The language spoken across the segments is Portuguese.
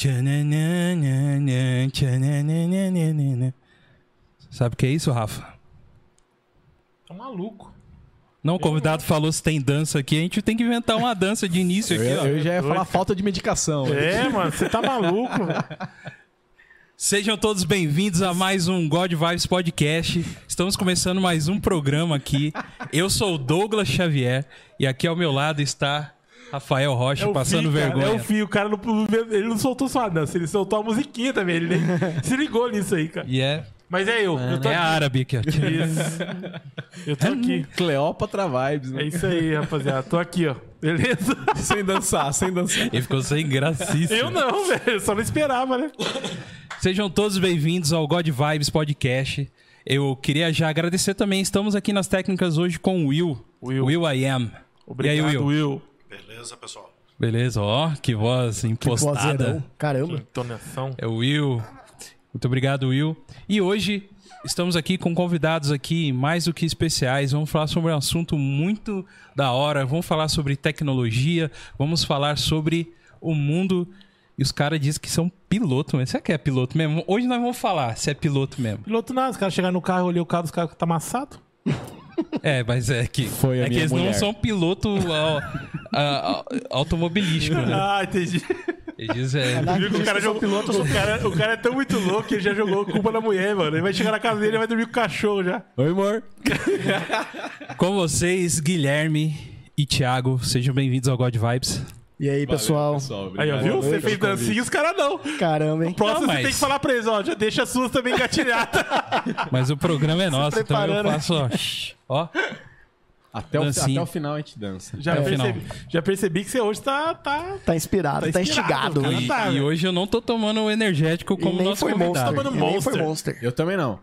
Sabe o que é isso, Rafa? Tá maluco. Não, o convidado falou se tem dança aqui, a gente tem que inventar uma dança de início aqui, ó. Eu já ia falar falta de medicação. É, mano, você tá maluco. Sejam todos bem-vindos a mais um God Vibes Podcast. Estamos começando mais um programa aqui. Eu sou o Douglas Xavier e aqui ao meu lado está Rafael Rocha, passando vergonha. É o Fio, o cara ele não soltou só a dança, ele soltou a musiquinha também, ele nem se ligou nisso aí, cara. E Mas é eu tô é aqui. árabe aqui. Isso. Eu tô aqui. Cleópatra Vibes, né? É isso aí, rapaziada. Tô aqui, ó. Beleza? Sem dançar. Ele ficou sem gracíssimo. Eu não, velho. Eu só não esperava, né? Sejam todos bem-vindos ao God Vibes Podcast. Eu queria já agradecer também. Estamos aqui nas técnicas hoje com o Will I Am. Obrigado, e aí, Will. Beleza, pessoal? Beleza, ó, que voz impostada. vozeirão. Caramba. Entonação. É o Will. Muito obrigado, Will. E hoje estamos aqui com convidados aqui mais do que especiais. Vamos falar sobre um assunto muito da hora. Vamos falar sobre tecnologia. Vamos falar sobre o mundo. E os caras dizem que são piloto, mas será que é piloto mesmo? Hoje nós vamos falar se é piloto mesmo. Piloto nada, os caras chegaram no carro, eu olhei o carro dos caras que tá amassado. É, mas é que, Foi a é que minha eles mulher. não são piloto automobilístico, né? Ah, entendi. Eles Viu que o cara jogou piloto, o cara é tão muito louco que ele já jogou culpa na mulher, mano. Ele vai chegar na casa dele e vai dormir com o cachorro já. Oi, amor. Com vocês, Guilherme e Thiago. Sejam bem-vindos ao God Vibes. E aí, pessoal? Aí, ó, viu? Você fez dancinha e os caras não. Caramba, hein? Próximo Não, você mas- tem que falar pra eles, ó. Já deixa as suas também engatilhadas. Mas o programa é nosso, então eu preparando. faço, ó. Até Dancinha. o final a gente dança. Já percebi que você hoje tá Tá inspirado, tá instigado. cara. E, tá, e velho. hoje eu não tô tomando o energético E como nem nosso foi convidado. Monster. Tomando E nem Monster. foi Monster. Eu também não.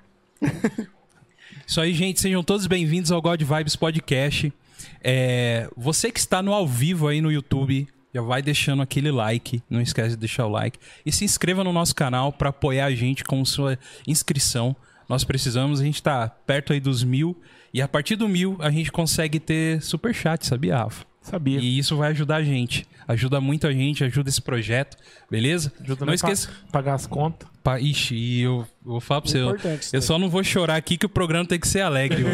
Isso aí, gente. Sejam todos bem-vindos ao God Vibes Podcast. Você que está no ao vivo aí no YouTube, já vai deixando aquele like. Não esquece de deixar o like. E se inscreva no nosso canal para apoiar a gente com sua inscrição. Nós precisamos, a gente tá perto aí dos 1000. E a partir do 1000 a gente consegue ter superchat, sabia, Rafa? Sabia. E isso vai ajudar a gente. Ajuda muito a gente, ajuda esse projeto, beleza? Ajuda Não esqueça. pagar as contas. Ixi, e eu vou falar pra você. Importante isso Eu daí. só não vou chorar aqui que o programa tem que ser alegre.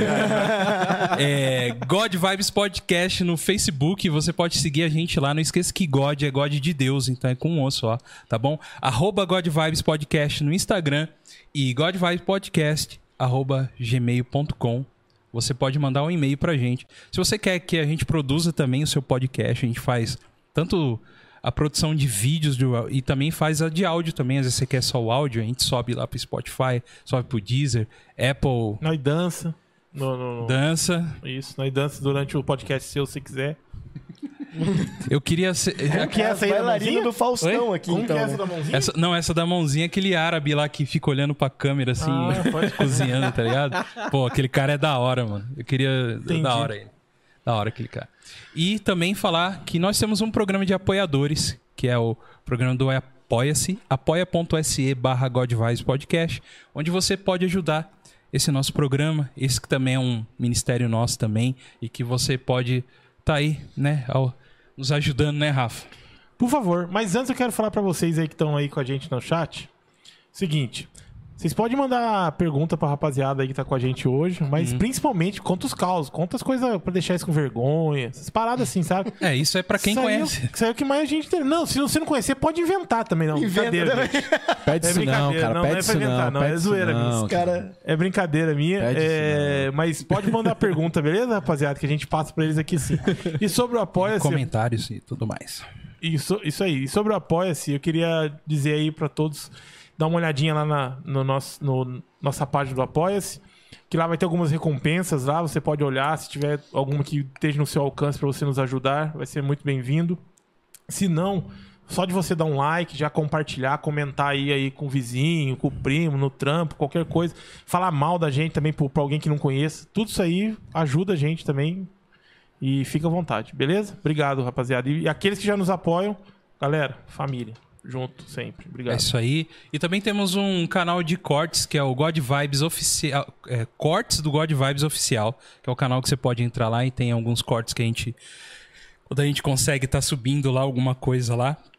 God Vibes Podcast no Facebook. Você pode seguir a gente lá. Não esqueça que God é God de Deus, então é com um osso, ó. Tá bom? @God Vibes Podcast no Instagram e godvibespodcast@gmail.com. Você pode mandar um e-mail pra gente. Se você quer que a gente produza também o seu podcast, a gente faz tanto a produção de vídeos e também faz a de áudio também. Às vezes você quer só o áudio, a gente sobe lá pro Spotify, sobe pro Deezer, Apple Nós dança. dança. Isso, nós dança durante o podcast seu, se quiser. Eu queria ser... Como que é essa aí da Bailarina mãozinha? do Faustão aqui, Como então. que é né? essa da mãozinha? Essa da mãozinha, aquele árabe lá que fica olhando pra câmera assim, pode- cozinhando, tá ligado? Pô, aquele cara é da hora, mano. Eu queria... Entendi. Da hora ele. Da hora aquele cara. E também falar que nós temos um programa de apoiadores, que é o programa do Apoia-se, apoia.se/GodVibesPodcast, onde você pode ajudar esse nosso programa, esse que também é um ministério nosso também, e que você pode tá aí, né, nos ajudando, né, Rafa? Por favor, mas antes eu quero falar pra vocês aí que estão aí com a gente no chat. Seguinte, vocês podem mandar pergunta pra rapaziada aí que tá com a gente hoje, mas principalmente conta os causos, conta as coisas pra deixar isso com vergonha, essas paradas assim, sabe? Isso é pra quem Isso aí conhece. Isso aí é o que mais a gente tem. Não, se você não conhecer, pode inventar também, não. Inventa Brincadeira, também. gente. Pede É isso não, brincadeira, cara. não, Pede não é isso pra inventar, não. não, é Pede isso zoeira não, minha. Os Cara, É brincadeira minha. Pede isso Mas pode mandar pergunta, beleza, rapaziada? Que a gente passa pra eles aqui sim. E sobre o Apoia-se. Comentários e tudo mais. Isso aí. E sobre o Apoia-se, eu queria dizer aí pra todos, dar uma olhadinha lá no nossa página do Apoia-se, que lá vai ter algumas recompensas lá, você pode olhar, se tiver alguma que esteja no seu alcance pra você nos ajudar, vai ser muito bem-vindo. Se não, só de você dar um like, já compartilhar, comentar aí com o vizinho, com o primo, no trampo, qualquer coisa, falar mal da gente também pra alguém que não conheça, tudo isso aí ajuda a gente também. E fica à vontade, beleza? Obrigado, rapaziada. E aqueles que já nos apoiam, galera, família, junto sempre. É Obrigado. isso aí. E também temos um canal de cortes, que é o God Vibes Oficial. Cortes do God Vibes Oficial, que é o canal que você pode entrar lá e tem alguns cortes que a gente... Quando a gente consegue estar subindo lá alguma coisa lá.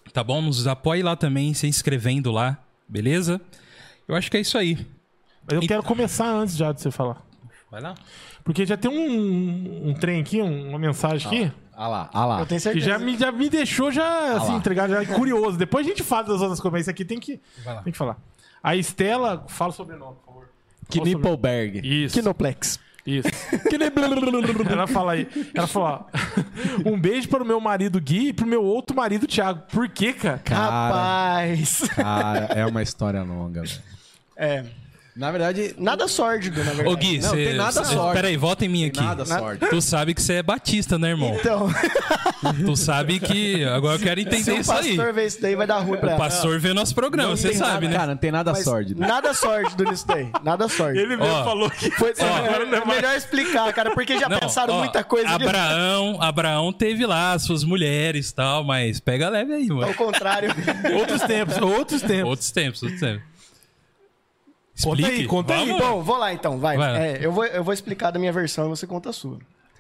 Tá bom? Nos apoie lá também, se inscrevendo lá, beleza? Eu acho que é isso aí. Mas eu quero começar antes já de você falar. Vai lá. Porque já tem um trem aqui, uma mensagem aqui, Ah lá. Eu tenho que certeza. já me deixou assim, entregado, já curioso. Depois a gente fala das outras coisas, mas isso aqui tem que falar. A Estela, fala o sobrenome, por favor. Knippelberg. Isso. Kinoplex. Isso. Ela fala aí. Ela falou, ó, um beijo para o meu marido Gui e pro meu outro marido Thiago. Por quê, cara? Rapaz. Cara, é uma história longa, velho. É. Na verdade, Nada sórdido, na verdade. Ô Gui, Não, tem nada sorte. Peraí, volta em mim aqui. nada sorte. Tu sabe que você é batista, né, irmão? Então, Tu sabe que... Agora eu quero se entender o isso aí. pastor ver isso daí, vai dar ruim pra O ela. pastor vê nosso programa, Não você tem sabe, nada, né? Cara, não tem nada Mas sórdido. Nada sórdido nisso daí. Nada sórdido. Ele mesmo Ó. falou que Foi, agora não é é mais. melhor explicar, cara, porque já Não, pensaram ó, muita coisa. Abraão teve lá as suas mulheres e tal, mas pega leve aí, mano. Ao contrário. Outros tempos. Outros tempos. Explique. Conta aí. Vamos. Bom, vou lá então, vai. Vai lá. Eu vou explicar da minha versão e você conta a sua.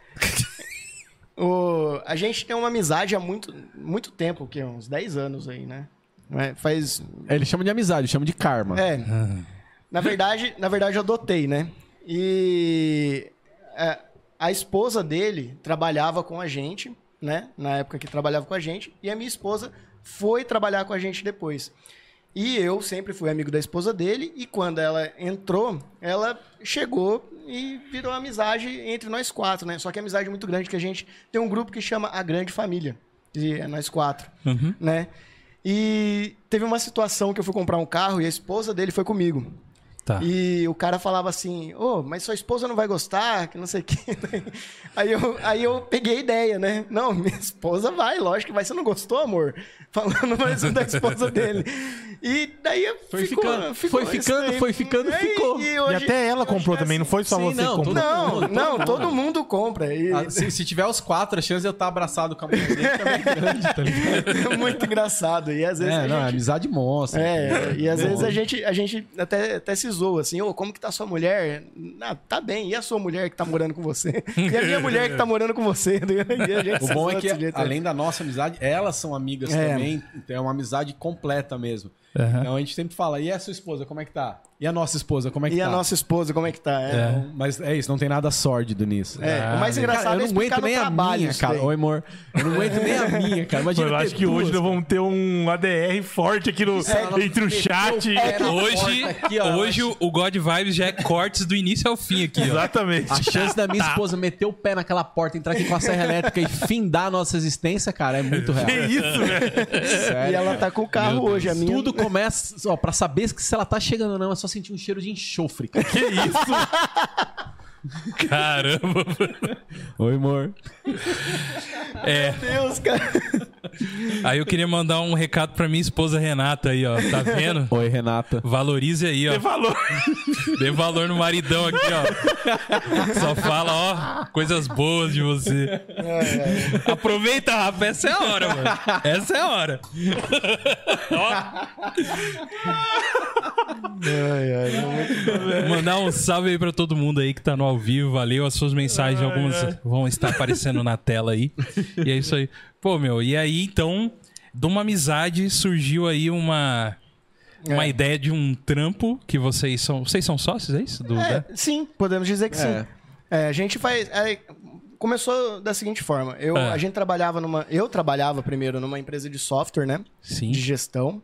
A gente tem uma amizade há muito tempo, o quê? Uns 10 anos aí, né? Faz... Ele chama de amizade, chama de karma. É. Na verdade, eu adotei, né? E a esposa dele trabalhava com a gente, né? Na época que trabalhava com a gente. E a minha esposa foi trabalhar com a gente depois. E eu sempre fui amigo da esposa dele. E quando ela entrou, ela chegou e virou amizade entre nós 4, né? Só que a amizade é muito grande, que a gente tem um grupo que chama A Grande Família. E é nós 4, né? E teve uma situação que eu fui comprar um carro e a esposa dele foi comigo. Tá. E o cara falava assim, mas sua esposa não vai gostar, que não sei o quê. Aí eu peguei a ideia, né? Não, minha esposa vai, lógico que vai. Você não gostou, amor? Falando mais da esposa dele. E daí Foi ficando, ficou. E E até ela comprou também, não foi só Sim, você não, que comprou. todo mundo compra. E... Se tiver os 4, a chance de eu estar abraçado com a mulher dele também é grande, tá ligado? É muito engraçado. E às vezes É, não, é amizade monstra. e às vezes a gente até se zoa, assim, como que tá sua mulher? Tá bem, e a sua mulher que tá morando com você? E a minha mulher que tá morando com você? E a gente O se bom zoa é que, desse jeito, além da nossa amizade, elas são amigas também. Então é uma amizade completa mesmo. Então a gente sempre fala, e a sua esposa, como é que tá? E a nossa esposa, como é que E tá? a nossa esposa, como é que tá? Não, mas é isso, não tem nada sórdido nisso. O mais engraçado Cara, eu é não explicar aguento no nem a trabalho minha, isso cara. daí. Oi, amor. Eu não aguento nem a minha, cara. Imagina Eu ter acho que hoje nós vamos ter um ADR forte aqui entre o chat. Hoje o God Vibes já é cortes do início ao fim aqui, ó. Exatamente. A chance da minha esposa meter o pé naquela porta, entrar aqui com a serra elétrica e findar a nossa existência, cara, é muito real. Que isso, velho? Sério. E ela tá com o carro Meu hoje, a minha... Tudo começa, ó, pra saber se ela tá chegando ou não, é só sentir um cheiro de enxofre, cara. Que isso? Caramba. Oi, amor. É. Meu Deus, cara. Aí eu queria mandar um recado pra minha esposa Renata aí, ó. Tá vendo? Oi, Renata. Valorize aí, ó. Você falou. Dê valor no maridão aqui, ó. Só fala, ó, coisas boas de você. Aproveita, Rafa. Essa é a hora, mano. Essa é a hora. Mandar um salve aí pra todo mundo aí que tá no ao vivo. Valeu. As suas mensagens, algumas vão estar aparecendo na tela aí. E é isso aí. Pô, meu, e aí, então, de uma amizade surgiu aí uma ideia de um trampo que vocês são... Vocês são sócios, é isso? Sim, podemos dizer que sim. A gente faz... começou da seguinte forma. A gente trabalhava eu trabalhava primeiro numa empresa de software, né? Sim. De gestão.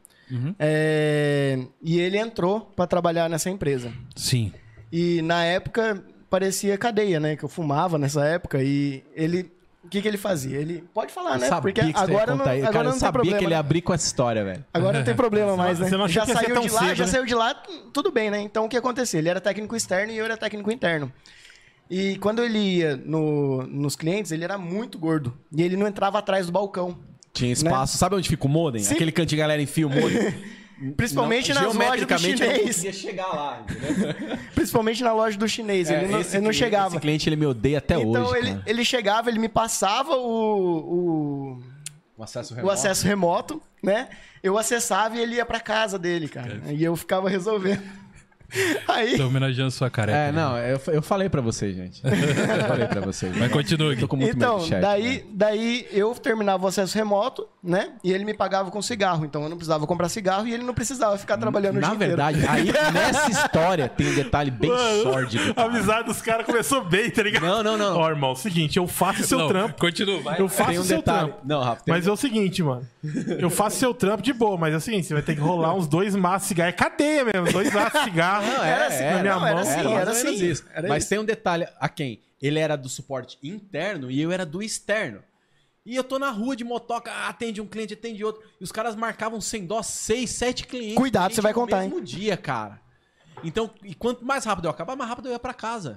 E ele entrou para trabalhar nessa empresa. Sim. E na época parecia cadeia, né? Que eu fumava nessa época. E ele... O que ele fazia? Ele... Pode falar, né? Sabia Porque que você ia agora contar aí. agora Cara, não eu tem sabia problema. que ele ia né? abrir com essa história, velho. Agora não tem problema mais, né? Você não achou Já que ia ser saiu tão de lá, cedo, já né? saiu de lá, tudo bem, né? Então o que aconteceu? Ele era técnico externo e eu era técnico interno. E quando ele ia nos clientes, ele era muito gordo. E ele não entrava atrás do balcão. Tinha espaço. Sabe onde fica o modem? Sim. Aquele cantinho que a galera enfia o modem. Principalmente nas lojas do Geometricamente, eu não chinês. conseguia chegar lá, entendeu? Principalmente na loja do chinês. Ele não chegava. Esse cliente, ele me odeia até Então hoje, cara. ele chegava, ele me passava o acesso remoto, né? Eu acessava e ele ia pra casa dele, cara. E eu ficava resolvendo. Aí... Tô homenageando sua careca. Não, eu falei pra vocês, gente. Eu falei pra vocês. Mas continua aqui. Tô com muito medo Então, do chat, daí eu terminava o acesso remoto, né? E ele me pagava com cigarro. Então eu não precisava comprar cigarro e ele não precisava ficar trabalhando o dia inteiro. Na verdade, aí nessa história tem um detalhe bem sórdido. A amizade dos caras começou bem, tá ligado? Não. Ó, irmão, seguinte, eu faço seu trampo. Continua, vai. Eu faço Tem um seu detalhe. trampo. Não, Rafa, Mas é o seguinte, mano. Eu faço seu trampo de boa, mas é o seguinte, você vai ter que rolar uns 2 maços de cigarro. É cadeia mesmo, 2 maços de cigarro. Não, Era assim, na minha não, mão. era assim, mais era ou menos assim. isso. Era Mas isso. tem um detalhe a quem? Ele era do suporte interno e eu era do externo. E eu tô na rua de motoca, atende um cliente, atende outro. E os caras marcavam sem dó 6, 7 clientes. Cuidado, gente, você vai no contar, mesmo dia, cara. Então, e quanto mais rápido eu acabar, mais rápido eu ia pra casa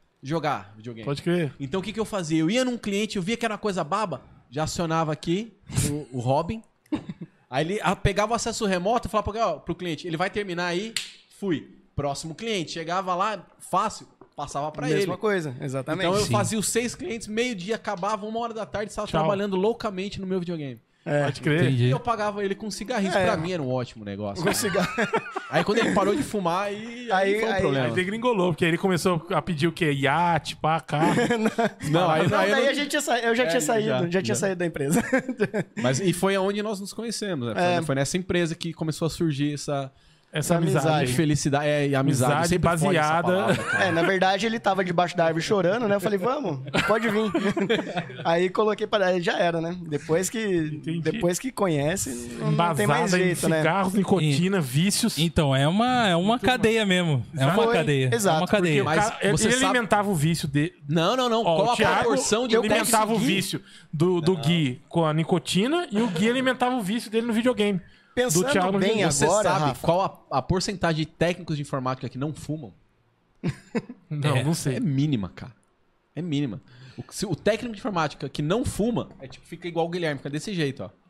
jogar videogame. Pode crer. Então o que eu fazia? Eu ia num cliente, eu via que era uma coisa baba, já acionava aqui o Robin. Aí ele pegava o acesso remoto e falava pro cliente, ele vai terminar aí, fui. Próximo cliente, chegava lá, fácil, passava pra ele. Mesma coisa, exatamente. Então eu Sim. fazia os 6 clientes, meio-dia acabava, 1h da tarde, estava Tchau. trabalhando loucamente no meu videogame. Pode crer. E Entendi. eu pagava ele com cigarrinhos, pra mim era um ótimo negócio. Com cigarro. Aí quando ele parou de fumar, aí foi um aí- problema. Aí degringolou, porque aí ele começou a pedir o quê? Iate, pá, carro. Não, aí, Não, aí eu daí não- a gente eu já tinha saído, já tinha saído da empresa. Mas e foi aonde nós nos conhecemos, né? Foi nessa empresa que começou a surgir Essa amizade. amizade. felicidade e amizade. Amizade Sempre foge essa baseada- palavra, cara. Na verdade, ele tava debaixo da árvore chorando, né? Eu falei, vamos, pode vir. Aí coloquei para já era, né? Depois que conhece, não tem mais Embasada em jeito, né? cigarros, nicotina, vícios. Então, é uma cadeia mesmo. É uma Foi, cadeia. exato, É uma cadeia. Mas ele você sabe- alimentava o vício dele. Não. Ó, Qual o a Thiago proporção de alimentava o conseguir? vício do Gui com a nicotina e o Gui alimentava o vício dele no videogame. Pensando do Thiago no bem videogame. Você agora, sabe Rafa, qual a porcentagem de técnicos de informática que não fumam? Não, não sei. É mínima, cara. É mínima. O técnico de informática que não fuma, fica igual o Guilherme, fica desse jeito, ó.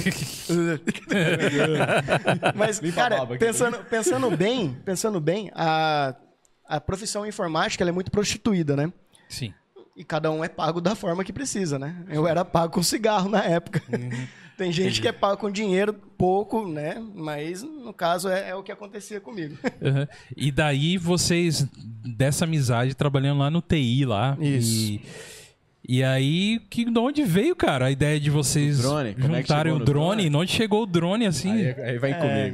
Mas, Limpa a cara, barba aqui. pensando bem, a profissão informática ela é muito prostituída, né? Sim. E cada um é pago da forma que precisa, né? Eu era pago com cigarro na época. Tem gente que é pago com dinheiro, pouco, né? Mas, no caso, é o que acontecia comigo. Uhum. E daí vocês, dessa amizade, trabalhando lá no TI lá. Isso. E aí, de onde veio, cara, a ideia de vocês O drone? Como é que juntarem chegou o no drone? drone? Onde chegou o drone, assim? Aí vem comigo.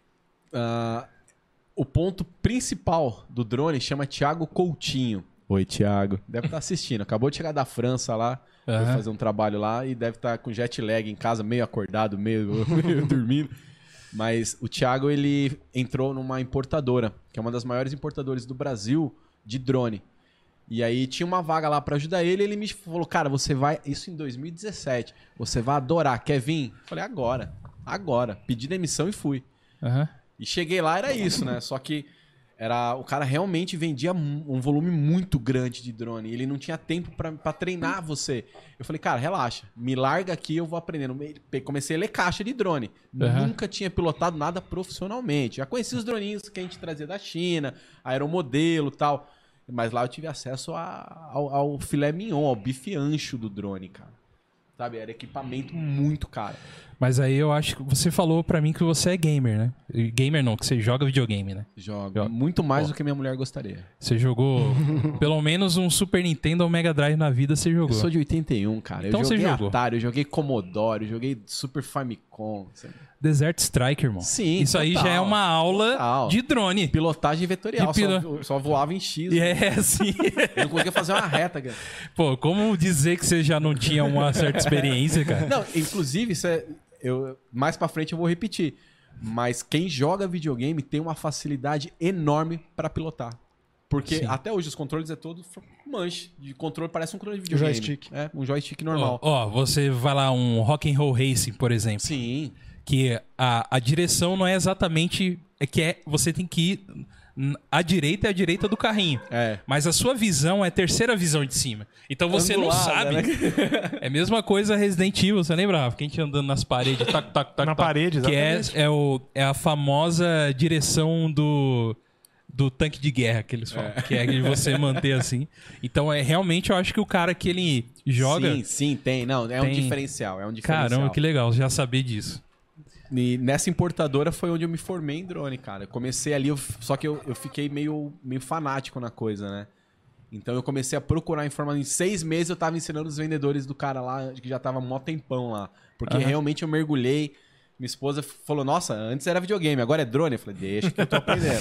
O ponto principal do drone chama Thiago Coutinho. Oi, Thiago. Deve estar assistindo. Acabou de chegar da França lá. Foi Aham. fazer um trabalho lá e deve estar com jet lag em casa, meio acordado, meio dormindo. Mas o Thiago, ele entrou numa importadora, que é uma das maiores importadoras do Brasil de drone. E aí tinha uma vaga lá pra ajudar ele, ele me falou, cara, você vai... Isso em 2017. Você vai adorar. Quer vir? Eu falei, agora. Pedi demissão e fui. Aham. E cheguei lá, era isso, né? Só que o cara realmente vendia um volume muito grande de drone. E ele não tinha tempo pra treinar você. Eu falei, cara, relaxa. Me larga aqui, eu vou aprendendo. Comecei a ler caixa de drone. Uhum. Nunca tinha pilotado nada profissionalmente. Já conhecia os droninhos que a gente trazia da China, aeromodelo e tal. Mas lá eu tive acesso ao filé mignon, ao bife ancho do drone, cara. Sabe? Era equipamento muito caro. Mas aí eu acho que você falou pra mim que você é gamer, né? Gamer não, que você joga videogame, né? Joga muito mais do que minha mulher gostaria. Você jogou pelo menos um Super Nintendo ou Mega Drive na vida, você Eu jogou. sou de 81, cara. Então Eu você joguei jogou. Atari, eu joguei Commodore, eu joguei Super Famicom. Desert Strike, irmão. Sim, Isso aí total. já é uma aula Total. de drone. Pilotagem vetorial, só voava em X. E é assim. Eu não conseguia fazer uma reta, cara. Pô, como dizer que você já não tinha uma certa experiência, cara? Não, inclusive, mais pra frente eu vou repetir. Mas quem joga videogame tem uma facilidade enorme pra pilotar. Porque Sim. até hoje os controles é todo manche. De controle parece um controle de videogame. Joystick. É, um joystick normal. Ó, você vai lá um Rock'n'Roll Racing, por exemplo. Sim. Que a direção não é exatamente... você tem que ir... A direita é a direita do carrinho. É. Mas a sua visão é a terceira visão de cima. Então você Angulada, não sabe. né? É a mesma coisa Resident Evil, você lembra, Rafa? Quem tinha andando nas paredes, tac, tac, tac, Na tac, parede, que exatamente. é a famosa direção do tanque de guerra que eles falam. Que é de você manter assim. Então, realmente, eu acho que o cara que ele joga... Sim, tem. Não, é um Tem. diferencial. É um diferencial. Caramba, que legal já saber disso. E nessa importadora foi onde eu me formei em drone, cara. Eu comecei ali, só que eu fiquei meio fanático na coisa, né? Então eu comecei a procurar informação. Em 6 meses eu tava ensinando os vendedores do cara lá, que já tava mó tempão lá. Porque realmente eu mergulhei. Minha esposa falou, nossa, antes era videogame, agora é drone. Eu falei, deixa que eu tô aprendendo.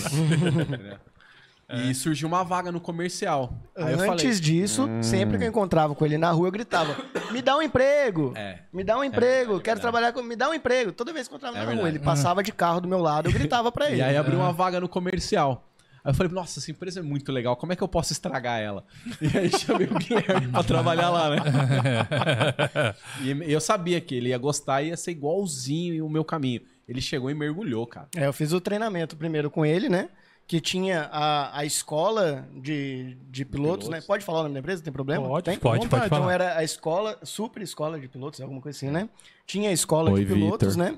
E surgiu uma vaga no comercial. Aí eu falei, Antes disso, sempre que eu encontrava com ele na rua, eu gritava: me dá um emprego! Me dá um emprego, quero trabalhar com. Me dá um emprego. Toda vez que eu encontrava na rua, ele passava de carro do meu lado, eu gritava pra ele. E aí abriu uma vaga no comercial. Aí eu falei, nossa, essa empresa é muito legal, como é que eu posso estragar ela? E aí chamei o Guilherme pra trabalhar lá, né? E eu sabia que ele ia gostar e ia ser igualzinho o meu caminho. Ele chegou e mergulhou, cara. Eu fiz o treinamento primeiro com ele, né? Que tinha a escola de pilotos, né? Pode falar o nome da empresa? Tem problema? Pode, pode falar. Então era a escola, super escola de pilotos, alguma coisa assim, né? Tinha a escola de pilotos, Victor. né?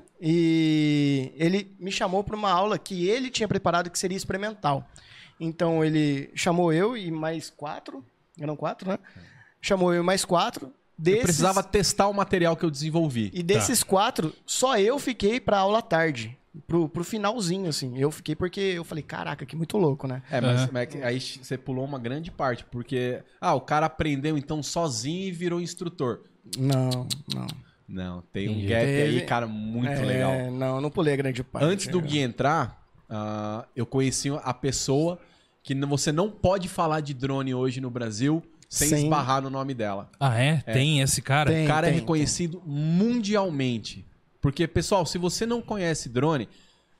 E ele me chamou para uma aula que ele tinha preparado que seria experimental. Então ele chamou eu e mais 4, eram 4, né? Chamou eu e mais 4. Eu precisava testar o material que eu desenvolvi. E desses 4, só eu fiquei para aula à tarde. Pro finalzinho, assim. Eu fiquei porque eu falei, caraca, que muito louco, né? Mas aí você pulou uma grande parte, porque... o cara aprendeu então sozinho e virou instrutor. Não. Não, tem um gap aí, cara, muito legal. Não pulei a grande parte. Antes do Gui entrar, eu conheci a pessoa que você não pode falar de drone hoje no Brasil sem esbarrar no nome dela. Tem esse cara? O cara é reconhecido mundialmente. Porque, pessoal, se você não conhece drone,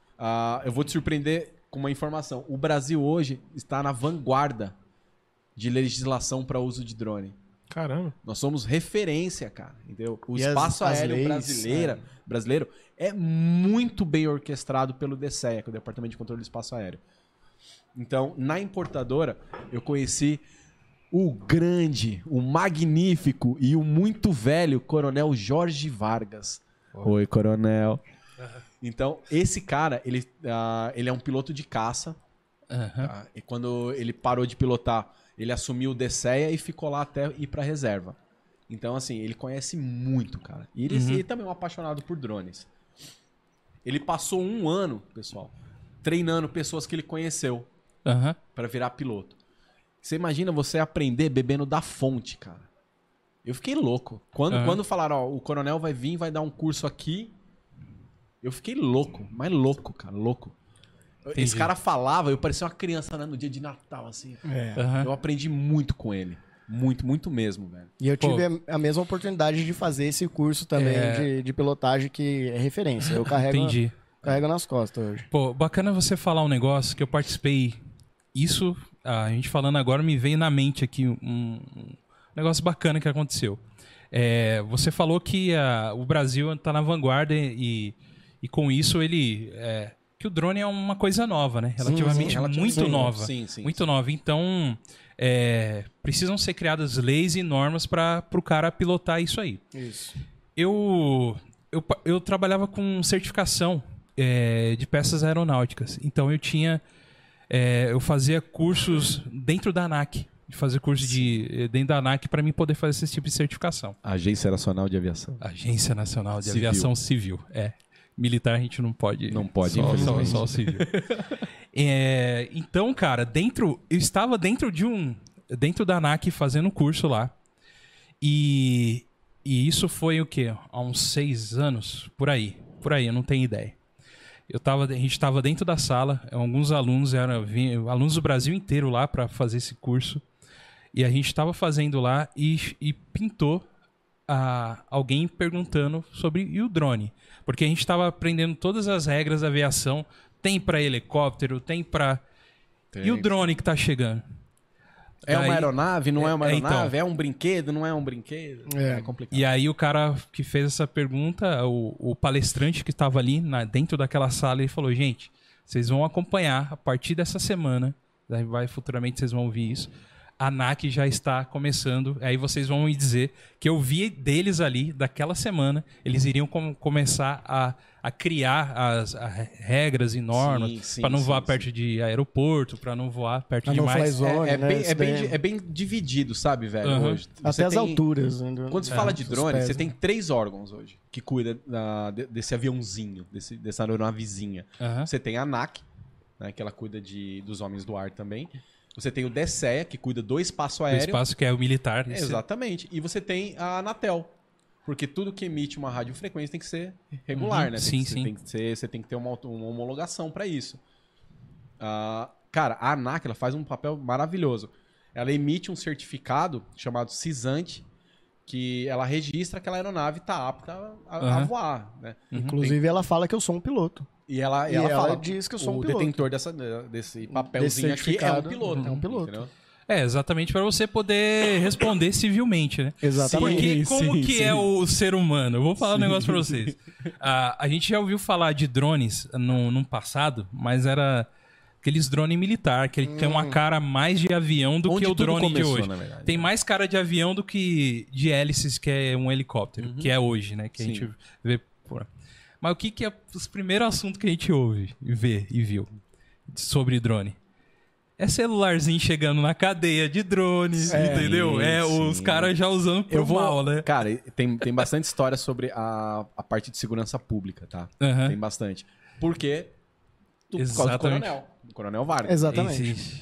eu vou te surpreender com uma informação. O Brasil hoje está na vanguarda de legislação para uso de drone. Caramba. Nós somos referência, cara. Entendeu? O E espaço as aéreo leis, brasileiro é muito bem orquestrado pelo DSEA, que é o Departamento de Controle do Espaço Aéreo. Então, na importadora, eu conheci o grande, o magnífico e o muito velho Coronel Jorge Vargas. Oi, Coronel. Então, esse cara, ele é um piloto de caça. Tá? E quando ele parou de pilotar, ele assumiu o DSEA e ficou lá até ir pra reserva. Então, assim, ele conhece muito, cara. E ele também é um apaixonado por drones. Ele passou 1 ano, pessoal, treinando pessoas que ele conheceu pra virar piloto. Você imagina você aprender bebendo da fonte, cara. Eu fiquei louco. Quando falaram, o coronel vai vir, vai dar um curso aqui, eu fiquei louco. Mas louco, cara, louco. Entendi. Esse cara falava, eu parecia uma criança, né, no dia de Natal, assim. Eu aprendi muito com ele. Muito, muito mesmo, velho. E eu tive a mesma oportunidade de fazer esse curso também de pilotagem, que é referência. Eu carrego nas costas hoje. Pô, bacana você falar um negócio que eu participei. Isso, a gente falando agora, me veio na mente aqui um negócio bacana que aconteceu. Você falou que o Brasil está na vanguarda e com isso que o drone é uma coisa nova, né? Relativamente muito nova. Sim. Muito nova. Então, precisam ser criadas leis e normas para o cara pilotar isso aí. Isso. Eu trabalhava com certificação de peças aeronáuticas. Então, eu fazia cursos dentro da ANAC. De fazer curso dentro da ANAC para mim poder fazer esse tipo de certificação. Agência Nacional de Aviação. Agência Nacional de Aviação Civil. Militar a gente não pode. Não pode, só infelizmente. o civil. Então, cara, eu estava dentro da ANAC fazendo curso lá. E isso foi o quê? Há uns 6 anos? Por aí, eu não tenho ideia. A gente estava dentro da sala, alguns alunos, alunos do Brasil inteiro lá para fazer esse curso. E a gente estava fazendo lá e pintou alguém perguntando sobre o drone. Porque a gente estava aprendendo todas as regras da aviação. Tem para helicóptero, tem para... E o drone que está chegando? Uma aeronave, não é uma aeronave? Então, é um brinquedo, não é um brinquedo? É complicado. E aí o cara que fez essa pergunta, o palestrante que estava ali dentro daquela sala, ele falou, gente, vocês vão acompanhar a partir dessa semana, futuramente vocês vão ouvir isso, a ANAC já está começando. Aí vocês vão me dizer que eu vi deles ali, daquela semana, eles iriam começar a criar as regras e normas para não voar perto de aeroporto, para não voar perto de mais... É bem dividido, sabe, velho? Hoje. Até as alturas. Quando se fala de drone, você tem 3 órgãos hoje que cuidam desse aviãozinho, dessa aeronavezinha. Você tem a ANAC, né, que ela cuida dos homens do ar também. Você tem o DSEA, que cuida do espaço aéreo. O espaço que é o militar. Exatamente. E você tem a Anatel. Porque tudo que emite uma radiofrequência tem que ser regular, né? Sim. Você tem que ter uma homologação para isso. Cara, a ANAC ela faz um papel maravilhoso. Ela emite um certificado chamado CISANT, que ela registra que aquela aeronave está apta a voar, né? Inclusive, ela fala que eu sou um piloto. E ela fala, diz que eu sou um piloto. O detentor desse papelzinho aqui é um piloto. É um piloto. Entendeu? Exatamente para você poder responder civilmente, né? Exatamente. Porque como que é o ser humano? Eu vou falar um negócio para vocês. A gente já ouviu falar de drones no passado, mas era aqueles drones militar, que ele tem uma cara mais de avião do que o drone de hoje. Tem mais cara de avião do que de hélices, que é um helicóptero, que é hoje, né? Que a gente vê por... Mas o que é os primeiros assuntos que a gente ouve, vê e viu sobre drone? É celularzinho chegando na cadeia de drones, entendeu? Os caras já usando pro mal, né? Cara, tem bastante história sobre a parte de segurança pública, tá? Tem bastante. Por causa do Coronel Vargas. Exatamente.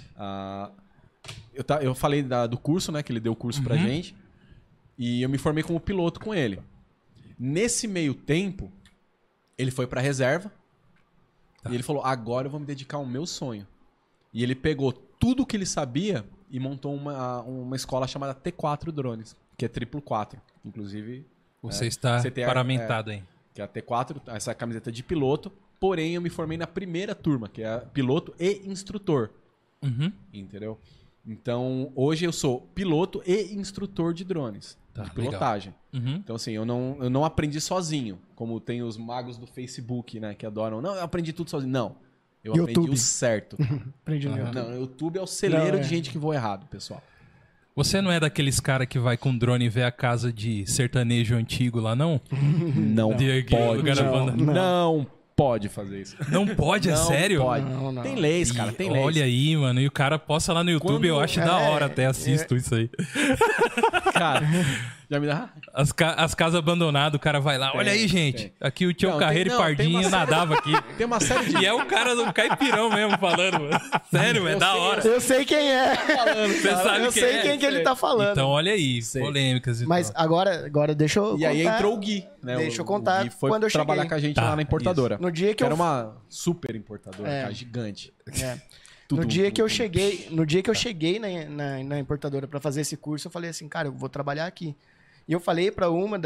Eu falei do curso, né? Que ele deu o curso pra gente. E eu me formei como piloto com ele. Nesse meio tempo, ele foi pra reserva. E ele falou, agora eu vou me dedicar ao meu sonho. E ele pegou tudo o que ele sabia e montou uma escola chamada T4 Drones, que é 444. Inclusive... Você está paramentado aí. Que é a T4, essa camiseta de piloto. Porém, eu me formei na primeira turma, que é piloto e instrutor. Entendeu? Então, hoje eu sou piloto e instrutor de drones. De pilotagem. Então, assim, eu não aprendi sozinho. Como tem os magos do Facebook, né? Que adoram. Não, eu aprendi tudo sozinho. Não. Eu aprendi o certo. Aprendi no YouTube. Não, o YouTube é o celeiro de gente que voa errado, pessoal. Você não é daqueles caras que vai com drone ver a casa de sertanejo antigo lá, não? Não pode. Não pode fazer isso. Não pode? É sério? Pode. Não. Tem leis, cara, tem leis. Olha aí, mano. E o cara posta lá no YouTube, eu acho da hora, até assisto isso aí. Cara, já me dá... As casas abandonadas, o cara vai lá. Olha aí, gente. Aqui o tio Carreiro e Pardinho nadava aqui. Tem uma série de... E é o cara do caipirão mesmo falando, mano. Sério, é da hora. Eu sei quem é. Você sabe eu sei quem que ele tá falando. Então, olha aí, polêmicas e Mas tal. agora deixa eu contar. E aí entrou o Gui, né? Deixa eu contar o Gui foi quando eu trabalhar cheguei. com a gente lá na importadora. No dia que era uma super importadora, cara, gigante. No dia que eu cheguei na importadora para fazer esse curso, eu falei assim, cara, eu vou trabalhar aqui. E eu falei para uma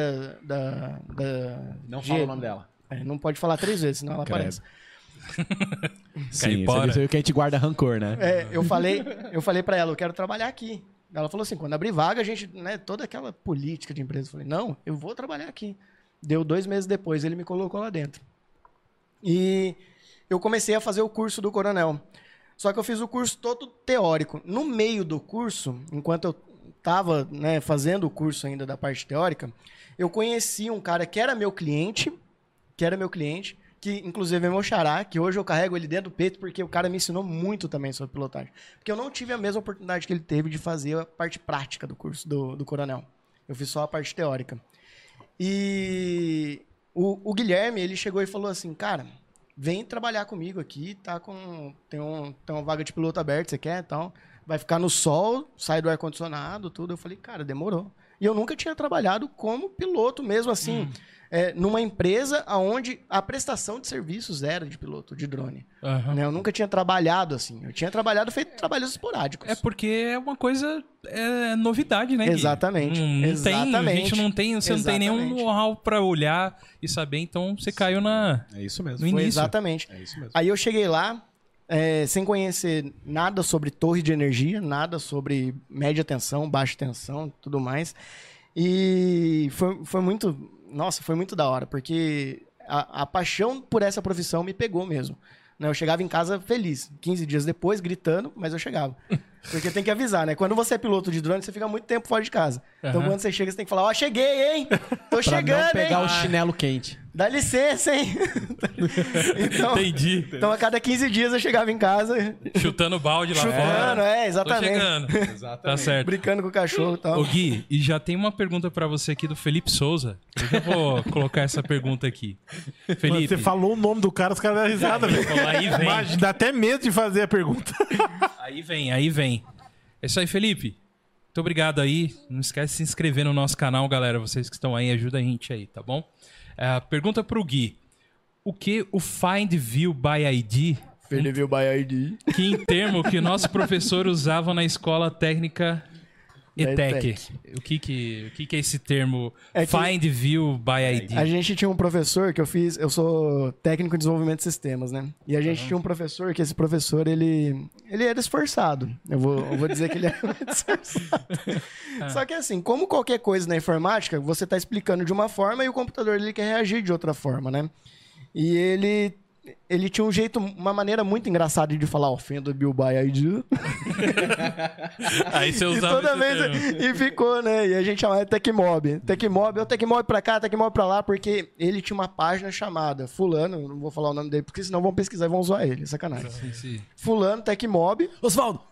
Não fala o nome dela. Não pode falar 3 vezes, senão ela aparece. Sim, isso é o que a gente guarda rancor, né? Eu falei para ela, eu quero trabalhar aqui. Ela falou assim, quando abrir vaga, a gente, né, toda aquela política de empresa. Eu falei, não, eu vou trabalhar aqui. Deu 2 meses depois, ele me colocou lá dentro. E eu comecei a fazer o curso do Coronel. Só que eu fiz o curso todo teórico. No meio do curso, enquanto eu estava, né, fazendo o curso ainda da parte teórica, eu conheci um cara que era meu cliente, que inclusive é meu xará, que hoje eu carrego ele dentro do peito, porque o cara me ensinou muito também sobre pilotagem. Porque eu não tive a mesma oportunidade que ele teve de fazer a parte prática do curso do Coronel. Eu fiz só a parte teórica. E o Guilherme, ele chegou e falou assim, cara, vem trabalhar comigo aqui, tem uma vaga de piloto aberta, você quer, tal. Vai ficar no sol, sai do ar-condicionado, tudo. Eu falei, cara, demorou. E eu nunca tinha trabalhado como piloto mesmo, assim, numa empresa onde a prestação de serviços era de piloto, de drone. Né? Eu nunca tinha trabalhado assim. Eu tinha feito trabalhos esporádicos. É porque é uma coisa, novidade, né, Gui? Exatamente. Você não tem nenhum know-how pra olhar e saber, então você caiu É isso mesmo. no início. Exatamente. É isso mesmo. Aí eu cheguei lá, sem conhecer nada sobre torre de energia, nada sobre média tensão, baixa tensão, tudo mais. E foi muito da hora, porque a paixão por essa profissão me pegou mesmo. Né? Eu chegava em casa feliz, 15 dias depois, gritando, mas eu chegava. Porque tem que avisar, né? Quando você é piloto de drone, você fica muito tempo fora de casa. Então, quando você chega, você tem que falar, ó, cheguei, hein? Tô chegando, Pra não pegar hein? o chinelo quente. Dá licença, hein? Então, Entendi. então, a cada 15 dias eu chegava em casa, Chutando balde lá chutando, fora. Tô exatamente. chegando. Tá certo. Brincando com o cachorro e tal. Ô Gui, e já tem uma pergunta pra você aqui do Felipe Souza. Eu já vou colocar essa pergunta aqui. Felipe. Você falou o nome do cara, os caras dão risada, velho. Aí vem. Mas dá até medo de fazer a pergunta. Aí vem. É isso aí, Felipe. Muito obrigado aí. Não esquece de se inscrever no nosso canal, galera. Vocês que estão aí, ajuda a gente aí, tá bom? Pergunta pro Gui. O que o Find View by ID, Felipe by ID. que em termo que nosso professor usava na escola técnica ETEC. O que é esse termo É que- Find View by ID? A gente tinha um professor que eu sou técnico em desenvolvimento de sistemas, né? E a gente tinha um professor que esse professor, ele era esforçado. Eu vou dizer que ele era muito esforçado. Só que assim, como qualquer coisa na informática, você tá explicando de uma forma e o computador ele quer reagir de outra forma, né? E ele tinha um jeito, uma maneira muito engraçada de falar, Find View by ID. Aí você E usava toda esse vez termo. e ficou, né? E a gente chamava de Tecmob. Tecmob pra cá, Tecmob pra lá, porque ele tinha uma página chamada Fulano, não vou falar o nome dele, porque senão vão pesquisar e vão zoar ele, sacanagem. Sim. Fulano Tecmob, Osvaldo!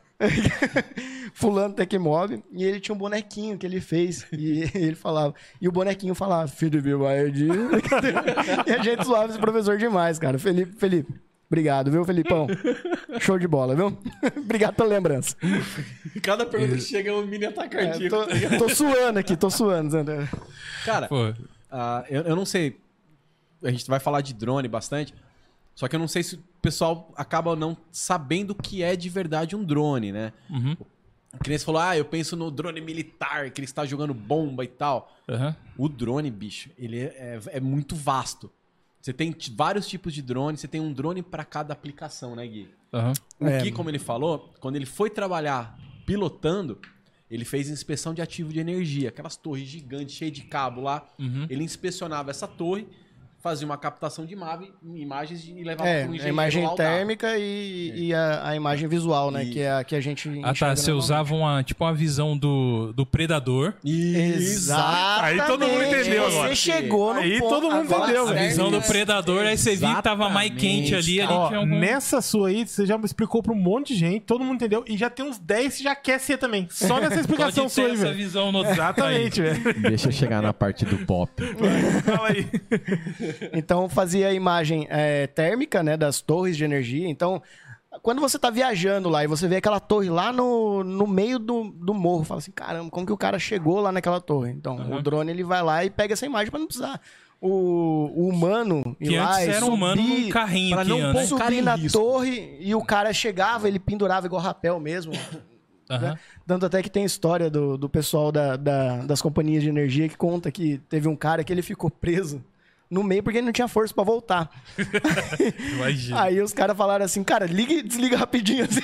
Fulano Tecmob, e ele tinha um bonequinho que ele fez, e ele falava, e o bonequinho falava, filho de Wild. E a gente zoava esse professor demais, cara. Felipe, obrigado, viu, Felipão? Show de bola, viu? Obrigado pela lembrança. Cada pergunta que chega é um mini ataque cardíaco. Tô suando aqui, Zé. Cara, Pô, eu não sei. A gente vai falar de drone bastante. Só que eu não sei se o pessoal acaba não sabendo o que é de verdade um drone, né? Uhum. Que nem você falou, eu penso no drone militar, que ele está jogando bomba e tal. Aham. O drone, bicho, ele é muito vasto. Você tem vários tipos de drone, você tem um drone para cada aplicação, né, Gui? Aham. O É. Gui, como ele falou, quando ele foi trabalhar pilotando, ele fez inspeção de ativo de energia. Aquelas torres gigantes, cheias de cabo lá. Uhum. Ele inspecionava essa torre, fazia uma captação de imagens e levava para um A engenheiro imagem lá o dado. térmica e a imagem visual, né? E- Que é a que a gente Ah, tá. enxerga Você normalmente. usava uma visão do predador. Exatamente. Aí todo mundo entendeu agora. Você chegou no Aí ponto. todo mundo Agora entendeu, A velho. visão do predador, aí você viu que tava mais quente ali Ó, tinha algum... nessa sua aí, você já me explicou pra um monte de gente, todo mundo entendeu, e já tem uns 10 que já quer ser também. Só nessa explicação Pode sua ter aí, essa velho. visão no... Exatamente, velho. Deixa eu chegar na parte do pop. Fala aí. Então fazia a imagem térmica, né? Das torres de energia. Então, quando você tá viajando lá e você vê aquela torre lá no meio do morro, fala assim, caramba, como que o cara chegou lá naquela torre? Então, o drone ele vai lá e pega essa imagem para não precisar o humano ir Que lá antes e era um humano num carrinho pra que não anda. pôr o cara subir em na risco. torre e o cara chegava, ele pendurava igual rapel mesmo. Aham. Né? Tanto até que tem história do pessoal das companhias de energia que conta que teve um cara que ele ficou preso no meio porque ele não tinha força pra voltar. Imagina. Aí os caras falaram assim, cara, liga e desliga rapidinho. Assim,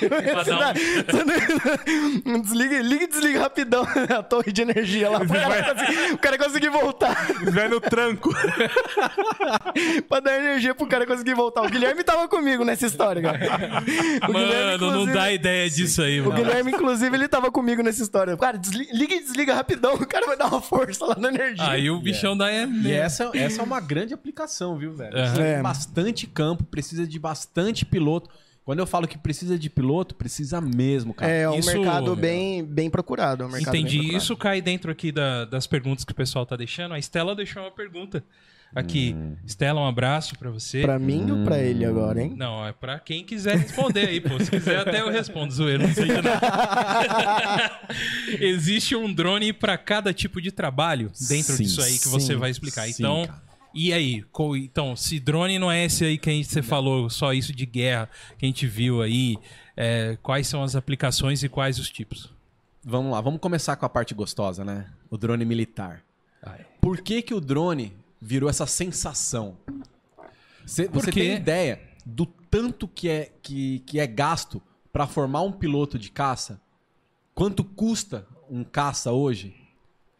liga e desliga rapidão a torre de energia lá. O cara conseguir voltar. Vai no tranco. Pra dar energia pro cara conseguir voltar. O Guilherme tava comigo nessa história, cara. O Guilherme, Mano, não inclusive- dá ideia disso aí, O mano. Guilherme, inclusive, ele tava comigo nessa história. Cara, liga e desliga rapidão, o cara vai dar uma força lá na energia. Aí o bichão dá... E essa é uma grande aplicação, viu, velho? Precisa É. de bastante campo, precisa de bastante piloto. Quando eu falo que precisa de piloto, precisa mesmo, cara. É um Isso- mercado bem procurado. É um mercado bem Entendi. procurado. Isso cai dentro aqui das perguntas que o pessoal tá deixando. A Estela deixou uma pergunta aqui. Estela, um abraço pra você. Pra mim ou pra ele agora, hein? Não, é pra quem quiser responder aí, pô. Se quiser, até eu respondo, zoeiro. Não sei de nada. Existe um drone pra cada tipo de trabalho dentro Sim, disso aí que você sim, vai explicar. sim, Então, cara. e aí? Então, se drone não é esse aí que você falou, só isso de guerra que a gente viu aí, quais são as aplicações e quais os tipos? Vamos lá, vamos começar com a parte gostosa, né? O drone militar. Por que o drone virou essa sensação? Você quê? tem ideia do tanto que é gasto para formar um piloto de caça? Quanto custa um caça hoje?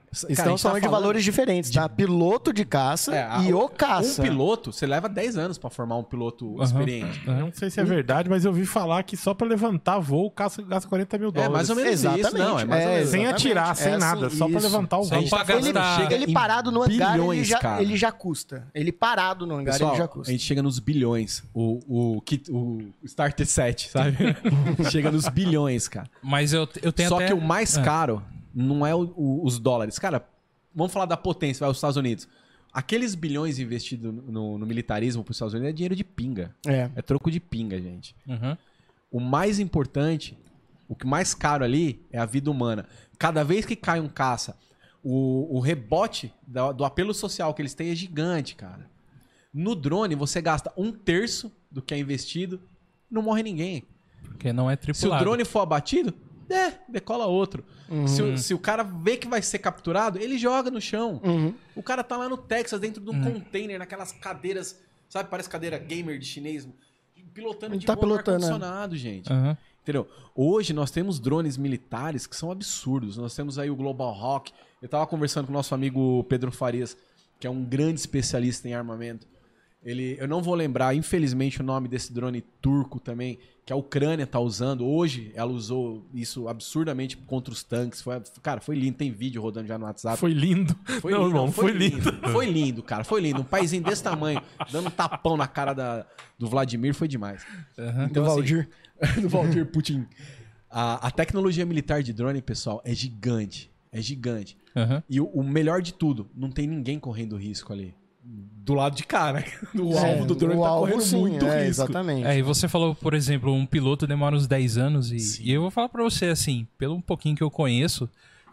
Estamos falando de valores diferentes, tá? Piloto de caça e o caça. Um piloto, você leva 10 anos pra formar um piloto experiente. Não sei se é verdade, mas eu ouvi falar que só pra levantar voo, o caça gasta $40.000. É mais ou menos isso. Não, é mais ou menos. Sem atirar, sem nada, só pra levantar o voo. Ele parado no hangar, bilhões, ele já custa. Ele parado no hangar, Pessoal, ele já custa. a gente chega nos bilhões. O Starter Set, sabe? Chega nos bilhões, cara. Mas eu tenho Só até... que o mais caro não é os dólares. Cara, vamos falar da potência, vai, os Estados Unidos. Aqueles bilhões investidos no militarismo para os Estados Unidos é dinheiro de pinga. É troco de pinga, gente. Uhum. O mais importante, o que mais caro ali é a vida humana. Cada vez que cai um caça, o rebote do apelo social que eles têm é gigante, cara. No drone, você gasta 1/3 do que é investido e não morre ninguém. Porque não é tripulado. Se o drone for abatido, decola outro. Se o cara vê que vai ser capturado, ele joga no chão. O cara tá lá no Texas, dentro de um container, naquelas cadeiras, sabe? Parece cadeira gamer de chinês, pilotando de boa no ar-condicionado, gente. Entendeu? Hoje nós temos drones militares que são absurdos. Nós temos aí o Global Hawk. Eu tava conversando com o nosso amigo Pedro Farias, que é um grande especialista em armamento. Eu não vou lembrar, infelizmente, o nome desse drone turco também, que a Ucrânia tá usando. Hoje, ela usou isso absurdamente contra os tanques. Cara, foi lindo. Tem vídeo rodando já no WhatsApp. Foi lindo. Foi lindo. Irmão, foi lindo. Foi lindo, cara. Foi lindo. Um paísinho desse tamanho, dando um tapão na cara do Vladimir, foi demais. Então, do Valdir. Do Valdir Putin. A tecnologia militar de drone, pessoal, é gigante. É gigante. E o melhor de tudo, não tem ninguém correndo risco ali. Do lado de cá, né? O alvo do drone tá correndo muito risco. Exatamente. E você falou, por exemplo, um piloto demora uns 10 anos e eu vou falar pra você assim, pelo um pouquinho que eu conheço,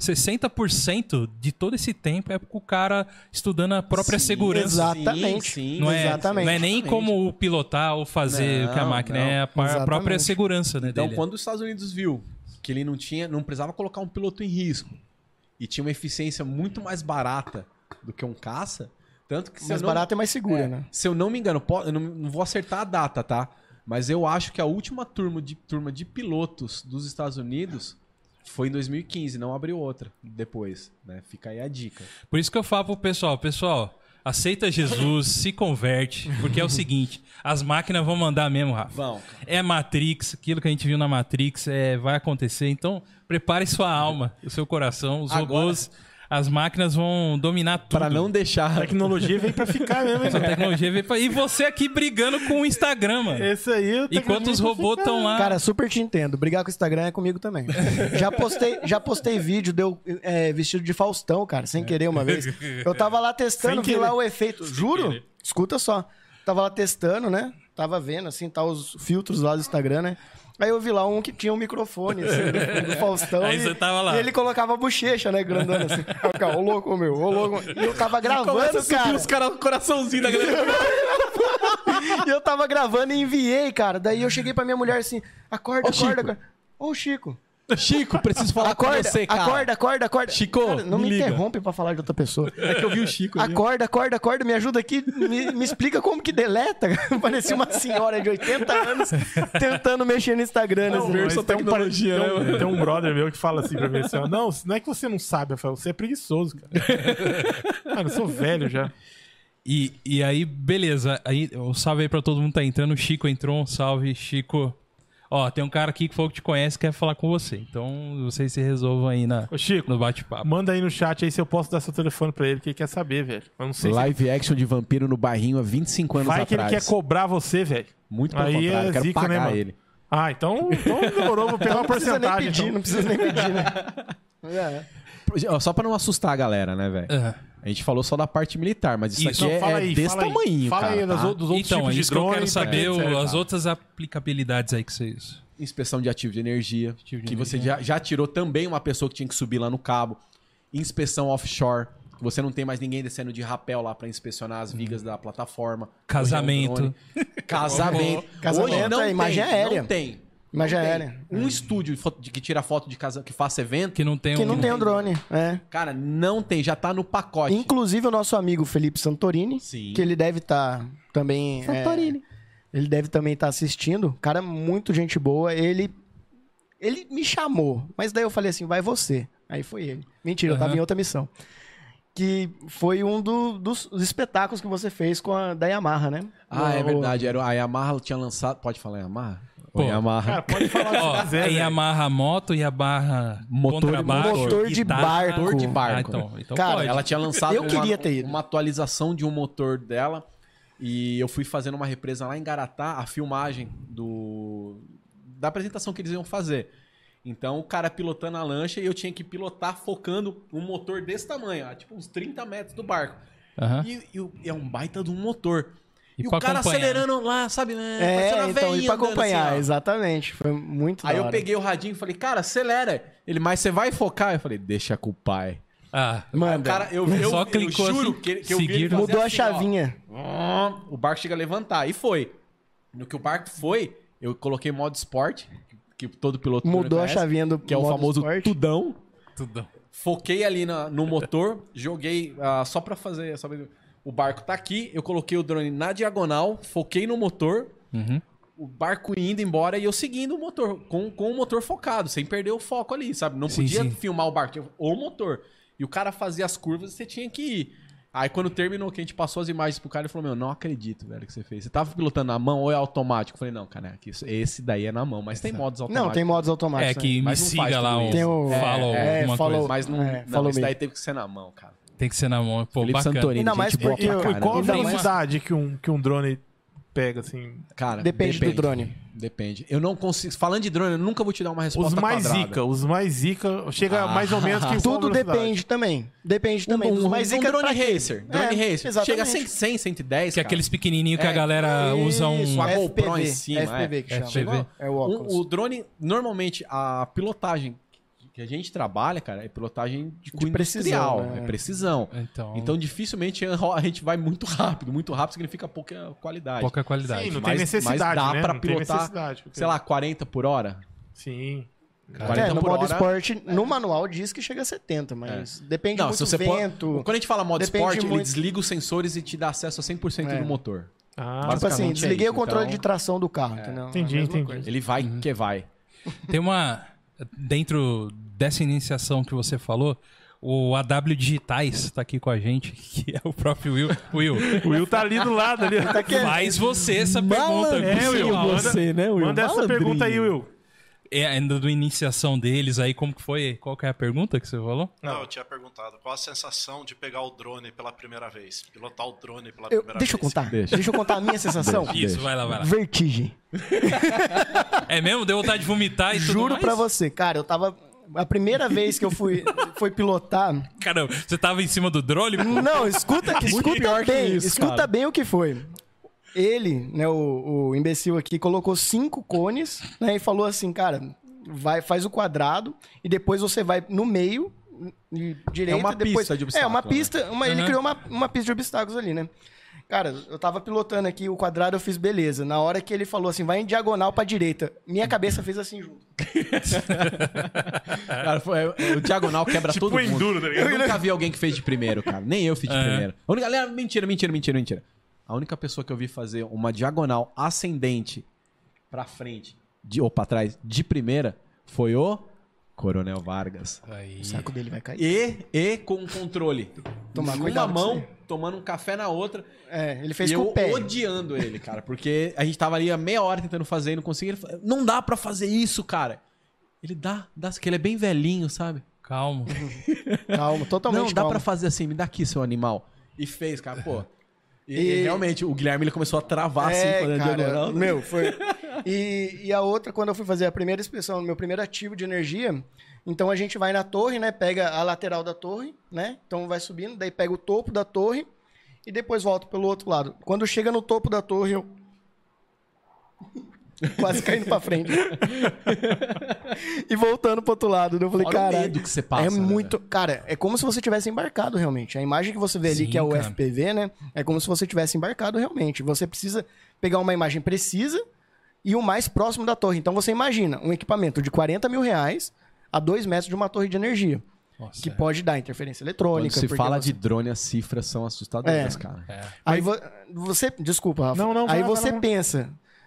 60% de todo esse tempo é o cara estudando a própria segurança. Exatamente. Não é, exatamente. Não é nem como pilotar ou fazer o que a máquina é a própria segurança, né, então, dele. quando os Estados Unidos viu que ele não precisava colocar um piloto em risco e tinha uma eficiência muito mais barata do que um caça, tanto que mais barata e mais segura, né? Se eu não me engano, eu não vou acertar a data, tá? Mas eu acho que a última turma de pilotos dos Estados Unidos foi em 2015, não abriu outra depois, né? Fica aí a dica. Por isso que eu falo pro pessoal, aceita Jesus, se converte, porque é o seguinte, as máquinas vão mandar mesmo, Rafa. Vão. É Matrix, aquilo que a gente viu na Matrix vai acontecer, então prepare sua alma, o seu coração, os robôs... As máquinas vão dominar tudo. Pra não deixar... A tecnologia vem pra ficar mesmo. Essa tecnologia veio pra... E você aqui brigando com o Instagram, mano. Esse aí... Enquanto os robôs estão lá... Cara, super te entendo. Brigar com o Instagram é comigo também. Já postei vídeo, deu vestido de Faustão, cara, sem querer uma vez. Eu tava lá testando, vi lá o efeito. Juro? Escuta só. Tava lá testando, né? Tava vendo, assim, tá os filtros lá do Instagram, né? Aí eu vi lá um que tinha um microfone, assim, do Faustão. Aí você tava lá. E ele colocava a bochecha, né, grandona, assim. Ô louco, meu, ô louco. E eu tava gravando, cara. Os caras com o coraçãozinho da galera. E eu tava gravando e enviei, cara. Daí eu cheguei pra minha mulher assim, acorda. Ô, Chico, preciso falar com você, cara. Acorda. Chico, cara, não me liga. interrompe pra falar de outra pessoa. É que eu vi o Chico. Acorda, me ajuda aqui, me explica como que deleta. Parecia uma senhora de 80 anos tentando mexer no Instagram. Não, né? mas tecnologia, tem um brother meu que fala assim pra mim, assim, ó, não é que você não sabe, Rafael, você é preguiçoso, cara. Mano, eu sou velho já. E aí, beleza. Aí, um salve aí pra todo mundo que tá entrando. O Chico entrou, um salve, Chico. Ó, tem um cara aqui que falou que te conhece e quer falar com você. Então, vocês se resolvam aí Ô, Chico, no bate-papo. Manda aí no chat aí se eu posso dar seu telefone pra ele, que ele quer saber, velho. Eu não sei Live action de vampiro no bairrinho há 25 anos vai atrás. que ele quer cobrar você, velho. Muito pelo aí contrário, eu quero zica, pagar né, mano? ele. Ah, então demorou, vou pegar uma porcentagem. Não precisa nem pedir, né? Só pra não assustar a galera, né, velho? A gente falou só da parte militar, mas isso aqui é desse tamanho, fala cara. Aí dos outros então, tipos é de isso que eu drone. quero saber, etc, as outras aplicabilidades aí que vocês... Inspeção de ativo de energia, que você já tirou também uma pessoa que tinha que subir lá no cabo. Inspeção offshore, que você não tem mais ninguém descendo de rapel lá pra inspeção as vigas da plataforma. Casamento. Casamento. Casamento não é imagem aérea. Não tem. Imagem aérea. Um estúdio que tira foto de casa, que faça evento. Que não tem um drone. É. Cara, não tem, já tá no pacote. Inclusive o nosso amigo Felipe Santorini, que ele deve estar também... Santorini. Ele deve também estar assistindo. Cara, muito gente boa. Ele me chamou, mas daí eu falei assim, vai você. Aí foi ele. Mentira, eu tava em outra missão. Que foi um dos espetáculos que você fez com a da Yamaha, né? É verdade. A Yamaha tinha lançado... Pode falar Yamaha? Pô, Yamaha. Cara, pode falar o que você quiser, velho. Yamaha moto, Yamaha contrabaixo, motor de guitarra. barco. Motor de barco. Então Cara, pode. Ela tinha lançado Eu queria ter ido. uma atualização de um motor dela e eu fui fazendo uma represa lá em Garatá, a filmagem da apresentação que eles iam fazer. Então o cara pilotando a lancha e eu tinha que pilotar focando um motor desse tamanho, tipo uns 30 metros do barco. Aham. E é um baita de um motor. E o pra cara acompanhar, acelerando lá, sabe? Né? Parecendo uma então, e velhinha pra andando acompanhar, assim, ó. exatamente. Foi muito Aí da eu hora. peguei o radinho e falei, cara, acelera. Ele, mas você vai focar? Eu falei, deixa com o pai. Ah, Aí o Manda. cara, eu Só clicou juro assim, que eu vi ele seguir. fazer Mudou a assim, chavinha. ó. O barco chega a levantar. E foi. No que o barco foi, eu coloquei modo esporte, que todo piloto Mudou a conhece, chavinha do que é o modo famoso esporte. tudão. tudo. Foquei ali no motor, joguei só pra fazer... O barco tá aqui, eu coloquei o drone na diagonal, foquei no motor, Uhum. o barco indo embora e eu seguindo o motor, com o motor focado, sem perder o foco ali, sabe? Não Sim, podia sim. filmar o barco, o motor. E o cara fazia as curvas e você tinha que ir. Aí quando terminou, que a gente passou as imagens pro cara, ele falou, não acredito, velho, que você fez. Você tava pilotando na mão ou é automático? Eu falei, não, cara, esse daí é na mão, mas tem modos automáticos. Não, tem modos automáticos. É que me Mas não faz siga lá, tudo um, isso. Tem o- fala alguma falou- coisa. Mas não, É, não falou esse daí mesmo. teve que ser na mão, cara. Tem que ser na mão. Pô, Felipe bacana. Santorini, Ainda mais gente boa porque pra eu- caramba. Qual a Ainda mais- velocidade que um drone pega, assim? Cara, Depende do drone. Depende. Eu não consigo... Falando de drone, eu nunca vou te dar uma resposta Os mais quadrada. chega mais ou menos que qual Tudo velocidade? depende também. Depende também. Dos mais zica drone pra quê? racer. Drone racer. exatamente. Chega a 100, 110, Que é cara. aqueles pequenininhos que a galera usa um... Isso, a GoPro FPV, em cima. FPV que chama. FPV. É o óculos. O drone, normalmente, a pilotagem que a gente trabalha, cara, é pilotagem de cunho precisão, industrial. né? É precisão. Então, Dificilmente a gente vai muito rápido. Muito rápido significa pouca qualidade. pouca qualidade. Sim, não Mas- tem necessidade, mas dá né? pra Não tem pilotar, necessidade. Sei lá, 40 por hora? Sim. 40 no por modo hora. esporte, no manual diz que chega a 70, mas depende Não, muito se você do for... vento. Quando a gente fala modo depende esporte, ele muito- desliga os sensores e te dá acesso a 100% É. do motor. Ah, Tipo assim, basicamente desliguei é o controle isso, de então- tração do carro, entendeu? Entendi, É a mesma entendi. coisa. Ele vai que vai. Tem uma... Dentro dessa iniciação que você falou, o AW Digitais tá aqui com a gente, que é o próprio Will. Will, o Will tá ali do lado ali. faz você essa pergunta. É, Will, pessoal. manda, né, manda essa pergunta aí, Will. É, ainda da iniciação deles aí, como que foi? Qual que é a pergunta que você falou? Não, eu tinha perguntado qual a sensação de pegar o drone pela primeira vez, pilotar o drone pela Eu- primeira deixa eu vez. contar. Deixa. Deixa eu contar a minha sensação. Isso, vai lá, vai lá. Vertigem. É mesmo? Deu vontade de vomitar e tudo Juro mais? pra você, cara, eu tava. A primeira vez que eu fui pilotar. Caramba, você tava em cima do drone? Pô? Não, escuta pior que bem. isso, Escuta cara. bem o que foi. Ele, né, o imbecil aqui, colocou 5 cones, né, e falou assim, cara, faz o quadrado e depois você vai no meio, direita, É uma depois... pista de obstáculo, uma pista, ele Uhum. criou uma pista de obstáculos ali, né? Cara, eu tava pilotando aqui o quadrado, eu fiz beleza. Na hora que ele falou assim, vai em diagonal pra direita, minha cabeça fez assim junto. Cara, o diagonal quebra Tipo todo mundo. enduro, tá ligado? Eu nunca vi alguém que fez de primeiro, cara. Nem eu fiz de primeiro. A única... Galera, mentira. A única pessoa que eu vi fazer uma diagonal ascendente pra frente ou pra trás de primeira foi o Coronel Vargas. Aí. O saco dele vai cair. E com um controle. Tomar Em cuidado uma com mão, isso tomando um café na outra. É, ele fez E com eu o pé. odiando ele, cara. Porque a gente tava ali há meia hora tentando fazer e não conseguia. Ele falou, não dá pra fazer isso, cara. Ele dá, que ele é bem velhinho, sabe? Calma. Calma, totalmente Não, dá calma. pra fazer assim, me dá aqui, seu animal. E fez, cara, pô. E realmente, o Guilherme ele começou a travar assim, fazendo cara, diagonal. meu, foi... E a outra, quando eu fui fazer a primeira inspeção, meu primeiro ativo de energia, então a gente vai na torre, né, pega a lateral da torre, né, então vai subindo, daí pega o topo da torre e depois volta pelo outro lado. Quando chega no topo da torre, eu... quase caindo pra frente. E voltando pro outro lado. Eu falei, Fora o cara, medo que você passa, é né, muito... Cara, é como se você tivesse embarcado realmente. A imagem que você vê ali, Sim, que é o cara. FPV, né? É como se você tivesse embarcado realmente. Você precisa pegar uma imagem precisa e o mais próximo da torre. Então você imagina um equipamento de 40 mil reais a 2 metros de uma torre de energia. Nossa, Que pode dar interferência eletrônica. Quando se porque fala você... de drone, as cifras são assustadoras, É. cara. Aí você... Desculpa, Rafa. Não, Aí vai, você vai. pensa...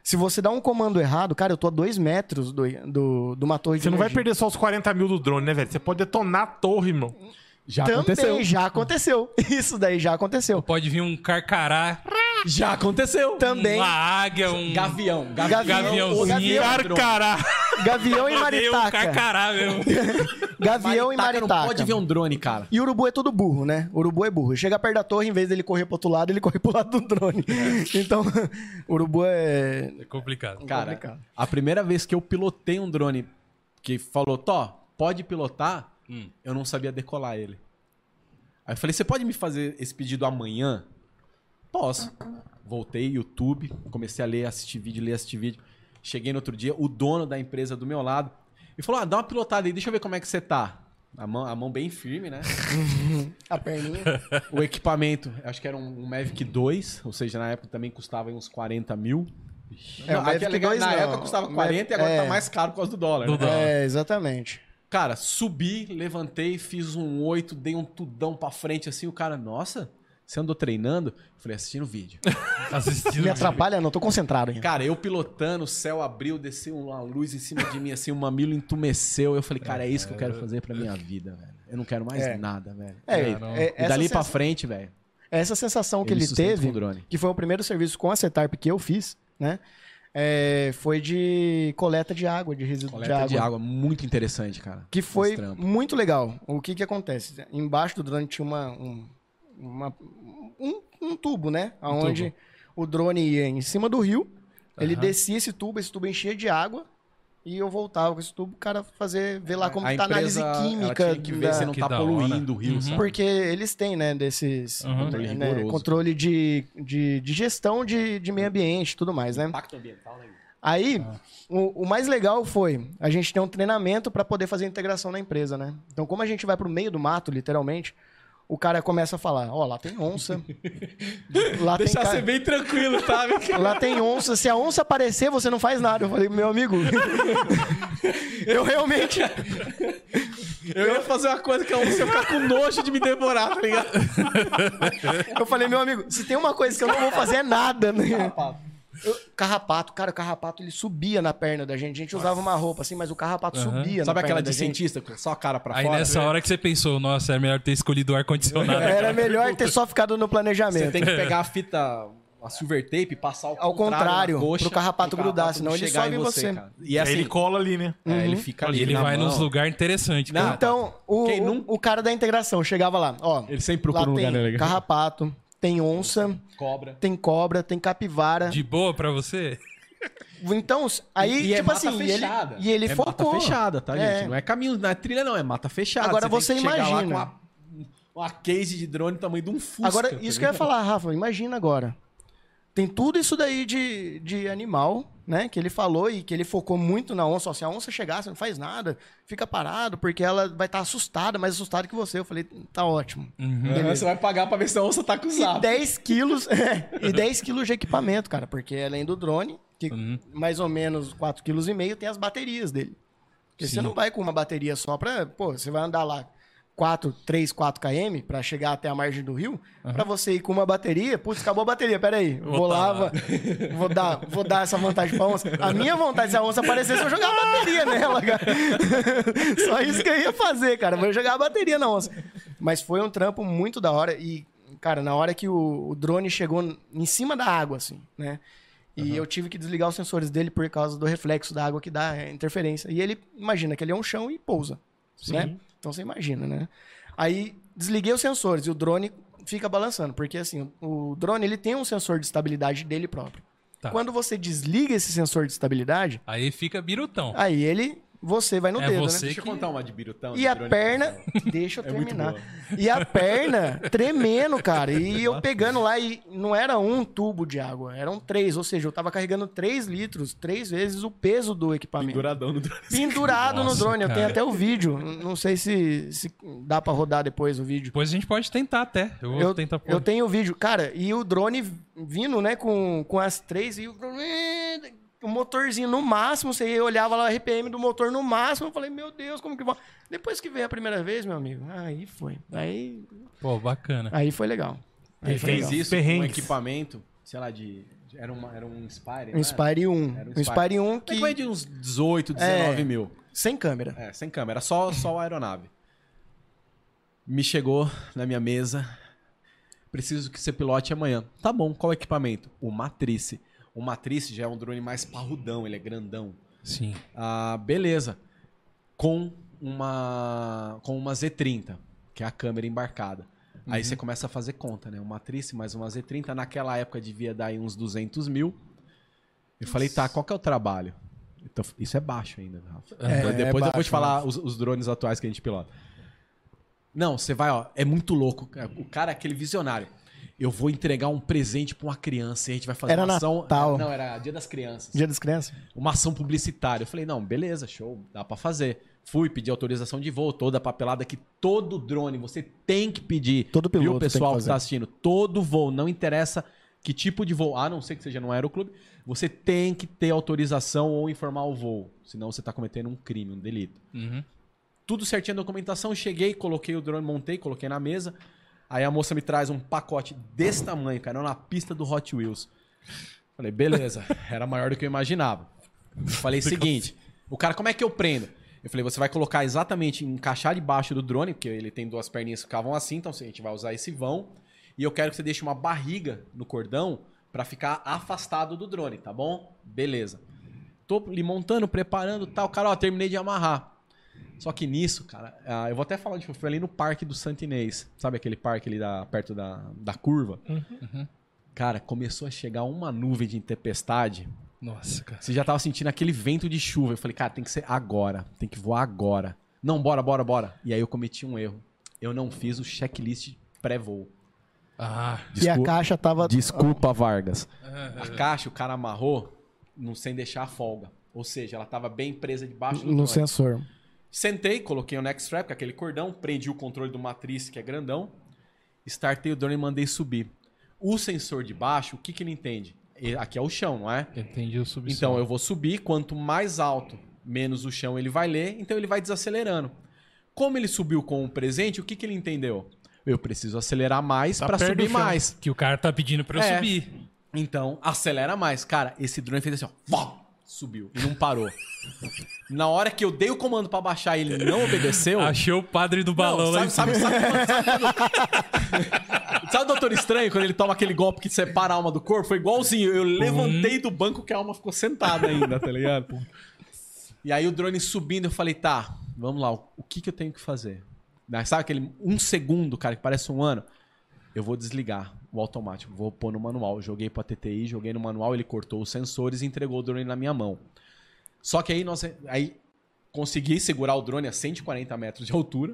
Se você dá um comando errado, cara, eu tô a 2 metros de uma torre de Você não vai energia. perder só os 40 mil do drone, né, velho? Você pode detonar a torre, irmão. Já Também aconteceu. já aconteceu. Isso daí já aconteceu. Pode vir um carcará, Já aconteceu. Também, uma águia, um Gavião. Gaviãozinho. Gavião. Carcará. gavião e um maritaca. carcará mesmo. Gavião e Maritaca maritaca. não pode ver um drone, cara. E o urubu é todo burro, né? O urubu é burro. Chega perto da torre, em vez dele correr pro outro lado, ele corre pro lado do drone. Então, o urubu é... É complicado. Cara, complicado. a primeira vez que eu pilotei um drone que falou, Tó, pode pilotar, eu não sabia decolar ele. Aí eu falei, você pode me fazer esse pedido amanhã? Posso. Voltei, YouTube, comecei a ler, assistir vídeo. Cheguei no outro dia, o dono da empresa do meu lado, e falou, dá uma pilotada aí, deixa eu ver como é que você tá. A mão bem firme, né? A perninha. O equipamento, acho que era um Mavic 2, ou seja, na época também custava uns 40 mil. É, o Mavic 2 na não. época custava 40 e agora tá mais caro por causa do dólar. Do né? dólar. É, exatamente. Cara, subi, levantei, fiz um 8, dei um tudão pra frente assim, o cara, nossa, você andou treinando? Eu falei, assistindo vídeo. Assistindo. Me atrapalha, não, tô concentrado ainda. Cara, eu pilotando, o céu abriu, desceu uma luz em cima de mim, assim, o mamilo entumeceu. Eu falei, cara, é isso que eu quero fazer pra minha vida, velho. Eu não quero mais nada, velho. E dali pra frente, velho. Essa sensação que ele sustenta teve, com o drone. que foi o primeiro serviço com a Cetarp que eu fiz, né? Foi de coleta de água, de resíduo Coleta de água, muito interessante, cara. Que foi esse trampo. muito legal. O que acontece? Embaixo do drone tinha um tubo, né? Onde o drone ia em cima do rio, ele descia esse tubo enchia de água e eu voltava com esse tubo, o cara ver lá como tá a análise química. Ela tinha que ver se não Que tá da poluindo hora. o rio, sabe? Porque eles têm, né, desses Controle né, rigoroso. controle de gestão de meio ambiente e tudo mais, né? Impacto ambiental, né? Aí, o mais legal foi a gente ter um treinamento para poder fazer integração na empresa, né? Então, como a gente vai pro meio do mato, literalmente, o cara começa a falar, lá tem onça. Lá Deixar tem você bem tranquilo, tá? Lá tem onça. Se a onça aparecer, você não faz nada. Eu falei, meu amigo, eu realmente... Eu ia fazer uma coisa que a onça ia ficar com nojo de me devorar, tá ligado? Eu falei, meu amigo, se tem uma coisa que eu não vou fazer é nada, né? Carrapato, cara, o carrapato ele subia na perna da gente. A gente usava uma roupa assim, mas o carrapato subia Sabe na aquela perna da de gente. cientista com só a cara pra Aí fora? nessa hora que você pensou, nossa, é melhor ter escolhido o ar-condicionado. Era melhor ter só ficado no planejamento. Você tem que pegar a fita, a silver tape e passar Ao contrário, na coxa, pro carrapato grudar, senão não ele chegar sobe em você. cara. E Aí assim, ele cola ali, né? ele fica ali E ele na vai mão. nos lugares interessantes. Não, cara. Então, Quem nunca- o cara da integração chegava lá, ó. Ele sempre procura lá um lugar tem legal. carrapato, tem onça, Cobra. tem capivara. De boa pra você? Então, aí, E é tipo mata assim, fechada. e ele é focou. mata fechada, tá, É. gente? Não é caminho, não é trilha, não. É mata fechada. Agora você tem que chegar lá imagina. com uma case de drone do tamanho de um Fusca. Agora, tá isso que eu ia ligado? falar, Rafa, imagina agora. Tem tudo isso daí de animal, né? Que ele falou e que ele focou muito na onça. Ó, se a onça chegar, você não faz nada, fica parado, porque ela vai estar assustada, mais assustada que você. Eu falei, tá ótimo. Você vai pagar pra ver se a onça tá com o E zap. 10 quilos, e 10 quilos de equipamento, cara, porque além do drone, que mais ou menos 4,5 kg, tem as baterias dele. Porque você não vai com uma bateria só pra... Pô, você vai andar lá 3, 4 km pra chegar até a margem do rio, pra você ir com uma bateria, putz, acabou a bateria, peraí, vou lá, vou dar essa vantagem pra onça. A minha vontade, se a onça aparecesse, eu jogar a bateria nela, cara. Só isso que eu ia fazer, cara, vou jogar a bateria na onça. Mas foi um trampo muito da hora e, cara, na hora que o drone chegou em cima da água, assim, né? E eu tive que desligar os sensores dele por causa do reflexo da água que dá interferência. E ele, imagina que ele é um chão e pousa, né? Então você imagina, né? Aí desliguei os sensores e o drone fica balançando, porque assim, o drone ele tem um sensor de estabilidade dele próprio. Tá. Quando você desliga esse sensor de estabilidade, Aí fica birutão. aí você vai no É dedo, você né? Deixa eu contar uma de birutão. E de a drone. perna, deixa eu É muito terminar. boa. E a perna tremendo, cara. E eu pegando lá e não era um tubo de água, eram 3. Ou seja, eu tava carregando 3 litros, 3 vezes o peso do equipamento. Penduradão no drone. Pendurado Nossa, no drone. Eu cara. tenho até o vídeo. Não sei se dá pra rodar depois o vídeo. Depois a gente pode tentar até. Eu vou tentar pôr. Eu tenho o vídeo. Cara, e o drone vindo, né, com as 3 e o motorzinho no máximo, você olhava lá o RPM do motor no máximo, eu falei, meu Deus, como que vai? Depois que veio a primeira vez, meu amigo, aí foi. Pô, bacana. Aí foi legal. Aí Ele foi fez legal. isso com um Perrengues. equipamento, sei lá, Era um Inspire, Um Inspire 1. Era Um Inspire 1 que que... vai de uns 18, 19 mil. Sem câmera. É, sem câmera. Só a aeronave. Me chegou na minha mesa. Preciso que você pilote amanhã. Tá bom, qual equipamento? O Matrice. O Matrice já é um drone mais parrudão, ele é grandão. Sim. Beleza. Com uma Z30, que é a câmera embarcada. Aí você começa a fazer conta, né? Uma Matrice mais uma Z30. Naquela época devia dar aí uns 200 mil. Eu falei, tá, qual que é o trabalho? Então, isso é baixo ainda, Rafa. Depois eu vou te falar os drones atuais que a gente pilota. Não, você vai, ó, é muito louco. O cara é aquele visionário. Eu vou entregar um presente pra uma criança e a gente vai fazer Era uma ação... Natal. Não, era Dia das Crianças. Dia das Crianças? Uma ação publicitária. Eu falei, não, beleza, show, dá pra fazer. Fui pedir autorização de voo, toda a papelada que todo drone você tem que pedir. Todo piloto viu, pessoal tem que que tá assistindo? Todo voo, não interessa que tipo de voo, a não ser que seja no aeroclube, você tem que ter autorização ou informar o voo. Senão você tá cometendo um crime, um delito. Tudo certinho a documentação, cheguei, coloquei o drone, montei, coloquei na mesa. Aí a moça me traz um pacote desse tamanho, cara, na pista do Hot Wheels. Falei, beleza, era maior do que eu imaginava. Falei, seguinte, o cara, como é que eu prendo? Eu falei, você vai colocar exatamente, encaixar debaixo do drone, porque ele tem duas perninhas que ficavam assim, então a gente vai usar esse vão. E eu quero que você deixe uma barriga no cordão pra ficar afastado do drone, tá bom? Beleza. Tô ali montando, preparando e tal. Cara, ó, terminei de amarrar. Só que nisso, cara, eu vou até falar onde foi ali no Parque do Santo Inês. Sabe aquele parque ali perto da curva? Cara, começou a chegar uma nuvem de tempestade. Nossa, cara. Você já tava sentindo aquele vento de chuva. Eu falei, cara, tem que ser agora. Tem que voar agora. Não, bora. E aí eu cometi um erro. Eu não fiz o checklist pré-voo. E a caixa tava... Desculpa, Vargas. A caixa, o cara amarrou sem deixar a folga. Ou seja, ela tava bem presa debaixo do no drone. sensor. Sentei, coloquei o neck strap, com aquele cordão, prendi o controle do Matrice, que é grandão, startei o drone e mandei subir. O sensor de baixo, o que ele entende? Aqui é o chão, não é? Entendi o subsolo. Então eu vou subir, quanto mais alto, menos o chão ele vai ler, então ele vai desacelerando. Como ele subiu com o presente, o que ele entendeu? Eu preciso acelerar mais para subir mais. Que o cara tá pedindo pra eu subir. Então, acelera mais. Cara, esse drone fez assim, ó. Vó! Subiu e não parou. Na hora que eu dei o comando pra baixar e ele não obedeceu... Achei o padre do balão lá em cima. Sabe o Doutor Estranho, quando ele toma aquele golpe que separa a alma do corpo? Foi igualzinho. Eu levantei do banco que a alma ficou sentada ainda, tá ligado? E aí o drone subindo, eu falei, tá, vamos lá, o que eu tenho que fazer? Sabe aquele 1 segundo, cara, que parece um ano? Eu vou desligar o automático, vou pôr no manual. Joguei pra TTI, joguei no manual, ele cortou os sensores e entregou o drone na minha mão. Só que aí consegui segurar o drone a 140 metros de altura.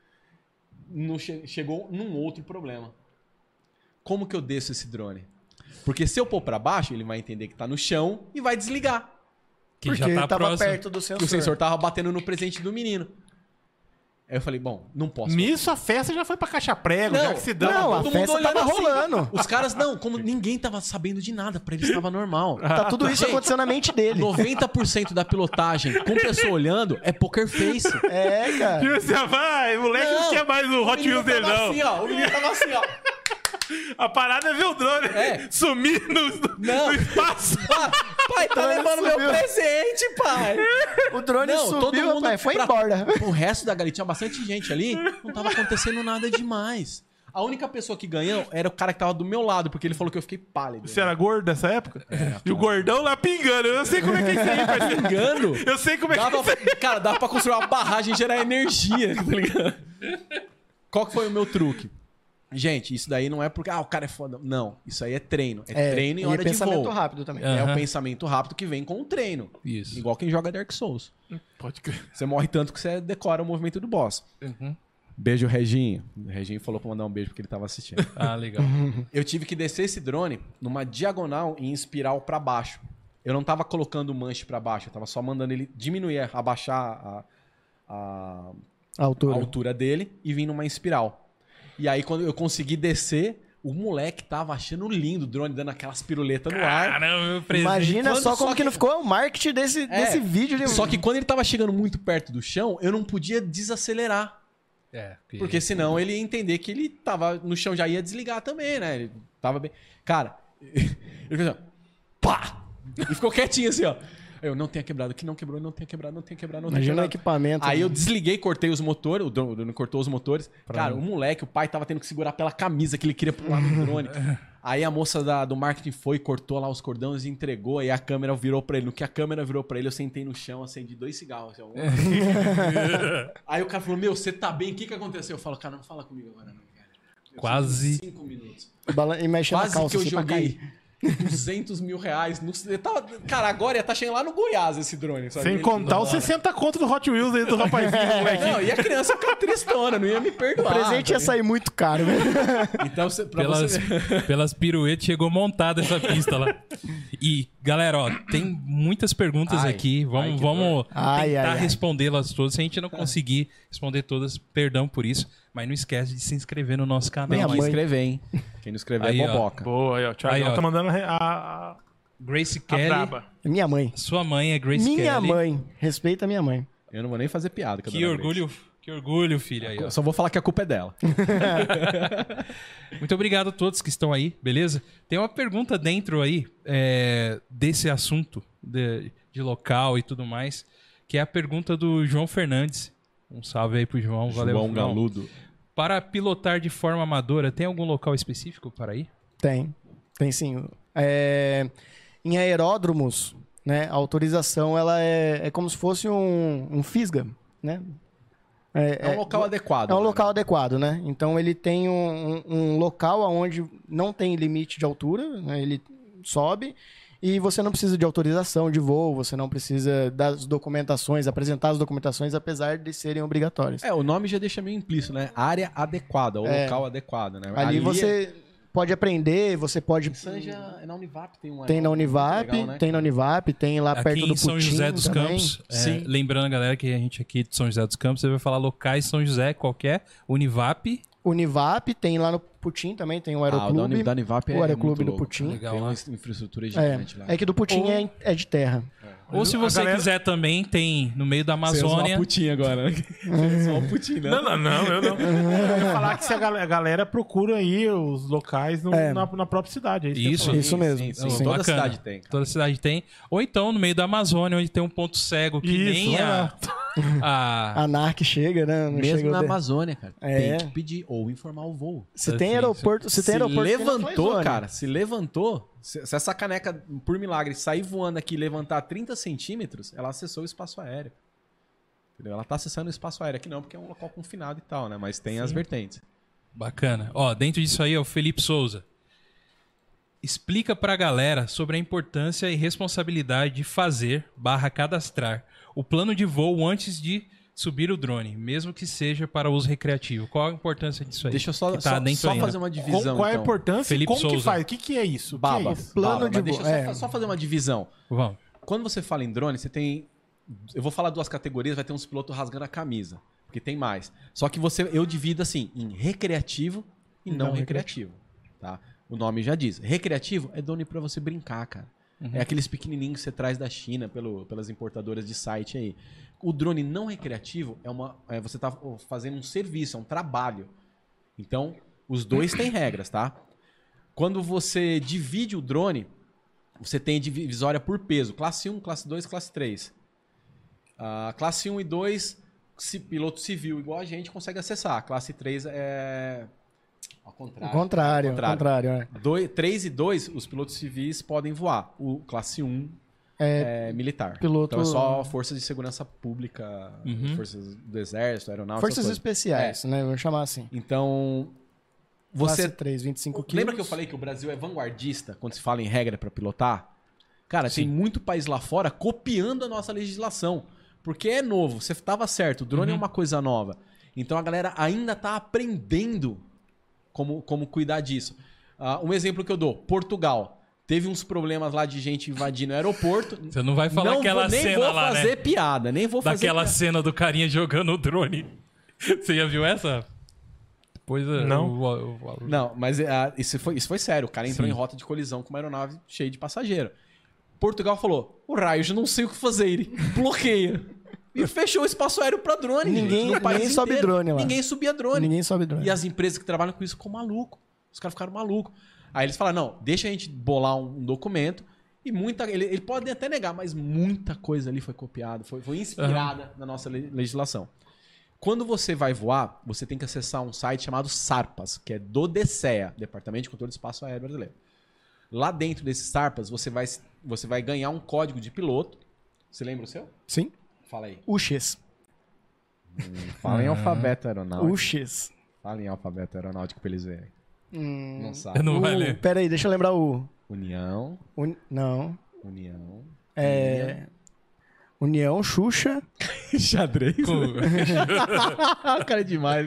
Chegou num outro problema. Como que eu desço esse drone? Porque se eu pôr pra baixo, ele vai entender que tá no chão e vai desligar. Que já tá tava próximo. perto do sensor. Que o sensor tava batendo no presente do menino. Aí eu falei, bom, não posso. Nisso a festa já foi pra caixa prego, Não, já que se dá. não, a todo festa mundo tava olhando assim. rolando. Os caras, não, como ninguém tava sabendo de nada, pra eles tava normal. Tá tudo isso acontecendo na mente dele. 90% da pilotagem com pessoa olhando é poker face. É, cara. E você vai, moleque não quer mais o Hot Wheels dele, não. Assim, ó, o menino tava assim, ó. A parada é ver o drone sumir no espaço. Pai, tá levando meu presente, pai. O drone subiu, pai, foi embora. O resto da galera, tinha bastante gente ali, não tava acontecendo nada demais. A única pessoa que ganhou era o cara que tava do meu lado, porque ele falou que eu fiquei pálido. Você era gordo nessa época? E o gordão lá pingando. Eu sei como é que é isso aí, parceiro. Pingando? Eu sei como é que é isso aí. Cara, dava pra construir uma barragem e gerar energia, tá ligado? Qual que foi o meu truque? Gente, isso daí não é porque o cara é foda. Não, isso aí é treino. É treino em hora de voo. É pensamento rápido também. É o pensamento rápido que vem com o treino. Isso. Igual quem joga Dark Souls. Pode crer. Você morre tanto que você decora o movimento do boss. Beijo, Reginho. O Reginho falou pra mandar um beijo porque ele tava assistindo. Legal. Eu tive que descer esse drone numa diagonal e em espiral pra baixo. Eu não tava colocando o manche pra baixo, eu tava só mandando ele diminuir, abaixar a altura dele e vir numa espiral. E aí, quando eu consegui descer, o moleque tava achando lindo o drone, dando aquelas piruletas no ar. Caramba, meu presente. Imagina só como que não ficou o marketing desse vídeo. Só que quando ele tava chegando muito perto do chão, eu não podia desacelerar. Porque senão ele ia entender que ele tava no chão, já ia desligar também, né? Ele tava bem... Cara, ele fez assim, Pá! E ficou quietinho assim, ó. Eu não tenha quebrado, que não quebrou, não tenha quebrado, não tenha quebrado, não tenha Imagina o quebrado. equipamento. Aí né? eu desliguei, cortei os motores, o drone cortou os motores. Cara, o moleque, o pai tava tendo que segurar pela camisa que ele queria pular no drone. Aí a moça do marketing foi, cortou lá os cordões e entregou. Aí a câmera virou pra ele. No que a câmera virou pra ele, eu sentei no chão, acendi 2 cigarros. Assim, aí o cara falou, meu, você tá bem? O que aconteceu? Eu falo, cara, não fala comigo agora não, cara. Quase 5 minutos. E mexendo na Quase calça, que eu assim, pra joguei cair. 200 mil reais. Cara, agora ia tá chegando lá no Goiás esse drone. Sabe? Sem contar os 60 conto do Hot Wheels aí do rapazinho, moleque. Não, e a criança ficar tristona, não ia me O perdoar. presente ia sair muito caro, né? Então, pelas, pelas piruetas, chegou montada essa pista lá. E, galera, ó, tem muitas perguntas Ai, aqui. Vamos, ai, que vamos Ai, tentar ai, ai. respondê-las todas. Se a gente não conseguir responder todas, perdão por isso. Mas não esquece de se inscrever no nosso canal. Minha Quem mãe. escrever, hein? Quem não escrever Aí, é ó. boboca. Boa, aí, ó. O Thiago Aí, ó. tá mandando a Grace a Kelly. braba. Minha mãe. Sua mãe é Grace Minha Kelly. mãe. Respeita a minha mãe. Eu não vou nem fazer piada. Que orgulho, filha. Aí, ó. Eu só vou falar que a culpa é dela. Muito obrigado a todos que estão aí, beleza? Tem uma pergunta dentro aí desse assunto de local e tudo mais, que é a pergunta do João Fernandes. Um salve aí pro João. Valeu, João João. Galudo. Para pilotar de forma amadora, tem algum local específico para ir? Tem sim. Em aeródromos, né, a autorização ela é como se fosse um FISGA, né? É um local adequado. É um né? local adequado, né? Então ele tem um local onde não tem limite de altura, né? Ele sobe e você não precisa de autorização de voo, você não precisa das documentações, apresentar as documentações, apesar de serem obrigatórias. O nome já deixa meio implícito, né? Área adequada, ou local adequado, né? Ali você pode aprender, você pode... Em Sanja, na Univap tem uma... Tem na Univap, legal, né, tem na Univap, tem lá Aqui perto do em São Putin José dos também. Campos, Sim. lembrando, galera, que a gente aqui de São José dos Campos, você vai falar locais São José, qualquer, Univap. Univap, tem lá no Putin também, tem o o Aeroclube. da Univap o Aeroclube muito do louco. Putin. Legal, Tem uma né? infraestrutura gigante lá. É que do Putin é de terra. Ou se A você galera- quiser também, tem no meio da Você usou Amazônia. uma putinha agora, né? Só uma putinha, né? Não, eu não. Eu ia falar que se a galera procura aí os locais na própria cidade. É isso. que eu ia Isso. falar. Isso mesmo. Sim, sim. Sim. Toda Bacana. cidade tem, cara. Toda cidade tem. Ou então no meio da Amazônia, onde tem um ponto cego que Isso, nem vai lá. a A NARC chega, né? Não Mesmo chega na o de- Amazônia, cara. É. Tem que pedir ou informar o voo. Se tem aeroporto, se tem aeroporto que não levantou, faz zona. cara, se levantou, se essa caneca, por milagre, sair voando aqui e levantar 30 centímetros, ela acessou o espaço aéreo. Entendeu? Ela tá acessando o espaço aéreo aqui não, porque é um local confinado e tal, né? Mas tem as vertentes. Bacana. Ó, dentro disso aí, ó, o Felipe Souza. Explica pra galera sobre a importância e responsabilidade de fazer/cadastrar o plano de voo antes de subir o drone, mesmo que seja para uso recreativo. Qual a importância disso aí? Deixa eu só, Que tá dentro aí, né? fazer uma divisão, Qual é a então. importância? Felipe Como que Souza. faz? O que é isso? O que Baba, é isso? Plano baba, de mas deixa voo, eu só fazer uma divisão. Vamos. Quando você fala em drone, você tem... Eu vou falar 2 categorias, vai ter uns pilotos rasgando a camisa, porque tem mais. Só que eu divido assim, em recreativo e não recreativo, tá? O nome já diz. Recreativo é drone pra você brincar, cara. É aqueles pequenininhos que você traz da China pelas importadoras de site aí. O drone não recreativo você tá fazendo um serviço, é um trabalho. Então, os dois têm regras, tá? Quando você divide o drone, você tem divisória por peso. Classe 1, classe 2, classe 3. Classe 1 e 2, piloto civil igual a gente consegue acessar. Classe 3 é... Ao contrário. Ao contrário, é. 3 e 2, os pilotos civis podem voar. O classe 1 é militar. piloto- Então é só forças de segurança pública, forças do exército, aeronáutica. Forças essas coisas. especiais, né? Vamos chamar assim. Então, você... Classe 3, 25 quilos. Lembra que eu falei que o Brasil é vanguardista quando se fala em regra para pilotar? Cara, tem muito país lá fora copiando a nossa legislação. Porque é novo, você estava certo, o drone é uma coisa nova. Então a galera ainda está aprendendo como cuidar disso. Um exemplo que eu dou, Portugal. Teve uns problemas lá de gente invadindo o aeroporto. Você não vai falar aquela nem cena vou lá, fazer né? piada, nem vou fazer Daquela piada. cena do carinha jogando o drone. Você já viu essa? Depois Não. Não, mas isso foi sério. O cara entrou Sim. em rota de colisão com uma aeronave cheia de passageiro. Portugal falou, o raio, eu não sei o que fazer. Ele bloqueia. E fechou o espaço aéreo pra drone. Ninguém- gente, no país ninguém sobe inteiro. drone lá. Ninguém subia drone. Ninguém sobe drone. E as empresas que trabalham com isso ficam malucos. Os caras ficaram malucos. Aí eles falaram, não, deixa a gente bolar um documento E ele pode até negar, mas muita coisa ali foi copiada, foi inspirada na nossa legislação. Quando você vai voar, você tem que acessar um site chamado SARPAS, que é do DCEA, Departamento de Controle do Espaço Aéreo Brasileiro. Lá dentro desses SARPAS, você vai ganhar um código de piloto. Você lembra o seu? Sim. Fala aí. UX. Fala em alfabeto aeronáutico. UX. Fala em alfabeto aeronáutico pra eles verem. Não sabe. Eu não vai ler. Pera aí, deixa eu lembrar o... União. Não. União. União, Xuxa. Xadrez. O cara é demais.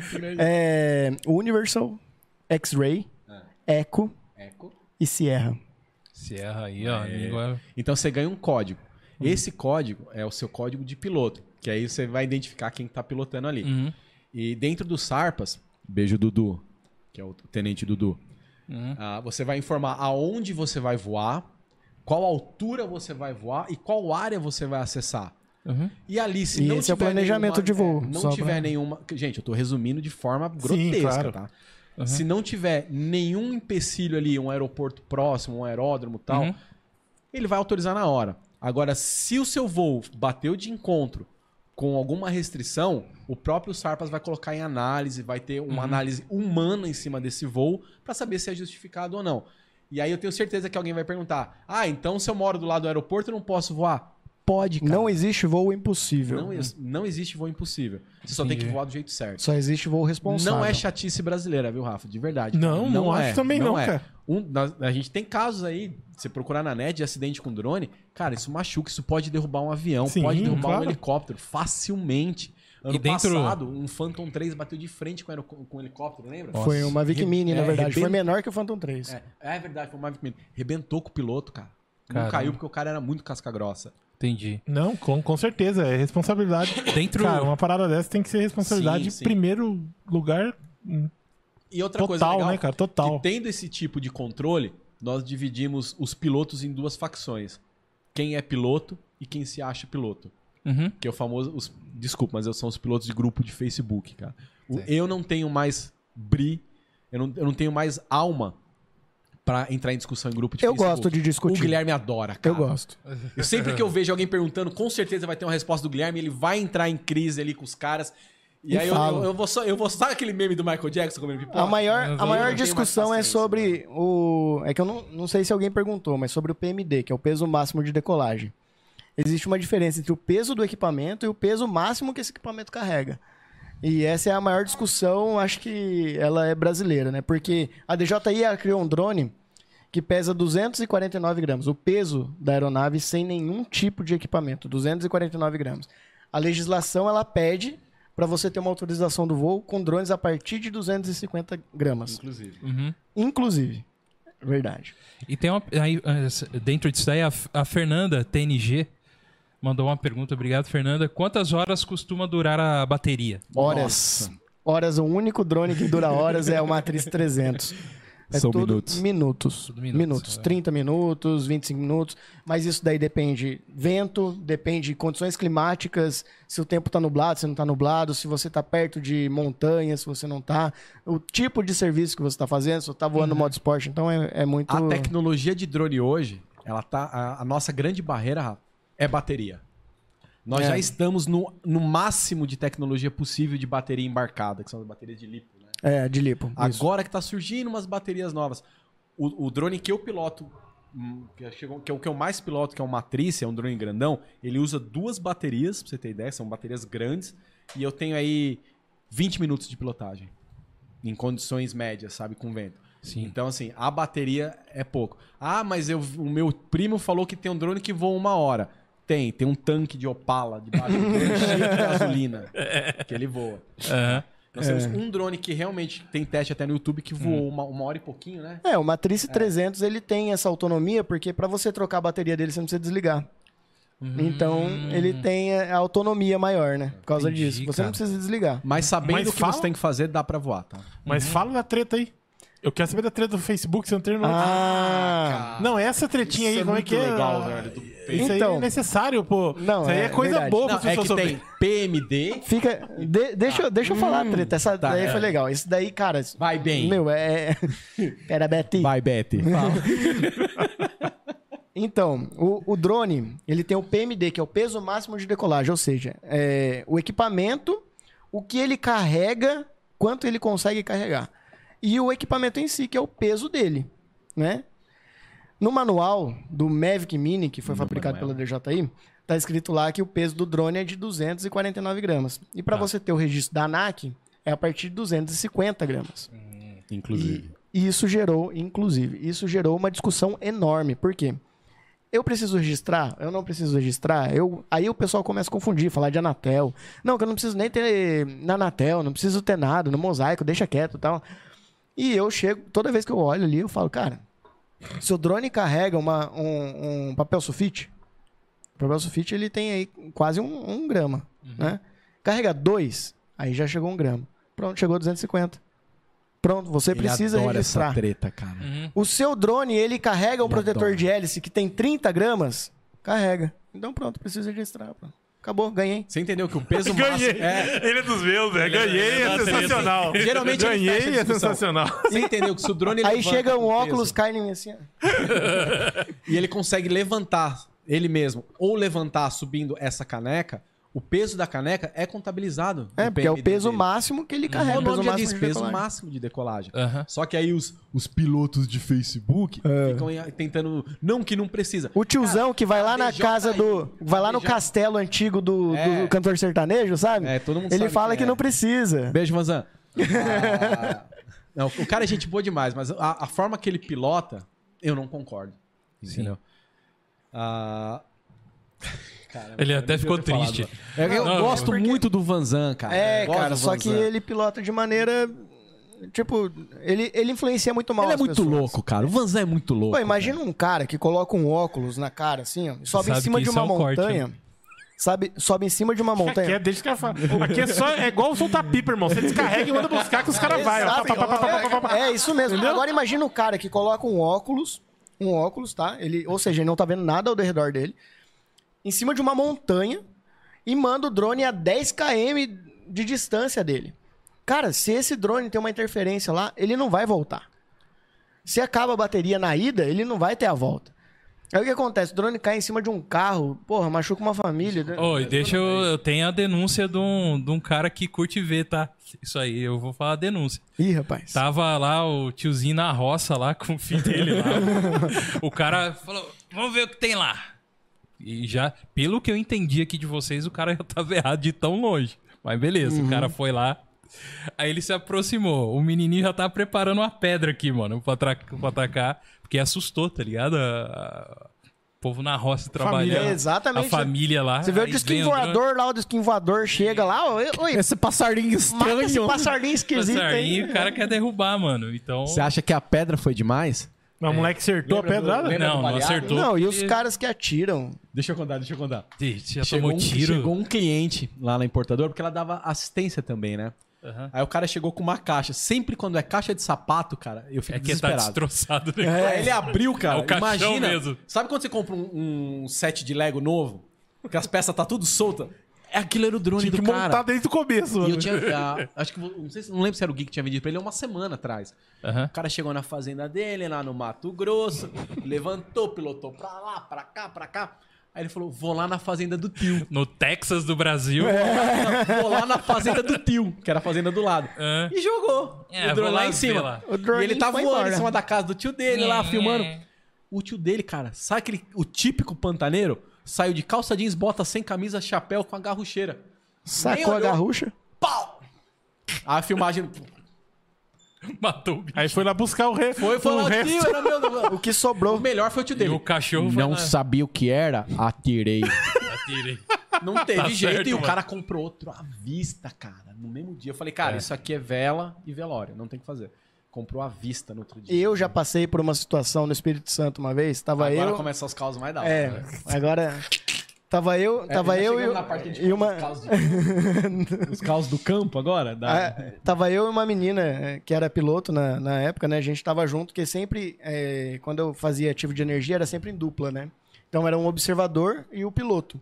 Universal, X-Ray, Echo e Sierra. Sierra aí, ó. Língua... Então você ganha um código. Esse código é o seu código de piloto. Que aí você vai identificar quem tá pilotando ali. E dentro do SARPAS, beijo Dudu, que é o tenente Dudu. Você vai informar aonde você vai voar, qual altura você vai voar e qual área você vai acessar. E ali, se não esse é o tiver planejamento de voo. não tiver nenhuma... Gente, eu tô resumindo de forma grotesca, tá? Se não tiver nenhum empecilho ali, um aeroporto próximo, um aeródromo e tal, ele vai autorizar na hora. Agora, se o seu voo bateu de encontro com alguma restrição, o próprio SARPAS vai colocar em análise, vai ter uma análise humana em cima desse voo para saber se é justificado ou não. E aí eu tenho certeza que alguém vai perguntar: então se eu moro do lado do aeroporto eu não posso voar? Pode, cara. Não existe voo impossível. Não existe voo impossível. Você só tem que voar do jeito certo. Só existe voo responsável. Não é chatice brasileira, viu, Rafa? De verdade. Não acho também não, cara. A gente tem casos aí, você procurar na net de acidente com drone, cara, isso machuca, isso pode derrubar um avião, pode derrubar um helicóptero facilmente. Ano passado, um Phantom 3 bateu de frente com um helicóptero, lembra? Foi uma Mavic Mini, na verdade. Foi menor que o Phantom 3. É verdade, foi uma Mavic Mini. Rebentou com o piloto, cara. Não caiu porque o cara era muito casca grossa. Entendi. Não, com certeza. É responsabilidade. Cara, uma parada dessa tem que ser responsabilidade em primeiro lugar. E outra total, coisa legal, né, cara? Total. Que tendo esse tipo de controle, nós dividimos os pilotos em duas facções. Quem é piloto e quem se acha piloto. Que é o famoso... Desculpa, mas são os pilotos de grupo de Facebook, cara. Eu não tenho mais eu não tenho mais alma pra entrar em discussão em grupo de Facebook. Eu gosto de discutir. O Guilherme adora, cara. Eu gosto. Eu sempre que eu vejo alguém perguntando, com certeza vai ter uma resposta do Guilherme, ele vai entrar em crise ali com os caras. E aí eu vou sabe aquele meme do Michael Jackson comendo pipoca? A maior discussão é sobre o... É que eu não sei se alguém perguntou, mas sobre o PMD, que é o peso máximo de decolagem. Existe uma diferença entre o peso do equipamento e o peso máximo que esse equipamento carrega. E essa é a maior discussão, acho que ela é brasileira, né? Porque a DJI criou um drone que pesa 249 gramas. O peso da aeronave sem nenhum tipo de equipamento, 249 gramas. A legislação, ela pede para você ter uma autorização do voo com drones a partir de 250 gramas. Inclusive. Verdade. E tem dentro disso aí, a Fernanda, TNG, mandou uma pergunta. Obrigado, Fernanda. Quantas horas costuma durar a bateria? Horas. Horas, o único drone que dura horas é o Matriz 300. São minutos. Minutos. 30 minutos, 25 minutos. Mas isso daí depende vento, depende de condições climáticas, se o tempo está nublado, se não está nublado, se você está perto de montanha, se você não está, o tipo de serviço que você está fazendo, se você está voando no modo esporte. Então é muito... A tecnologia de drone hoje, ela tá... A nossa grande barreira, Rafa, é bateria. Nós já estamos no máximo de tecnologia possível de bateria embarcada, que são as baterias de lipo. De lipo. Agora que tá surgindo umas baterias novas. O drone que eu piloto, que é o que eu mais piloto, que é o Matriz, é um drone grandão, ele usa 2 baterias, pra você ter ideia, são baterias grandes, e eu tenho aí 20 minutos de pilotagem. Em condições médias, sabe, com vento. Sim. Então, assim, a bateria é pouco. Mas o meu primo falou que tem um drone que voa 1 hora. Tem um tanque de Opala debaixo do drone cheio de gasolina que ele voa. Nós temos um drone que realmente tem teste até no YouTube que voou 1 hora e pouquinho, né? O Matriz 300 ele tem essa autonomia porque para você trocar a bateria dele você não precisa desligar. Então ele tem a autonomia maior, né? Por causa disso. Você não precisa desligar. Mas sabendo o que você tem que fazer, dá pra voar, tá? Mas fala da treta aí. Eu quero saber da treta do Facebook, você não terminou. Não, essa tretinha aí, como é que é? Legal, velho. Isso aí é necessário, pô. Não, isso aí é coisa verdade. boa pra É que saber. tem PMD. Fica. Deixa eu falar a treta. Essa daí foi legal. Isso daí, cara. Vai bem. Pera, Betty. Vai, Betty. Então, o drone, ele tem o PMD, que é o peso máximo de decolagem, ou seja, o equipamento, o que ele carrega, quanto ele consegue carregar. E o equipamento em si, que é o peso dele, né? No manual do Mavic Mini, que foi fabricado pela DJI, tá escrito lá que o peso do drone é de 249 gramas. E para você ter o registro da ANAC, é a partir de 250 gramas. Inclusive. E isso gerou uma discussão enorme. Por quê? Eu preciso registrar? Eu não preciso registrar? Aí o pessoal começa a confundir, falar de Anatel. Não, que eu não preciso nem ter na Anatel, não preciso ter nada, no mosaico, deixa quieto e tal. E eu chego, toda vez que eu olho ali, eu falo, cara, se o drone carrega um papel sulfite, o papel sulfite ele tem aí quase um grama, né? Carrega 2, aí já chegou 1 grama. Pronto, chegou 250. Pronto, você precisa registrar. Essa treta, cara. O seu drone, ele carrega um protetor de hélice que tem 30 gramas, carrega. Então pronto, precisa registrar. Pô. Acabou, ganhei. Você entendeu que o peso máximo... Ele é dos meus, né? Ganhei, é sensacional. Geralmente ganhei, é sensacional. Você entendeu que se o drone Aí levanta chega um com óculos, peso, cai em mim assim. Ó. e ele consegue levantar ele mesmo, ou levantar subindo essa caneca, o peso da caneca é contabilizado. É, no porque é o PMD peso dele. máximo que ele carrega. O nome já diz de peso decolagem. máximo de decolagem. Aham. Só que aí os pilotos de Facebook ficam tentando... Não que não precisa. O tiozão que vai lá na DJI, casa do... Vai lá no DJI. castelo antigo do É. cantor sertanejo, sabe? É, todo mundo Ele sabe fala quem que é. não precisa. Beijo, Vanzan. Não, o cara é gente boa demais, mas a forma que ele pilota, eu não concordo. Entendeu? Caramba, Ele eu até não ficou devia ter triste. falado. Eu Não, gosto porque- muito do Vanzan, cara. É, Eu gosto cara, do só que Vanzan. ele pilota de maneira... Tipo, ele influencia muito mal Ele é as muito pessoas. louco, cara. O Vanzan é muito louco. Pô, imagina um cara que coloca um óculos na cara, assim, ó, e sobe em Sabe cima que de isso uma é um corte, montanha. Sobe em cima de uma Aqui montanha. deixa os caras falar. Aqui é igual soltar pipa, irmão. Você descarrega e manda buscar que os caras vão. Exato. É isso mesmo. Agora imagina o cara que coloca um óculos, tá? Ou seja, ele não tá vendo nada ao redor dele, em cima de uma montanha e manda o drone a 10 km de distância dele. Cara, se esse drone tem uma interferência lá, ele não vai voltar. Se acaba a bateria na ida, ele não vai ter a volta. Aí o que acontece? O drone cai em cima de um carro, porra, machuca uma família. Oi, deixa eu tenho a denúncia de um cara que curte ver, tá? Isso aí, eu vou falar a denúncia. Ih, rapaz. Tava lá o tiozinho na roça lá com o filho dele lá. O cara falou, vamos ver o que tem lá. E já, pelo que eu entendi aqui de vocês, o cara já tava errado de tão longe. Mas beleza, o cara foi lá. Aí ele se aproximou. O menininho já tava preparando uma pedra aqui, mano, pra atacar. Porque assustou, tá ligado? O povo na roça trabalhando. Exatamente. A família lá. Você vê o aí disquinho vem o drone. voador lá, o disquinho voador chega lá, oi, Esse passarinho mata esse estranho. passarinho esquisito aí. Passarinho, o cara quer derrubar, mano. Então. Você acha que a pedra foi demais? Mas o moleque acertou a pedrada? lembra Não, do não baleado? acertou. Não, e os porque- caras que atiram. Deixa eu contar. Já Chegou tomou tiro. chegou um cliente lá na importadora, porque ela dava assistência também, né? Aham. Aí o cara chegou com uma caixa. Sempre quando é caixa de sapato, cara, eu fico É que tá desesperado. destroçado, né? Aí ele abriu, cara. É o caixão Imagina. mesmo. Sabe quando você compra um set de Lego novo? Que as peças tá tudo solta? Aquilo era o drone Tinha que do montar cara. desde o começo, E mano. eu tinha. Acho que. Não lembro se era o Gui que tinha vendido pra ele uma semana atrás. Aham. O cara chegou na fazenda dele, lá no Mato Grosso, levantou, pilotou pra lá, pra cá, pra cá. Aí ele falou: vou lá na fazenda do tio. No Texas do Brasil. Vou lá na fazenda do tio, que era a fazenda do lado. É. E jogou É, o vou drone lá lá em ver cima. lá. O drone E ele tá foi voando embora. em cima da casa do tio dele lá, filmando. O tio dele, cara, sabe o típico pantaneiro? Saiu de calça jeans, bota sem camisa, chapéu com a garrucheira. Sacou a olhou. garrucha? Pau! A filmagem Matou o bicho. Aí foi lá buscar o resto. foi o lá, o resto. tio, era meu... O que O sobrou. melhor foi o tio E dele. o cachorro foi Não lá. sabia o que era, atirei. Atirei. Não teve Tá jeito certo, e o mano. cara comprou outro à vista, cara. No mesmo dia. Eu falei, cara, isso aqui é vela e velório. Não tem o que fazer. Comprou à vista no outro dia. Eu já passei por uma situação no Espírito Santo uma vez. Tava Agora eu. começam os causas mais da hora. É, né? agora. Tava eu Já e chegamos na parte que a gente e fala uma. dos causos os causos do campo agora? Tava eu e uma menina que era piloto na época, né? A gente tava junto, porque sempre, quando eu fazia ativo de energia, era sempre em dupla, né? Então era um observador e o piloto.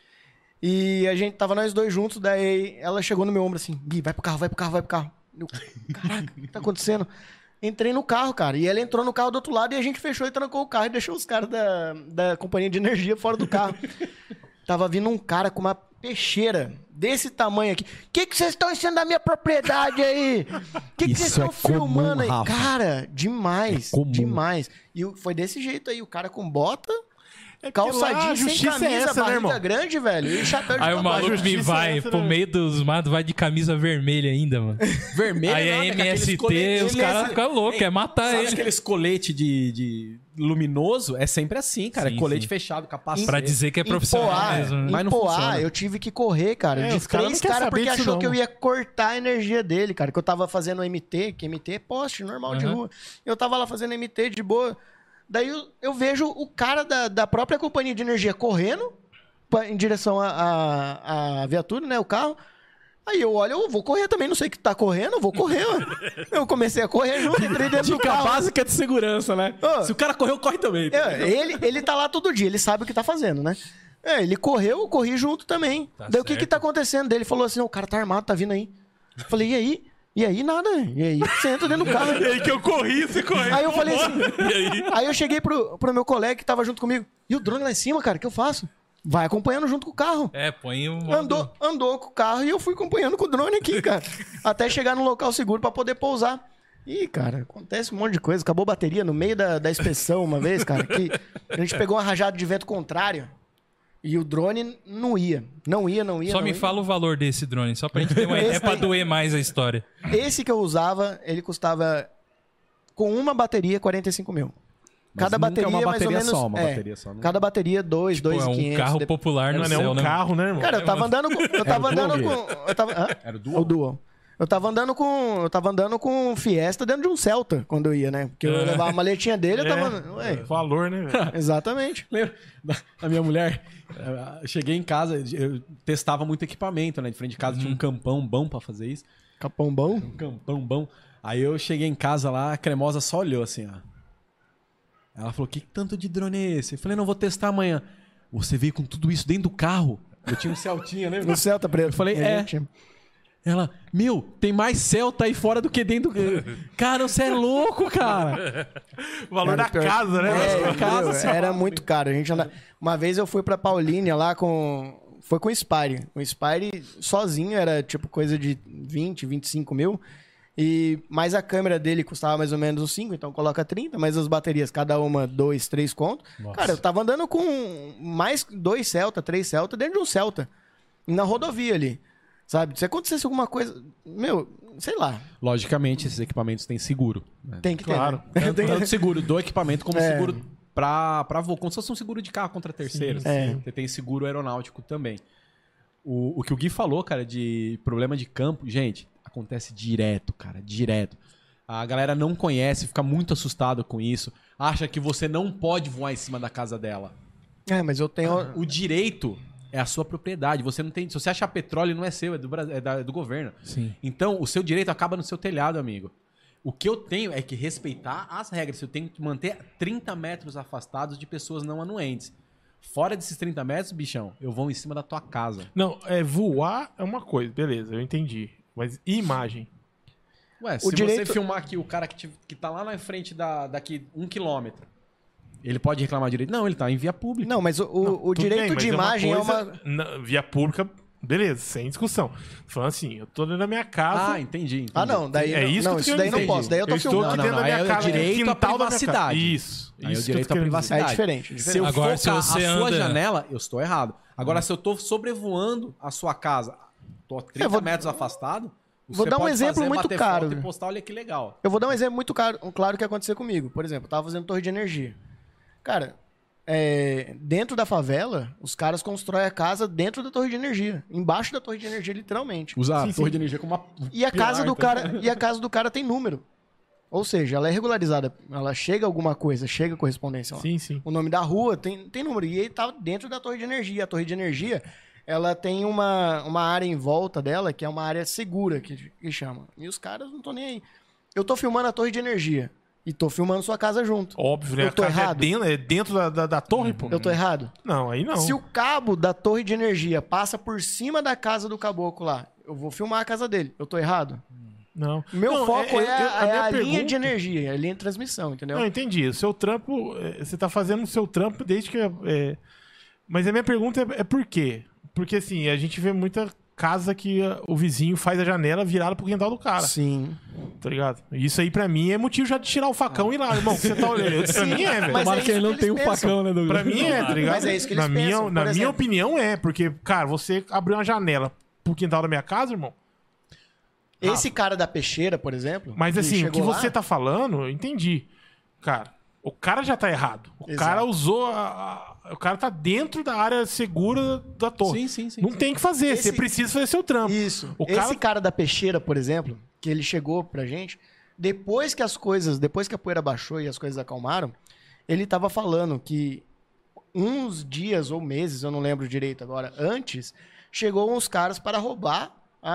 E a gente tava nós dois juntos, daí ela chegou no meu ombro assim, Gui, vai pro carro, vai pro carro, vai pro carro. Eu, caraca, o que tá acontecendo? Entrei no carro, cara. E ela entrou no carro do outro lado e a gente fechou e trancou o carro e deixou os caras da companhia de energia fora do carro. Tava vindo um cara com uma peixeira desse tamanho aqui. O que vocês estão enchendo da minha propriedade aí? O que vocês estão filmando aí? Rafa. Cara, demais. É comum. Demais. E foi desse jeito aí. O cara com bota, É porque lá a calçadinho, sem justiça camisa, é essa, né, barriga irmão? grande, velho. E chapéu de Aí o cowboy. maluco me justiça vai é essa, pro né? meio dos matos, vai de camisa vermelha ainda, mano. Vermelho Aí é nada, com aqueles MST, coletes- os caras ficam loucos, quer matar Sabe ele. aqueles coletes de luminoso? É sempre assim, cara. Sim, é colete sim. fechado, capacete. Pra dizer que é profissional Poá, mesmo. né? Mas não Poá, funciona. eu tive que correr, cara, É, de os caras 3 não querem caras saber porque disso achou não. que eu ia cortar a energia dele, cara. Que eu tava fazendo MT, que MT é poste normal de Uhum. rua. Eu tava lá fazendo MT de boa. Daí eu vejo o cara da própria companhia de energia correndo em direção à viatura, né, o carro. Aí eu olho, eu vou correr também, não sei o que tá correndo, eu vou correr. Ó. Eu comecei a correr junto, entrei dentro do Dica carro. básica de segurança, né? Ô. Se o cara correu, corre também. Ele tá lá todo dia, ele sabe o que tá fazendo, né? Ele correu, eu corri junto também. Tá Daí o que certo. tá acontecendo? Daí ele falou assim, o cara tá armado, tá vindo aí. Eu falei, e aí? E aí, nada. E aí, você entra dentro do carro. E aí que eu corri, você correu. Aí eu falei assim, aí eu cheguei pro meu colega que tava junto comigo. E o drone lá em cima, cara, o que eu faço? Vai acompanhando junto com o carro. É, põe o modo... Andou com o carro e eu fui acompanhando com o drone aqui, cara. Até chegar no local seguro pra poder pousar. Ih, cara, acontece um monte de coisa. Acabou a bateria no meio da inspeção uma vez, cara, que a gente pegou uma rajada de vento contrário e o drone não ia. Não ia. Só me ia. fala o valor desse drone, só pra gente ter uma ideia, Esse pra daí- doer mais a história. Esse que eu usava, ele custava com uma bateria 45 mil. Cada nunca bateria é uma mais ou bateria menos. só, uma bateria só, não- Cada bateria 2, Pô, é 2.500. um carro popular no Mano, é céu, um né? carro, né, irmão? Cara, eu tava andando com. Eu tava andando Duo, com. Eu tava, hã? Era o O Duo. Eu tava andando com Fiesta dentro de um Celta quando eu ia, né? Porque eu levava a maletinha dele, eu tava. Ué, Valor, né, velho? exatamente. Lembra da minha mulher? Eu cheguei em casa, eu testava muito equipamento, né? De frente de casa tinha um campão bom pra fazer isso. Capão bom. Um campão bom. Aí eu cheguei em casa lá, a cremosa só olhou assim, ó. Ela falou, que tanto de drone é esse? Eu falei, não, vou testar amanhã. Você veio com tudo isso dentro do carro? Eu tinha um Celtinha, lembra? No Celta preto. Eu falei, E a é. gente- Ela, meu, tem mais Celta aí fora do que dentro do... Cara, você é louco, cara. O valor Cara, da casa, né? É, Nossa, casa, meu, assim, era ó. muito caro. A gente andava... Uma vez eu fui pra Paulínia lá com. Foi com o Spire. O Spire sozinho era tipo coisa de 20, 25 mil. Mas a câmera dele custava mais ou menos uns 5, então coloca 30, mas as baterias, cada uma 2, 3 conto. Cara, eu tava andando com mais 2 Celta, 3 Celta dentro de um Celta. Na rodovia ali. Sabe? Se acontecesse alguma coisa. Meu, sei lá. Logicamente, esses equipamentos têm seguro. Né? Tem que Claro. ter. Né? Tanto seguro do equipamento como É. seguro pra voo. Como se fosse um seguro de carro contra terceiros. É. Você tem seguro aeronáutico também. O que o Gui falou, cara, de problema de campo, gente, acontece direto, cara, direto. A galera não conhece, fica muito assustado com isso. Acha que você não pode voar em cima da casa dela. É, mas eu tenho. O direito é a sua propriedade. Você não tem. Se você achar petróleo, não é seu, é do governo. Sim. Então, o seu direito acaba no seu telhado, amigo. O que eu tenho é que respeitar as regras. Eu tenho que manter 30 metros afastados de pessoas não anuentes. Fora desses 30 metros, bichão, eu vou em cima da tua casa. Não, voar é uma coisa, beleza, eu entendi. Mas e imagem? Ué, O se direito- você filmar aqui o cara que tá lá na frente daqui 1 quilômetro, ele pode reclamar direito? Não, ele tá em via pública. Não, mas o Tudo direito bem, mas de imagem é uma. Via pública, beleza, sem discussão. Falando assim, eu tô dentro da minha casa. Ah, entendi. Ah, não, daí. É isso não, que isso eu daí não entendi. posso. Daí eu tô estou filmando. aqui Não, dentro não, da minha aí é o casa, direito no à quintal da minha casa. privacidade. Isso. Aí é o isso que direito eu tô à querendo dizer. privacidade. É diferente. Se eu Agora, focar se você a sua anda- janela, eu estou errado. Agora, se eu tô sobrevoando a sua casa, tô a 30 metros afastado, vou você dar um pode exemplo fazer, muito bater caro. foto e postar, olha que legal. Eu vou dar um exemplo muito claro que aconteceu comigo. Por exemplo, eu tava fazendo torre de energia. Cara, dentro da favela, os caras constroem a casa dentro da torre de energia. Embaixo da torre de energia, literalmente. Usa a Sim, torre sim. de energia como uma E a casa pilar, do então. cara, e a casa do cara tem número. Ou seja, ela é regularizada. Ela chega alguma coisa, chega correspondência lá. Sim, sim. O nome da rua tem número. E ele tá dentro da torre de energia. A torre de energia, ela tem uma área em volta dela, que é uma área segura, que chama. E os caras não estão nem aí. Eu tô filmando a torre de energia. E tô filmando sua casa junto. Óbvio, né? Eu A tô casa errado? é dentro da torre, pô. Eu tô errado? Não, aí não. Se o cabo da torre de energia passa por cima da casa do caboclo lá, eu vou filmar a casa dele. Eu tô errado? Não. O meu Não, foco é a linha pergunta- de energia, a linha de transmissão, entendeu? Não, entendi. O seu trampo, você tá fazendo o seu trampo desde que... Mas a minha pergunta é por quê? Porque, assim, a gente vê muita casa que o vizinho faz a janela virada pro quintal do cara, Sim. tá ligado? Isso aí, pra mim, é motivo já de tirar o facão e ir lá, irmão, que você tá olhando. Pra mim é, velho. Mas Tomara é que ele isso não que tenha um eles pensam. facão, né, Douglas? Pra mim é, tá ligado? Mas é isso que eles na pensam, minha, por na minha exemplo. opinião é, porque, cara, você abrir uma janela pro quintal da minha casa, irmão, Esse cara da peixeira, por exemplo. mas assim, o que chegou você lá, tá falando, eu entendi. Cara, o cara já tá errado. O Exato. cara usou o cara tá dentro da área segura da torre. Sim. Não tem o que fazer, você Esse- precisa fazer seu trampo. Isso. O cara- Esse cara da peixeira, por exemplo, que ele chegou pra gente, depois que a poeira baixou e as coisas acalmaram, ele tava falando que uns dias ou meses, eu não lembro direito agora, antes, chegou uns caras para roubar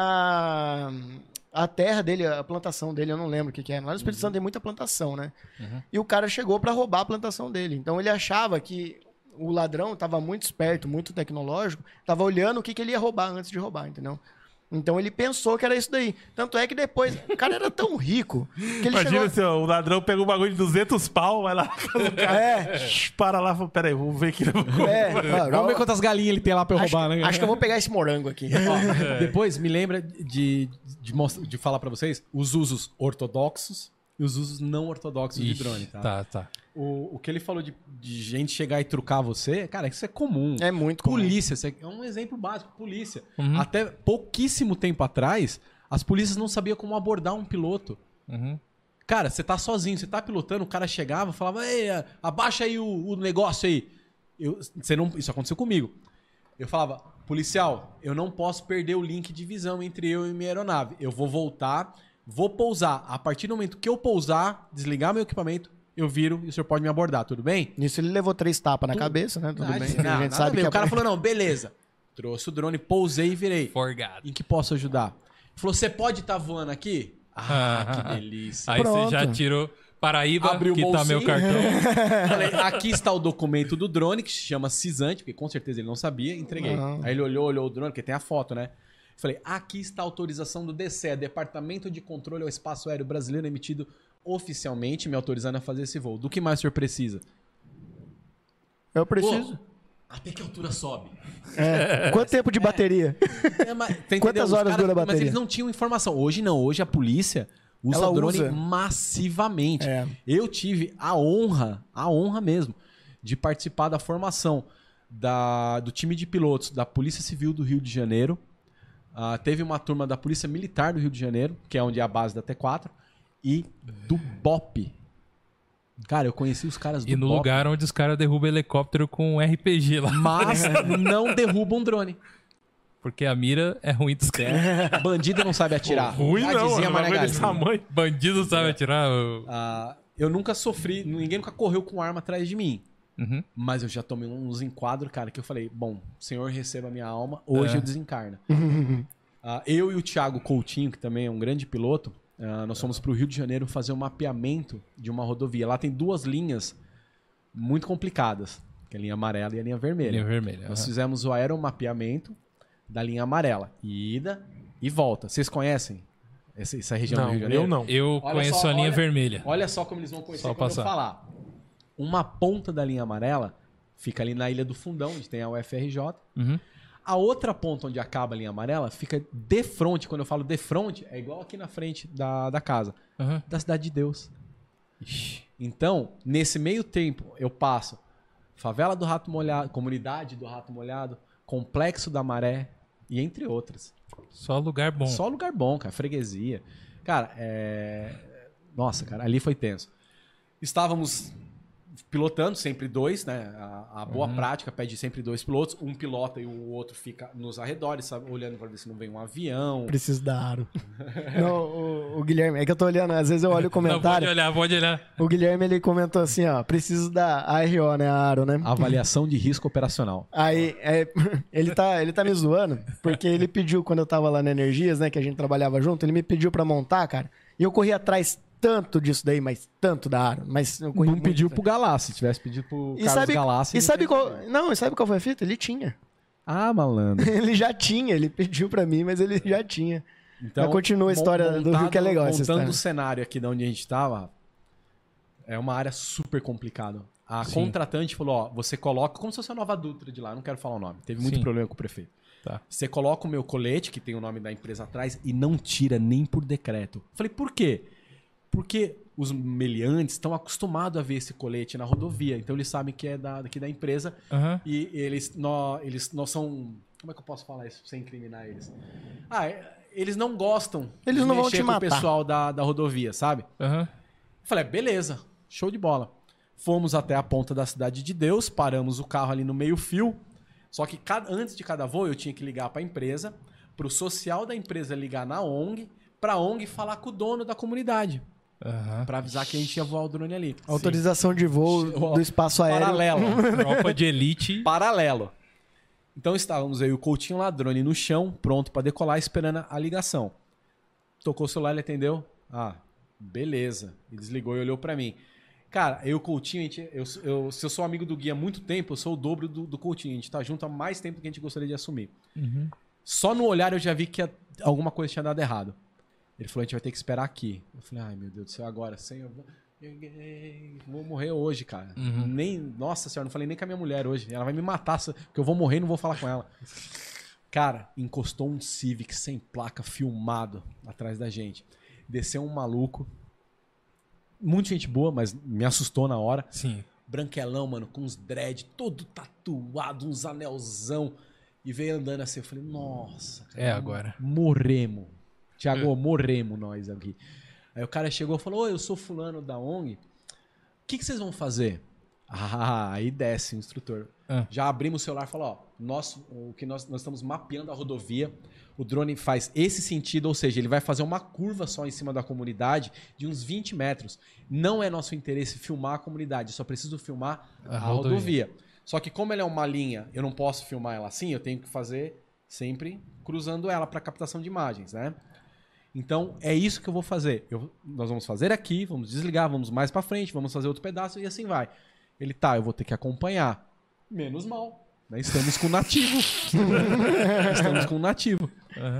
a terra dele, a plantação dele, eu não lembro o que é. Lá no Espírito Santo tem muita plantação, né? E o cara chegou para roubar a plantação dele. Então ele achava que o ladrão estava muito esperto, muito tecnológico, estava olhando o que ele ia roubar antes de roubar, entendeu? Então ele pensou que era isso daí. Tanto é que depois, o cara era tão rico que ele Imagina chegou... se o ladrão pega um bagulho de 200 pau, vai lá na casa do cara, para lá e fala, pera aí, vamos ver aqui. Vamos ver quantas galinhas ele tem lá pra eu roubar, né? Acho que eu vou pegar esse morango aqui. Ó, depois me lembra de falar pra vocês os usos ortodoxos e os usos não ortodoxos de drone, tá? Tá. O que ele falou de gente chegar e trucar você, cara, isso é comum. É muito comum. Polícia, isso é um exemplo básico, polícia. Até pouquíssimo tempo atrás, as polícias não sabiam como abordar um piloto. Cara, você tá sozinho, você tá pilotando, o cara chegava, falava, ei, abaixa aí o negócio aí. Isso aconteceu comigo. Eu falava, policial, eu não posso perder o link de visão entre eu e minha aeronave. Eu vou voltar, vou pousar. A partir do momento que eu pousar, desligar meu equipamento, eu viro e o senhor pode me abordar, tudo bem? Nisso ele levou 3 tapas na cabeça, né? Tudo bem. Não, A gente sabe que o cara falou, não, beleza. Trouxe o drone, pousei e virei. Forgado. Em que posso ajudar? Ele falou, você pode estar voando aqui? Que delícia. Aí Pronto. você já tirou Paraíba, Abriu o que tá meu bolsinho. cartão. Falei, aqui está o documento do drone, que se chama cisante, porque com certeza ele não sabia, entreguei. Não. Aí ele olhou o drone, porque tem a foto, né? Falei, aqui está a autorização do DCE, Departamento de Controle ao Espaço Aéreo Brasileiro, emitido oficialmente, me autorizando a fazer esse voo. Do que mais o senhor precisa? Eu preciso. Pô, até que altura sobe? Quanto tempo de bateria? Quantas horas dura a bateria? Mas eles não tinham informação. Hoje não, hoje a polícia usa Ela drone usa. massivamente. É. Eu tive a honra mesmo, de participar da formação do time de pilotos da Polícia Civil do Rio de Janeiro. Teve uma turma da Polícia Militar do Rio de Janeiro, que é onde é a base da T4, e do BOP. Cara, eu conheci os caras do E no BOP, lugar onde os caras derrubam helicóptero com RPG lá. mas não derrubam drone. Porque a mira é ruim dos caras. Bandido não sabe atirar. Ruim Já não, dizia é um Maria bagulho desse Galinha. tamanho. Bandido sabe atirar. Eu nunca sofri, ninguém nunca correu com arma atrás de mim. Uhum. Mas eu já tomei uns enquadros, cara, que eu falei, bom, senhor receba a minha alma, hoje eu desencarno. Eu e o Thiago Coutinho, que também é um grande piloto, nós fomos pro Rio de Janeiro fazer um mapeamento de uma rodovia. Lá tem 2 linhas muito complicadas, que é a linha amarela e a linha vermelha. Linha vermelha. Nós aham. fizemos o aeromapeamento da linha amarela. Ida e volta. Vocês conhecem essa região do Não, Rio de Janeiro? eu não. Eu Olha conheço só, a linha olha- vermelha. Olha só como eles vão conhecer Só quando passar. eu falar. Uma ponta da linha amarela fica ali na Ilha do Fundão, onde tem a UFRJ. Uhum. A outra ponta onde acaba a linha amarela fica de frente. Quando eu falo de frente, é igual aqui na frente da casa. Aham. Da Cidade de Deus. Então, nesse meio tempo, eu passo Favela do Rato Molhado, Comunidade do Rato Molhado, Complexo da Maré e entre outras. Só lugar bom. Só lugar bom, cara. Freguesia. Cara, Nossa, cara, ali foi tenso. Estávamos pilotando, sempre 2, né? A boa prática pede sempre 2 pilotos. Um pilota e o outro fica nos arredores, sabe? Olhando para ver se não vem um avião. Preciso da aro. Não, o Guilherme, é que eu tô olhando, às vezes eu olho o Não, comentário. pode olhar. O Guilherme, ele comentou assim, ó, preciso da ARO, né, a aro, né? Avaliação de risco operacional. Aí, ele tá me zoando, porque ele pediu, quando eu tava lá na Energias, né, que a gente trabalhava junto, ele me pediu pra montar, cara, e eu corri atrás tanto disso daí, mas tanto da aro, mas eu corri Não muito pediu atrás. pro Galassi. Se tivesse pedido pro E Carlos sabe, Galassi... e ele sabe teria- qual... Não, e sabe qual foi a fita? Ele tinha. Ah, malandro. Ele já tinha, ele pediu pra mim, mas ele já tinha. Então, Mas continua a história do Rio, que é legal essa montando história. o cenário aqui de onde a gente estava, é uma área super complicada. A Sim. contratante falou, ó, você coloca, como se fosse a Nova Dutra de lá, não quero falar o nome. Teve muito Sim. problema com o prefeito. Tá. Você coloca o meu colete, que tem o nome da empresa atrás, e não tira nem por decreto. Falei, por quê? Porque os meliantes estão acostumados a ver esse colete na rodovia. Então eles sabem que é daqui da empresa. Aham. E eles são... Como é que eu posso falar isso sem incriminar eles? Eles não gostam Eles não vão mexer te com matar. o pessoal da rodovia, sabe? Aham. Falei, beleza, show de bola. Fomos até a ponta da Cidade de Deus, paramos o carro ali no meio-fio. Só que antes de cada voo eu tinha que ligar para a empresa, para o social da empresa ligar na ONG, para a ONG falar com o dono da comunidade, Aham. para avisar que a gente ia voar o drone ali. Autorização de voo do espaço aéreo. Paralelo. Tropa de elite. Paralelo. Então estávamos aí o Coutinho lá, drone no chão, pronto para decolar, esperando a ligação. Tocou o celular, ele atendeu. Ah, beleza. Ele desligou e olhou para mim. Cara, eu e o Coutinho, se eu sou amigo do Gui há muito tempo, eu sou o dobro do Coutinho. A gente tá junto há mais tempo do que a gente gostaria de assumir. Só no olhar eu já vi que alguma coisa tinha dado errado. Ele falou, a gente vai ter que esperar aqui. Eu falei, ai meu Deus do céu, agora, Senhor, vou morrer hoje, cara. Nossa senhora, não falei nem com a minha mulher hoje. Ela vai me matar, porque eu vou morrer e não vou falar com ela. Cara, encostou um Civic sem placa, filmado, atrás da gente. Desceu um maluco. Muita gente boa, mas me assustou na hora. Sim. Branquelão, mano, com uns dread, todo tatuado, uns anelzão. E veio andando assim. Eu falei, nossa. Cara, É agora. Morremos. Thiago, morremos nós aqui. Aí o cara chegou e falou, oi, eu sou fulano da ONG. O que vocês vão fazer? Ah, aí desce o instrutor. Já abrimos o celular e falou, ó, nós estamos mapeando a rodovia. O drone faz esse sentido, ou seja, ele vai fazer uma curva só em cima da comunidade de uns 20 metros. Não é nosso interesse filmar a comunidade, eu só preciso filmar a rodovia. Só que como ela é uma linha, eu não posso filmar ela assim, eu tenho que fazer sempre cruzando ela para captação de imagens, né? Então, é isso que eu vou fazer. Nós vamos fazer aqui, vamos desligar, vamos mais para frente, vamos fazer outro pedaço e assim vai. Ele, tá, eu vou ter que acompanhar. Menos mal. Né? Estamos com nativo. Estamos com nativo.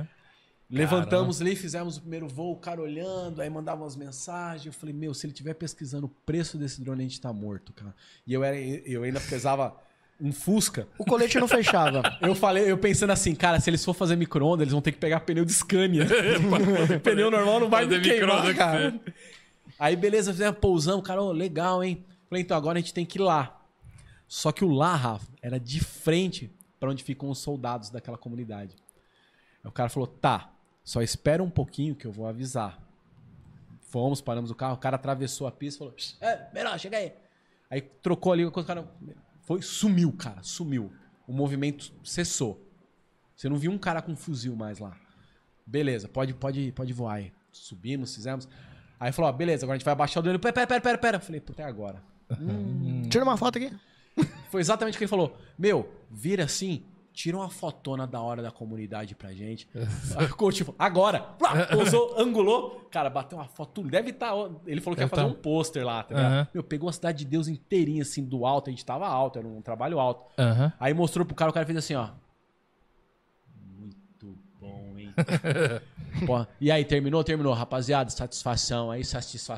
Levantamos ali, fizemos o primeiro voo, o cara olhando, aí mandava umas mensagens. Eu falei, meu, se ele estiver pesquisando o preço desse drone, a gente tá morto, cara. E eu ainda pesava um Fusca. O colete não fechava. Eu pensando assim, cara, se eles for fazer micro-ondas, eles vão ter que pegar pneu de Scania. Pneu normal não vai me queimar, cara. Aí, beleza, fizemos, pousamos, cara, legal, hein? Falei, então agora a gente tem que ir lá. Só que o lá, Rafa, era de frente para onde ficam os soldados daquela comunidade. Aí o cara falou, tá, só espera um pouquinho que eu vou avisar. Fomos, paramos o carro, o cara atravessou a pista e falou, melhor, chega aí. Aí trocou ali, o cara sumiu, cara, sumiu. O movimento cessou. Você não viu um cara com fuzil mais lá. Beleza, pode voar aí. Subimos, fizemos. Aí falou, beleza, agora a gente vai abaixar o drone. Pera. Falei, puta, é agora. Tira uma foto aqui. Foi exatamente o que ele falou. Meu, vira assim, tira uma fotona da hora da comunidade pra gente. Tipo, agora. Pousou, angulou. Cara, bateu uma foto. Deve estar. Ele falou que ia fazer um pôster lá, tá ligado? Meu, pegou a Cidade de Deus inteirinha, assim, do alto. A gente tava alto, era um trabalho alto. Aí mostrou pro cara, o cara fez assim, ó. Muito bom, hein? Pô, e aí, terminou, rapaziada. Satisfação aí.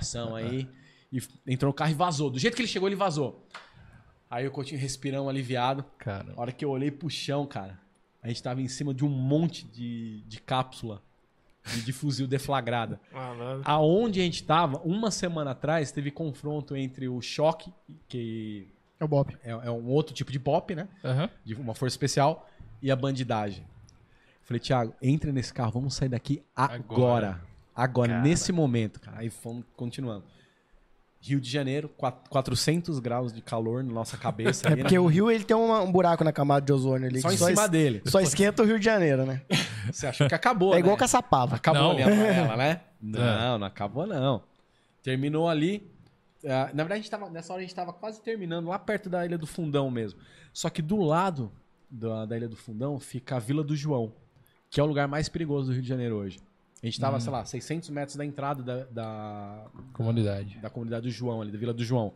E entrou no carro e vazou. Do jeito que ele chegou, ele vazou. Aí o Coutinho respirando aliviado. Cara. A hora que eu olhei pro chão, cara, a gente tava em cima de um monte de cápsula de fuzil deflagrada. Aonde a gente tava, uma semana atrás, teve confronto entre o Choque, que É o Bop. é um outro tipo de BOP, né? De uma força especial, e a bandidagem. Falei, Thiago, entra nesse carro, vamos sair daqui agora. Agora, nesse momento, cara. Aí fomos continuando. Rio de Janeiro, 400 graus de calor na nossa cabeça. É porque o Rio ele tem um buraco na camada de ozônio ali. Só que em cima dele. Só esquenta o Rio de Janeiro, né? Você achou que acabou, É igual né? Caçapava. Acabou Não. ali a amarela, né? Não acabou, não. Terminou ali. Na verdade, nessa hora a gente estava quase terminando, lá perto da Ilha do Fundão mesmo. Só que do lado da Ilha do Fundão fica a Vila do João, que é o lugar mais perigoso do Rio de Janeiro hoje. A gente estava, sei lá, 600 metros da entrada da Comunidade. da comunidade do João, ali, da Vila do João.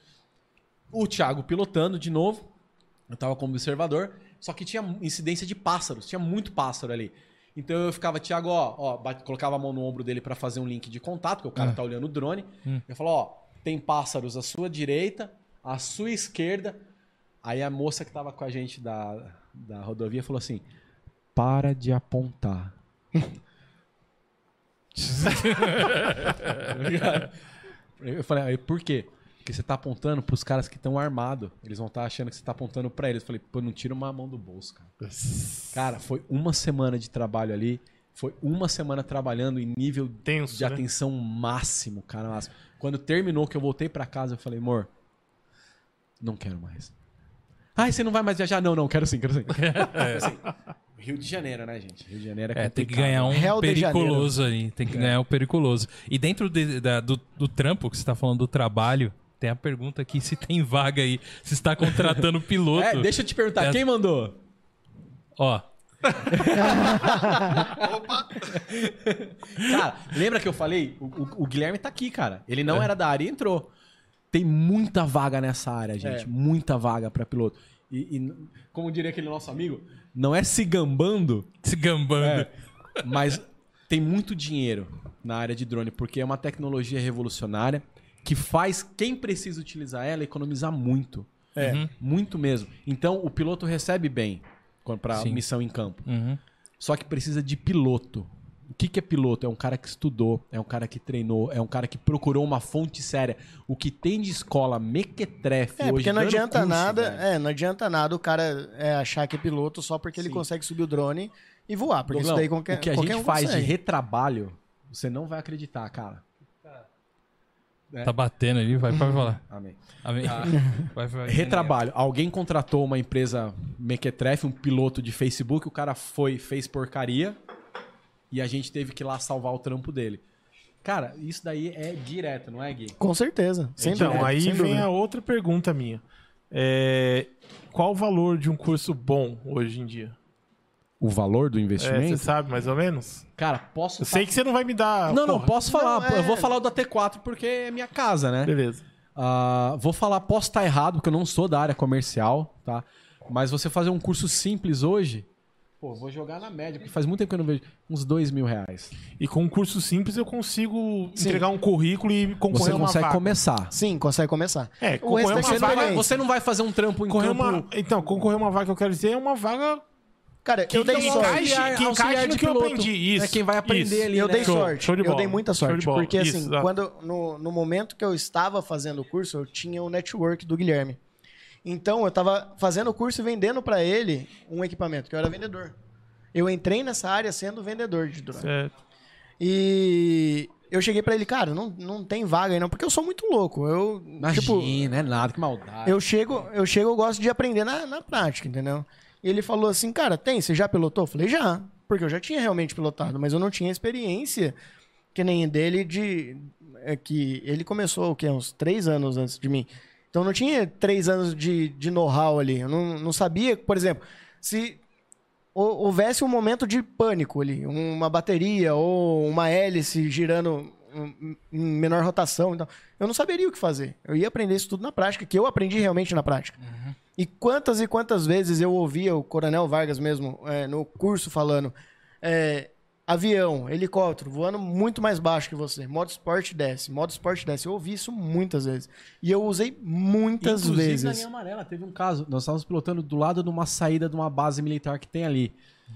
O Thiago pilotando de novo. Eu tava como observador. Só que tinha incidência de pássaros. Tinha muito pássaro ali. Então eu ficava, Thiago, colocava a mão no ombro dele pra fazer um link de contato, porque o cara tá olhando o drone. Eu falo, ó, tem pássaros à sua direita, à sua esquerda. Aí a moça que tava com a gente da rodovia falou assim, para de apontar. Eu falei, por quê? Porque você tá apontando pros caras que estão armados. Eles vão estar achando que você tá apontando pra eles. Eu falei, pô, não tira uma mão do bolso, cara. Cara, foi uma semana de trabalho ali. Foi uma semana trabalhando em nível Tenso, de atenção máximo, cara. Máximo. Quando terminou, que eu voltei pra casa, eu falei, amor, não quero mais. Ai, você não vai mais viajar? Não, quero sim. Assim, Rio de Janeiro, né, gente? Rio de Janeiro é complicado. Tem que ganhar um Real de periculoso ali. Tem que ganhar um periculoso. E dentro do trampo, que você tá falando do trabalho, tem a pergunta aqui se tem vaga aí. Se está contratando piloto. Deixa eu te perguntar, quem mandou? Ó. Opa! Cara, lembra que eu falei? O Guilherme tá aqui, cara. Ele não era da área e entrou. Tem muita vaga nessa área, gente. Muita vaga pra piloto. E como diria aquele nosso amigo, não é se gambando. Se gambando. Mas tem muito dinheiro na área de drone, porque é uma tecnologia revolucionária que faz quem precisa utilizar ela economizar muito. Muito mesmo. Então, o piloto recebe bem para missão em campo. Só que precisa de piloto. O que é piloto? É um cara que estudou, é um cara que treinou, é um cara que procurou uma fonte séria. O que tem de escola mequetrefe hoje... Porque não dando adianta curso, nada, velho. não adianta nada o cara achar que é piloto só porque ele consegue subir o drone e voar. Porque Douglas, isso daí qualquer o que a qualquer gente um faz consegue. de retrabalho, você não vai acreditar, cara. Tá batendo ali, vai pra falar. Amém. Amém. Vai. Retrabalho. Alguém contratou uma empresa mequetrefe, um piloto de Facebook, o cara fez porcaria e a gente teve que ir lá salvar o trampo dele. Cara, isso daí é direto, não é, Gui? Com certeza. Sem Então, dúvida, aí sem vem dúvida. a outra pergunta minha. Qual o valor de um curso bom hoje em dia? O valor do Você investimento? sabe mais ou menos? Cara, posso... Eu sei que você não vai me dar... Não, porra. posso falar. Não, Eu vou falar o da T4 porque é minha casa, né? Beleza. Vou falar, posso estar errado, porque eu não sou da área comercial, tá? Mas você fazer um curso simples hoje, pô, vou jogar na média, porque faz muito tempo que eu não vejo, uns R$2.000. E com um curso simples eu consigo entregar um currículo e concorrer Você a uma consegue vaga. começar. Sim, consegue começar. concorrer a uma vaga... Você não vai fazer um trampo em campo... Então, concorrer a uma vaga que eu quero dizer é uma vaga... Cara, eu dei que sorte. que encaixe no que eu aprendi. Isso. É quem vai aprender Isso. ali, Eu né? dei Show, sorte. show de Eu bola. dei muita Show de sorte. bola. Porque Isso, assim, exato. quando no momento que eu estava fazendo o curso, eu tinha o network do Guilherme. Então, eu estava fazendo o curso e vendendo para ele um equipamento, que eu era vendedor. Eu entrei nessa área sendo vendedor de drone. Certo. E eu cheguei para ele, cara, não tem vaga aí não, porque eu sou muito louco. Eu, Imagina, é nada, que maldade. eu chego, eu gosto de aprender na prática, entendeu? E ele falou assim, cara, você já pilotou? Eu falei, já. Porque eu já tinha realmente pilotado, mas eu não tinha experiência que nem dele que ele começou, o quê? Uns 3 anos antes de mim. Então não tinha 3 anos de know-how ali. Eu não sabia, por exemplo, se houvesse um momento de pânico ali, uma bateria ou uma hélice girando em menor rotação, então, eu não saberia o que fazer. Eu ia aprender isso tudo na prática, que eu aprendi realmente na prática. E quantas vezes eu ouvia o Coronel Vargas mesmo no curso falando avião, helicóptero, voando muito mais baixo que você, modo esporte desce. Eu ouvi isso muitas vezes. E eu usei muitas Inclusive, vezes. na linha amarela, teve um caso. Nós estávamos pilotando do lado de uma saída de uma base militar que tem ali.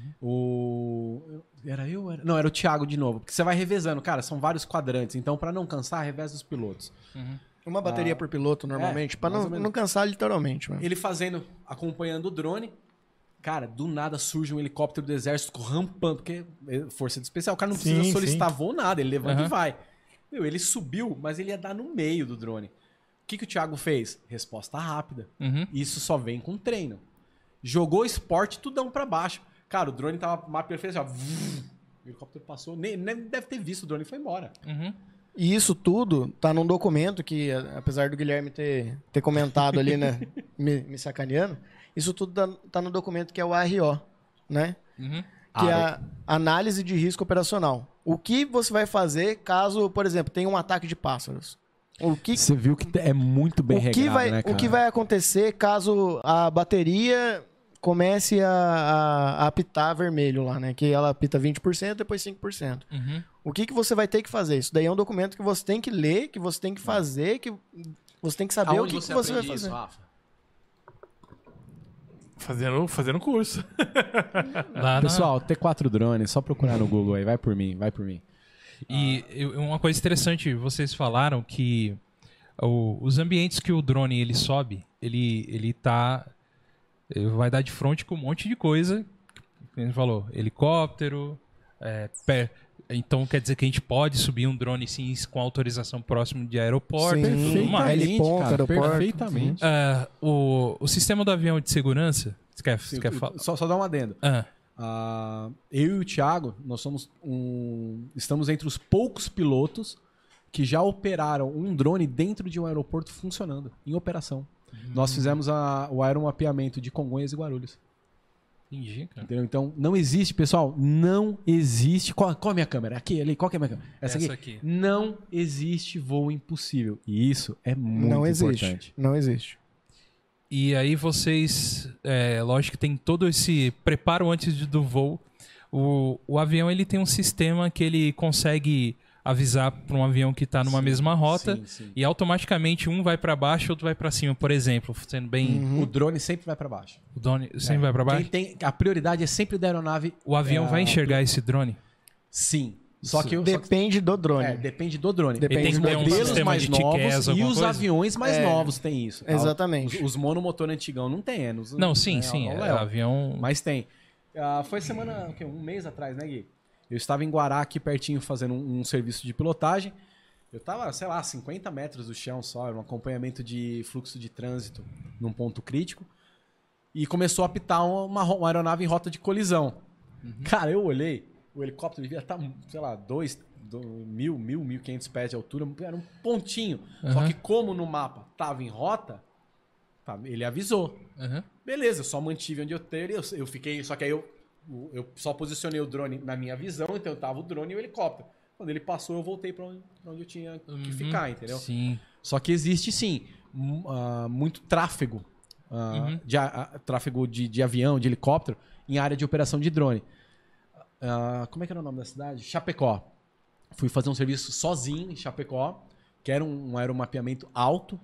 Era eu? Não, era o Thiago de novo. Porque você vai revezando. Cara, são vários quadrantes. Então, para não cansar, reveza os pilotos. Uma bateria por piloto, normalmente, pra mais ou menos. não cansar literalmente. Mano. Ele acompanhando o drone. Cara, do nada surge um helicóptero do exército rampando, porque é força de especial. O cara não precisa solicitar voo nada, ele levanta e vai. Ele subiu, mas ele ia dar no meio do drone. O que o Thiago fez? Resposta rápida. Isso só vem com treino. Jogou esporte, tudão pra baixo. Cara, o drone tava mapa perfeito, assim, ó. O helicóptero passou, nem deve ter visto o drone e foi embora. E isso tudo tá num documento que, apesar do Guilherme ter comentado ali, né, me sacaneando, isso tudo tá no documento que é o ARO, né? Que é a análise de risco operacional. O que você vai fazer caso, por exemplo, tenha um ataque de pássaros? Você viu que é muito bem regrado, né, cara? O que vai acontecer caso a bateria comece a apitar vermelho lá, né? Que ela apita 20%, depois 5%. Uhum. O que você vai ter que fazer? Isso daí é um documento que você tem que ler, que você tem que fazer, que você tem que saber o que você vai aprende fazer. isso, Rafa? Fazendo curso. Pessoal, T4 drone, só procurar no Google aí, vai por mim. E uma coisa interessante, vocês falaram que os ambientes que o drone ele sobe, ele vai dar de frente com um monte de coisa. Como ele falou, helicóptero, então quer dizer que a gente pode subir um drone sim com autorização próximo de aeroporto. Sim, Perfeitamente, heliponto, cara, aeroporto. perfeitamente. O sistema do avião de segurança, você quer falar? Só dar um adendo. Eu e o Thiago, nós estamos entre os poucos pilotos que já operaram um drone dentro de um aeroporto funcionando, em operação. Nós fizemos o aeromapeamento de Congonhas e Guarulhos. Entendi, cara. Entendeu? Então, não existe, pessoal, não existe... Qual é a minha câmera? Aqui, ali, qual que é a minha câmera? Essa aqui. Não existe voo impossível. E isso é muito importante. Não existe. E aí vocês, lógico que tem todo esse preparo antes do voo. O avião ele tem um sistema que ele consegue avisar para um avião que está numa mesma rota e automaticamente um vai para baixo e outro vai para cima, por exemplo, sendo bem... O drone sempre vai para baixo. O drone sempre vai para baixo? A prioridade é sempre da aeronave. O avião vai enxergar esse drone? Sim. Depende do drone. Depende do drone. Depende tem que ter um modelos sistema mais de novos TCAS, e alguma os coisa? aviões mais novos têm isso. Exatamente. Os monomotor antigão não tem. Não, sim. Avião... Mas tem. Foi semana, um mês atrás, né, Gui? Eu estava em Guará, aqui pertinho, fazendo um serviço de pilotagem. Eu estava, 50 metros do chão só, era um acompanhamento de fluxo de trânsito num ponto crítico. E começou a apitar uma aeronave em rota de colisão. Cara, eu olhei, o helicóptero devia estar, 1.500 pés de altura, era um pontinho. Só que como no mapa estava em rota, ele avisou. Beleza, eu só mantive onde eu fiquei, só que aí eu só posicionei o drone na minha visão, então eu tava o drone e o helicóptero. Quando ele passou, eu voltei para onde eu tinha que ficar, entendeu? Sim. Só que existe, sim, muito tráfego. Tráfego de avião, de helicóptero, em área de operação de drone. Como é que era o nome da cidade? Chapecó. Fui fazer um serviço sozinho em Chapecó, que era um aeromapeamento alto,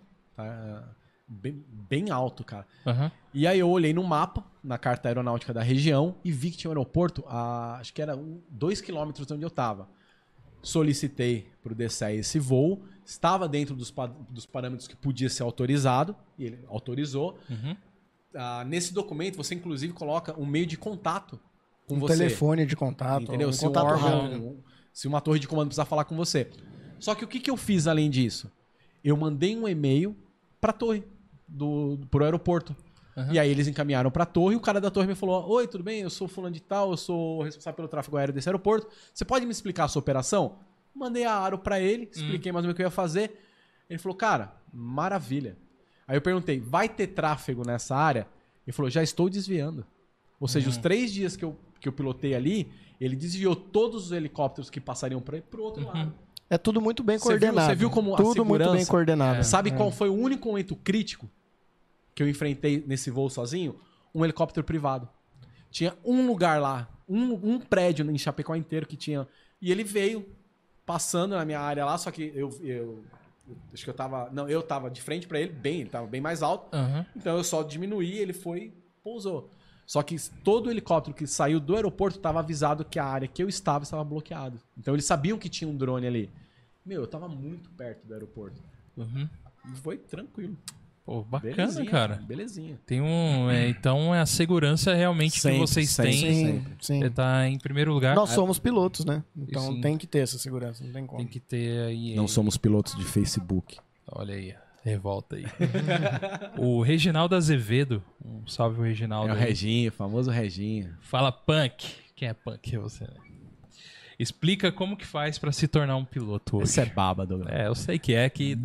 bem alto, cara. E aí eu olhei no mapa, na carta aeronáutica da região, e vi que tinha um aeroporto, acho que era 2 quilômetros de onde eu estava. Solicitei para o DCE esse voo, estava dentro dos parâmetros que podia ser autorizado, e ele autorizou. Nesse documento, você inclusive coloca um meio de contato com você. Telefone de contato. Entendeu? Se contato rápido. Se uma torre de comando precisar falar com você. Só que o que eu fiz além disso? Eu mandei um e-mail para a torre, pro aeroporto. E aí eles encaminharam para a torre e o cara da torre me falou: oi, tudo bem? Eu sou fulano de tal, eu sou responsável pelo tráfego aéreo desse aeroporto. Você pode me explicar a sua operação? Mandei a aro para ele, expliquei mais ou menos o que eu ia fazer. Ele falou: cara, maravilha. Aí eu perguntei: vai ter tráfego nessa área? Ele falou: já estou desviando. Ou seja, os 3 dias que eu pilotei ali, ele desviou todos os helicópteros que passariam para o outro lado. É tudo muito bem coordenado. Você viu como tudo a segurança... muito bem coordenado. Sabe qual foi o único momento crítico que eu enfrentei nesse voo sozinho? Um helicóptero privado. Tinha um lugar lá, um prédio em Chapecó inteiro que tinha... E ele veio passando na minha área lá, só que eu acho que eu tava... Não, eu tava de frente para ele, ele tava bem mais alto. Então eu só diminuí, ele foi, pousou. Só que todo helicóptero que saiu do aeroporto estava avisado que a área que eu estava bloqueada. Então eles sabiam que tinha um drone ali. Eu tava muito perto do aeroporto. Foi tranquilo. Pô, bacana, Belezinha, cara. Belezinha. Tem então a segurança realmente que vocês têm. Sim. Tá em primeiro lugar. Nós somos pilotos, né? Então Sim. tem que ter essa segurança, não tem como. Tem que ter aí. Não somos pilotos de Facebook. Olha aí, revolta aí. O Reginaldo Azevedo, um salve o Reginaldo. É o Reginho, o famoso Reginho. Fala punk. Quem é punk? É você, né? Explica como que faz pra se tornar um piloto hoje. Isso é baba, Douglas. Eu sei que é que...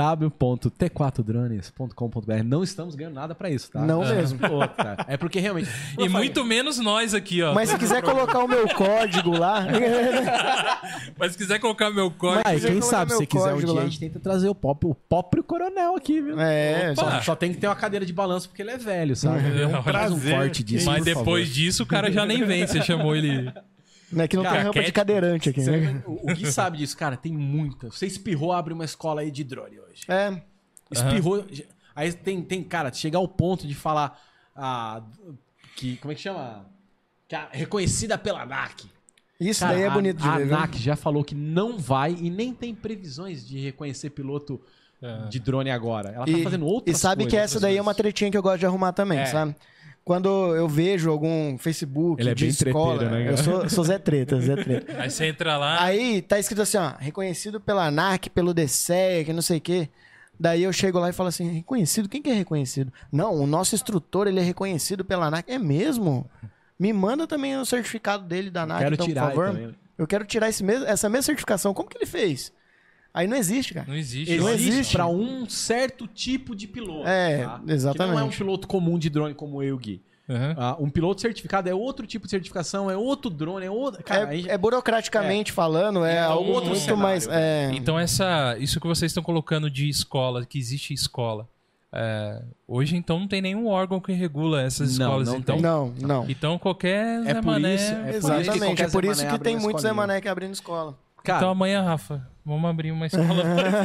www.t4drones.com.br. Não estamos ganhando nada pra isso, tá? Não mesmo. Tá? É porque realmente... E muito menos nós aqui, ó. Mas se quiser colocar o meu código lá... Mas se quiser colocar meu código... Mas quem colocar sabe, meu se quiser um código dia, lá. a gente tenta trazer o próprio coronel aqui, viu? É, Opa. Só tem que ter uma cadeira de balanço porque ele é velho, sabe? Não, Faz um prazer. corte disso, Mas por depois favor. disso, o cara já nem vem. Você chamou ele... Não é que não Cara, tem rampa de Cat- cadeirante aqui, né? O Gui sabe disso, cara, tem muita. Você espirrou, abre uma escola aí de drone hoje. É, Espirrou. Aí tem, cara, chegar ao ponto de falar como é que chama? Que é reconhecida pela ANAC. isso Cara, daí é bonito de a ver, viu? ANAC já falou que não vai e nem tem previsões de reconhecer piloto de drone agora. Ela tá fazendo outras E sabe que coisas. essa daí é uma tretinha que eu gosto de arrumar também, É. sabe? Quando eu vejo algum Facebook Ele é de bem escola... treteiro, né, Eu sou Zé Treta, Zé Treta. Aí você entra lá... Aí tá escrito assim, ó, reconhecido pela ANAC, pelo DSEA, que não sei o quê. Daí eu chego lá e falo assim, reconhecido? Quem que é reconhecido? Não, o nosso instrutor, ele é reconhecido pela ANAC. É mesmo? Me manda também o certificado dele da ANAC, Quero então, tirar por favor. também. Eu quero tirar essa mesma certificação. Como que ele fez? Aí não existe, cara. Não existe. Não Existe existe. para um certo tipo de piloto. É, tá? exatamente. Que não é um piloto comum de drone como eu e o Gui. Uhum. Um piloto certificado é outro tipo de certificação, é outro drone, é outro. Cara, É burocraticamente falando, é algo outro muito cenário, mais... É... Então isso que vocês estão colocando de escola, que existe escola, hoje então não tem nenhum órgão que regula essas Não, escolas. não então, tem. Não. então qualquer Zé por Mané... isso- é por Exatamente, qualquer é por Zé isso Mané que abre tem uma muitos Zé escolinha. Mané que abrindo escola. Cara, Então amanhã, Rafa, vamos abrir uma escola.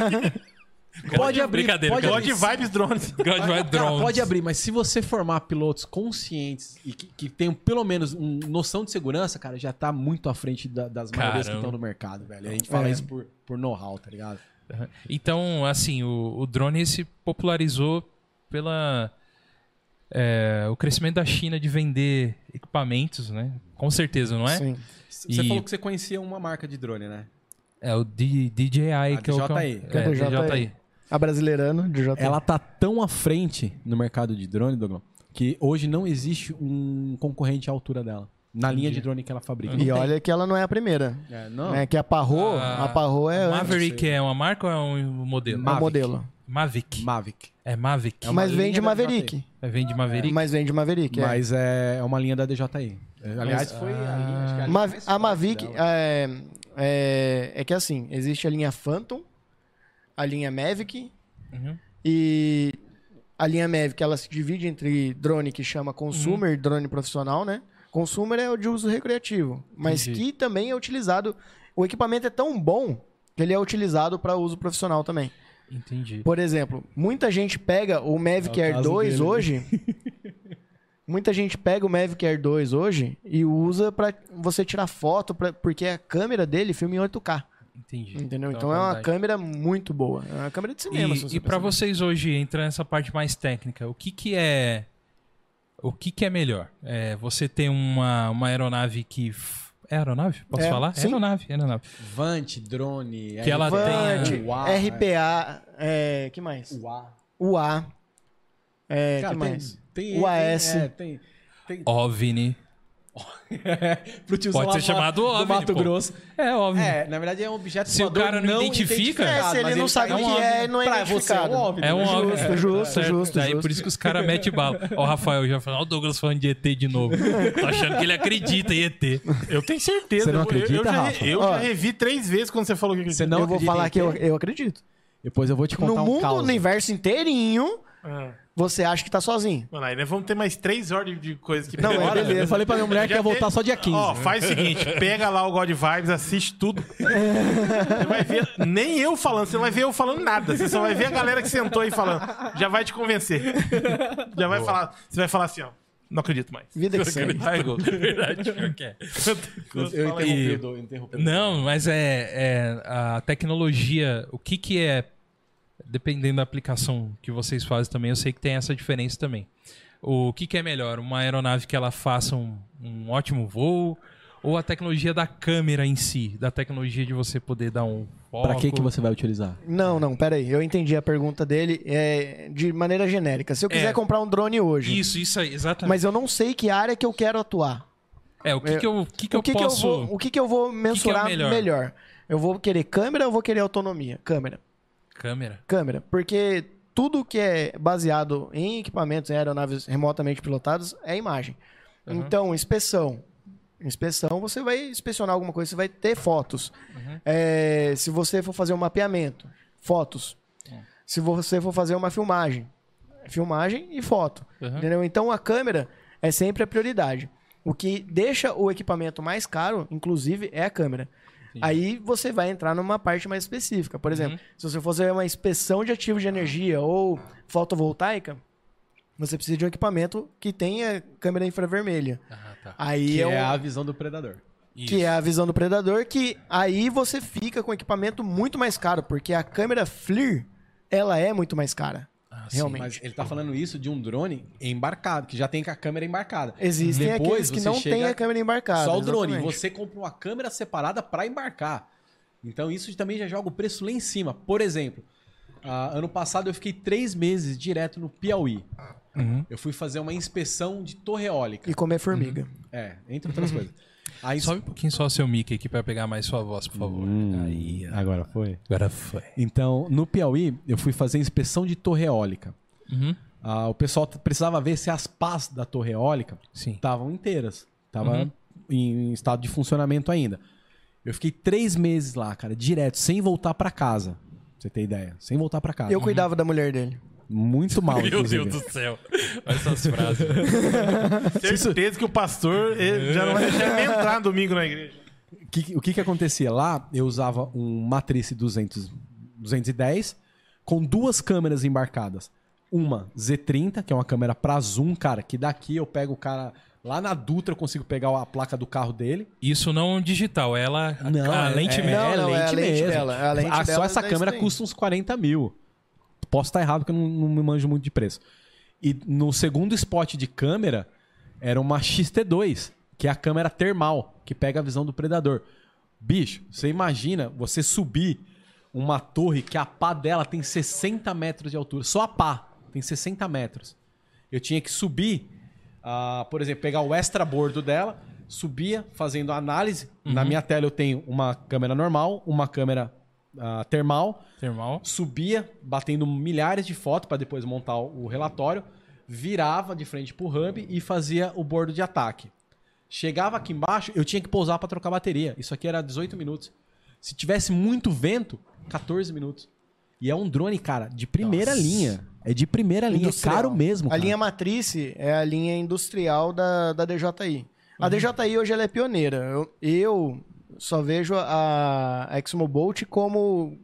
pode abrir, Brincadeira, pode God Vibes Drones. God vai Cara, drones. pode abrir, mas se você formar pilotos conscientes e que tenham pelo menos noção de segurança, cara, já tá muito à frente das maiorias que Caramba. estão no mercado, velho. A gente fala isso por know-how, tá ligado? Então, assim, o drone se popularizou pela o crescimento da China de vender equipamentos, né? Com certeza, não é? Sim. Você E- falou que você conhecia uma marca de drone, né? É o DJI, que é o DJI. Que é DJI. A Brasileirano, de J. Ela tá tão à frente no mercado de drone, Douglas, que hoje não existe um concorrente à altura dela. Na linha de drone que ela fabrica. E olha que ela não é a primeira. Não. Né? Que a Parro é antes. Maverick é uma marca ou é um modelo? É um Mavic. modelo. Mavic. Mavic. É Mavic. uma Mas vem de linha da Maverick. Vem de Maverick? Mas vem de Maverick, é. Mas é uma linha da DJI. Aliás, foi a linha, acho que é a linha mais A forte Mavic dela. é que assim, existe a linha Phantom, a linha Mavic Uhum. e a linha Mavic ela se divide entre drone que chama consumer e drone profissional, né? Consumer é o de uso recreativo, mas Entendi. que também é utilizado. O equipamento é tão bom que ele é utilizado para uso profissional também. Entendi. Por exemplo, muita gente pega o Mavic É o Air caso 2 dele. hoje. Muita gente pega o Mavic Air 2 hoje e usa pra você tirar foto, porque a câmera dele filma em 8K. Entendi. Entendeu? Então é uma qualidade. câmera muito boa. É uma câmera de cinema. se você E para pensar. vocês hoje, entra nessa parte mais técnica, o que é melhor? Você tem uma aeronave que... É aeronave? Posso É, falar? sim. Aeronave. Vant, drone... Que ela Vant, tem UA, RPA, que mais? UA. UA. Cara, Que mais? Tem, UAS. tem OVNI. pro tiozão Pode lá ser do chamado do OVNI, Mato pô. Grosso. É OVNI. Na verdade é um objeto Se o voador cara não identifica- identificado, se ele mas não sabe tá o em que OVNI. é, não é Pra você identificado. é um OVNI. É um né? OVNI. Justo, Certo. justo. Daí por isso que os caras metem bala. Ó, o Rafael já falou, ó, o Douglas falando de ET de novo. Tô achando que ele acredita em ET. Eu tenho certeza. Você não Eu- acredita, eu já, Rafa? eu Ó. já revi 3 vezes quando você falou que acredita. Você não Eu vou acredita falar em que ET? eu acredito. Depois eu vou te contar No um mundo, caos. no universo inteirinho, Ah. você acha que tá sozinho. Mano, aí nós vamos ter mais 3 horas de coisa que Não, é Bora. beleza. Eu falei pra minha mulher que ia voltar só dia 15. Ó, faz o seguinte, pega lá o God Vibes, assiste tudo. Você vai ver, nem eu falando, você não vai ver eu falando nada. Você só vai ver a galera que sentou aí falando. Já vai te convencer. Já vai falar, você vai falar assim, ó, não acredito mais. Vida que segue. Ai, Gol, verdade, pior que é. Eu Fala aí. interrompi. Não, mas a tecnologia, o que é, dependendo da aplicação que vocês fazem também, eu sei que tem essa diferença também. O que é melhor? Uma aeronave que ela faça um ótimo voo ou a tecnologia da câmera em si? Da tecnologia de você poder dar um foco? Pra que você vai utilizar? Não, pera aí. Eu entendi a pergunta dele de maneira genérica. Se eu quiser comprar um drone hoje, Isso aí, exatamente. mas eu não sei que área que eu quero atuar. O que que eu vou mensurar melhor? Eu vou querer câmera ou vou querer autonomia? Câmera. Câmera. Porque tudo que é baseado em equipamentos, em aeronaves remotamente pilotadas, é imagem. Então, inspeção, você vai inspecionar alguma coisa, você vai ter fotos. Se você for fazer um mapeamento, fotos. Se você for fazer uma filmagem e foto. Entendeu? Então, a câmera é sempre a prioridade. O que deixa o equipamento mais caro, inclusive, é a câmera. Sim. Aí você vai entrar numa parte mais específica. Por exemplo, se você for fazer uma inspeção de ativos de energia ou fotovoltaica, você precisa de um equipamento que tenha câmera infravermelha. Tá. Aí que é a visão do predador. Que é a visão do predador, que aí você fica com equipamento muito mais caro, porque a câmera FLIR, ela é muito mais cara. Realmente. Mas ele tá falando isso de um drone embarcado, que já tem com a câmera embarcada. Existem aqueles que não têm a câmera embarcada. Só o drone. Você compra uma câmera separada para embarcar. Então isso também já joga o preço lá em cima. Por exemplo, ano passado eu fiquei 3 meses direto no Piauí. Eu fui fazer uma inspeção de torre eólica. E comer formiga. Entre outras coisas. Sobe um pouquinho só o seu mic aqui para pegar mais sua voz, por favor. Aí, agora foi? Agora foi. Então, no Piauí, eu fui fazer inspeção de torre eólica. O pessoal precisava ver se as pás da torre eólica estavam inteiras. Estavam em estado de funcionamento ainda. Eu fiquei 3 meses lá, cara, direto, sem voltar para casa. Pra você ter ideia. Sem voltar para casa. Eu cuidava da mulher dele. Muito mal, Meu inclusive. Deus do céu. Olha essas frases. Certeza que o pastor já não vai deixar nem entrar domingo na igreja. O que acontecia? Lá, eu usava um Matrice 210 com 2 câmeras embarcadas. Uma Z30, que é uma câmera pra zoom, cara, que daqui eu pego o cara... Lá na Dutra eu consigo pegar a placa do carro dele. Isso não digital, ela... Não, a lente mesmo. É a lente mesmo. dela. A lente Só dela essa câmera custa uns 40 mil. Posso estar errado porque eu não me manjo muito de preço. E no segundo spot de câmera era uma XT2, que é a câmera termal, que pega a visão do predador. Bicho, você imagina você subir uma torre que a pá dela tem 60 metros de altura. Só a pá tem 60 metros. Eu tinha que subir, por exemplo, pegar o extrabordo dela, subia fazendo a análise. Na minha tela eu tenho uma câmera normal, uma câmera termal, subia, batendo milhares de fotos para depois montar o relatório, virava de frente pro hub e fazia o bordo de ataque. Chegava aqui embaixo, eu tinha que pousar para trocar bateria. Isso aqui era 18 minutos. Se tivesse muito vento, 14 minutos. E é um drone, cara, de primeira linha. É de primeira linha, é caro mesmo, cara. A linha Matrice é a linha industrial da DJI. A DJI hoje ela é pioneira. Eu só vejo a Exmobolt como...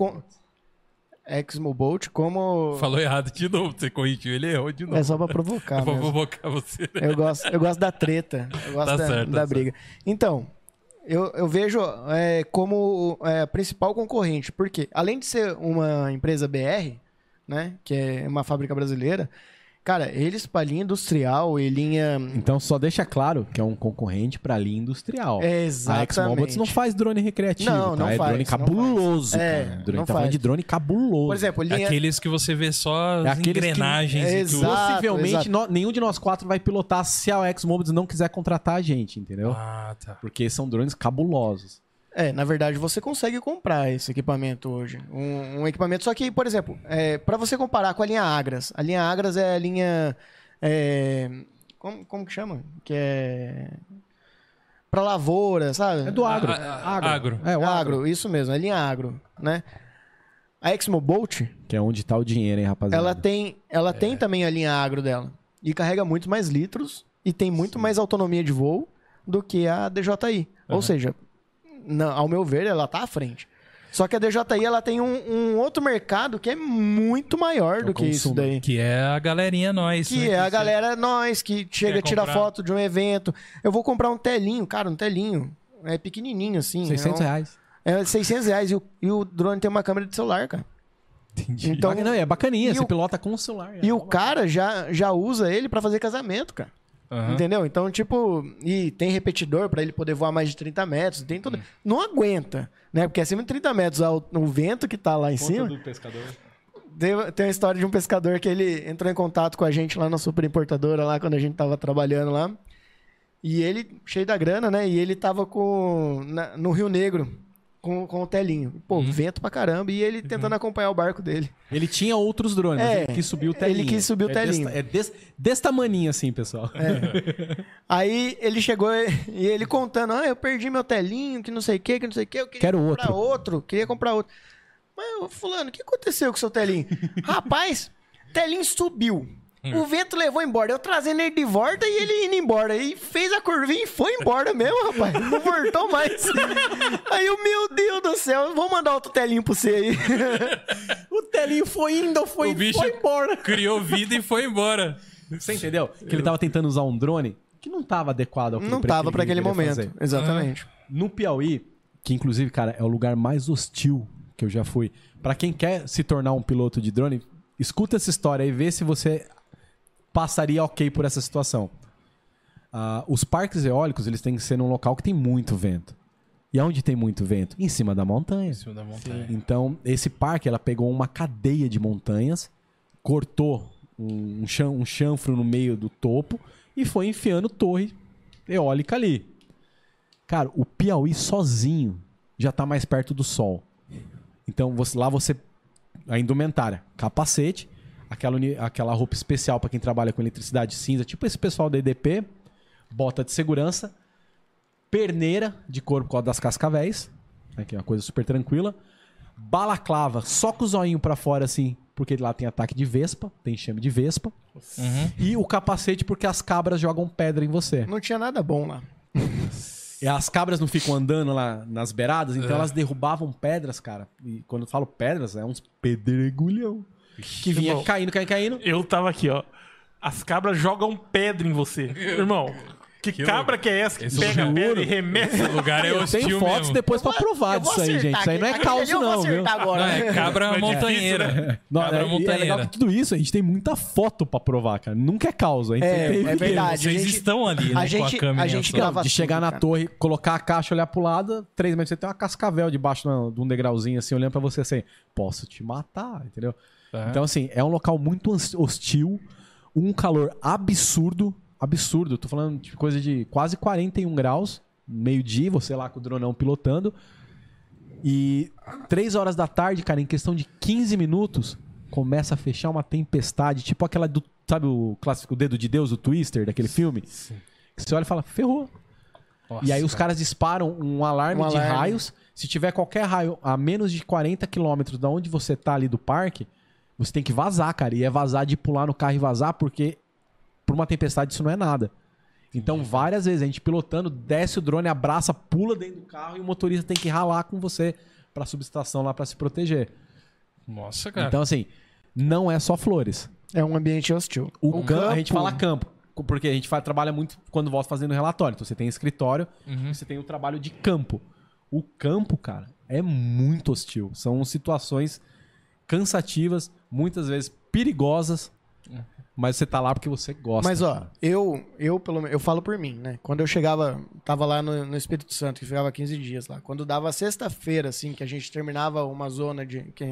Exmobolt como... Falou errado de novo, você corrigiu, ele errou de novo. É só pra provocar. É pra provocar você. Eu gosto da treta, eu gosto da briga. Então, eu vejo como a principal concorrente, porque além de ser uma empresa BR, né, que é uma fábrica brasileira, cara, eles pra linha industrial e linha... Então só deixa claro que é um concorrente pra linha industrial. Exatamente. A Exmobots não faz drone recreativo, não é faz, drone cabuloso, cara. Não tá falando de drone cabuloso. Por exemplo, linha... Aqueles que você vê só as engrenagens e tudo. Possivelmente nenhum de nós 4 vai pilotar se a Exmobots não quiser contratar a gente, entendeu? Tá. Porque são drones cabulosos. Na verdade, você consegue comprar esse equipamento hoje. Um equipamento, só que, por exemplo, para você comparar com a linha Agras. A linha Agras é a linha... como que chama? Que é... Pra lavoura, sabe? É do agro. Agro. É, o agro, isso mesmo, é a linha agro, né? A Exmobolt... Que é onde tá o dinheiro, hein, rapaziada? Ela tem também a linha agro dela. E carrega muito mais litros e tem muito mais autonomia de voo do que a DJI. Ou seja... ao meu ver, ela tá à frente. Só que a DJI, ela tem um outro mercado que é muito maior do que isso daí. Que é a galerinha nós. Que é a galera nós, que chega, tira foto de um evento. Eu vou comprar um telinho, cara, um telinho. É pequenininho, assim. R$600. É R$600 e o drone tem uma câmera de celular, cara. Entendi. Então, não, é bacaninha, você pilota com o celular. E o cara já usa ele pra fazer casamento, cara. Entendeu? Então, tipo... E tem repetidor pra ele poder voar mais de 30 metros. Tem tudo. Não aguenta, né? Porque acima de 30 metros, o vento que tá lá em cima... do pescador. Tem uma história de um pescador que ele entrou em contato com a gente lá na super importadora, lá quando a gente tava trabalhando lá. E ele, cheio da grana, né? E ele tava no Rio Negro, com o telinho. Pô, vento pra caramba. E ele tentando acompanhar o barco dele. Ele tinha outros drones, mas ele quis subir o telinho. Ele quis subir o telinho. Desse tamaninho assim, pessoal. Aí ele chegou e ele contando, eu perdi meu telinho, que não sei o que, eu queria comprar outro. Queria comprar outro. Mas, fulano, o que aconteceu com o seu telinho? Rapaz, telinho subiu. O vento levou embora. Eu trazendo ele de volta e ele indo embora. E fez a curvinha e foi embora mesmo, rapaz. Não voltou mais. Aí eu, meu Deus do céu, vou mandar outro telinho pra você aí. O telinho foi indo, foi embora. Criou vida e foi embora. Você entendeu? Que ele tava tentando usar um drone que não tava adequado ao que não tava pra aquele momento. Fazer. Exatamente. No Piauí, que inclusive, cara, é o lugar mais hostil que eu já fui. Pra quem quer se tornar um piloto de drone, escuta essa história e vê se você passaria ok por essa situação. Os parques eólicos, eles têm que ser num local que tem muito vento. E aonde tem muito vento? Em cima da montanha. Então, esse parque, ela pegou uma cadeia de montanhas, cortou um chanfro no meio do topo e foi enfiando torre eólica ali. Cara, o Piauí sozinho já tá mais perto do sol. Então, a indumentária, capacete, aquela roupa especial para quem trabalha com eletricidade cinza, tipo esse pessoal da EDP, bota de segurança, perneira de couro por causa das cascavéis, né, que é uma coisa super tranquila, balaclava só com o zoinho para fora assim, porque lá tem ataque de vespa, tem enxame de vespa, e o capacete porque as cabras jogam pedra em você. Não tinha nada bom lá. E as cabras não ficam andando lá nas beiradas, então elas derrubavam pedras, cara. E quando eu falo pedras, é uns pedregulhão. Que vinha Irmão, caindo. Eu tava aqui, ó. As cabras jogam pedra em você. Irmão, que cabra que é essa que pega a pedra e remessa? O lugar é hostil Tem fotos mesmo. depois pra provar disso aí, gente. Isso aí não é caos, não, viu? Agora. Não, é cabra montanheira. Não, Cabra é legal montanheira. que tudo isso, a gente tem muita foto pra provar, cara. Nunca é caos, a gente tem É verdade. Vocês estão ali, né, com a câmera. A gente só. grava de chegar tudo, na cara. torre, colocar a caixa, olhar pro lado, 3 metros, você tem uma cascavel debaixo de um degrauzinho, assim, olhando pra você assim, posso te matar, entendeu? Então, assim, é um local muito hostil, um calor absurdo, tô falando de coisa de quase 41 graus, meio-dia, você lá com o dronão pilotando, e 3 horas da tarde, cara, em questão de 15 minutos, começa a fechar uma tempestade, tipo aquela do, sabe o clássico Dedo de Deus, o Twister, daquele filme? Sim. Que você olha e fala, ferrou. Nossa, e aí os caras disparam um alarme de raios. Se tiver qualquer raio a menos de 40 quilômetros da onde você tá ali do parque, você tem que vazar, cara. E é vazar de pular no carro e vazar, porque por uma tempestade isso não é nada. Então, várias vezes, a gente pilotando, desce o drone, abraça, pula dentro do carro e o motorista tem que ralar com você pra subestação lá pra se proteger. Nossa, cara. Então, assim, não é só flores. É um ambiente hostil. O campo, a gente fala campo, porque a gente trabalha muito quando volta fazendo relatório. Então, você tem escritório, você tem o trabalho de campo. O campo, cara, é muito hostil. São situações cansativas, muitas vezes perigosas, mas você tá lá porque você gosta. Mas, ó, eu falo por mim, né? Quando eu tava lá no Espírito Santo, que ficava 15 dias lá. Quando dava sexta-feira, assim, que a gente terminava uma zona que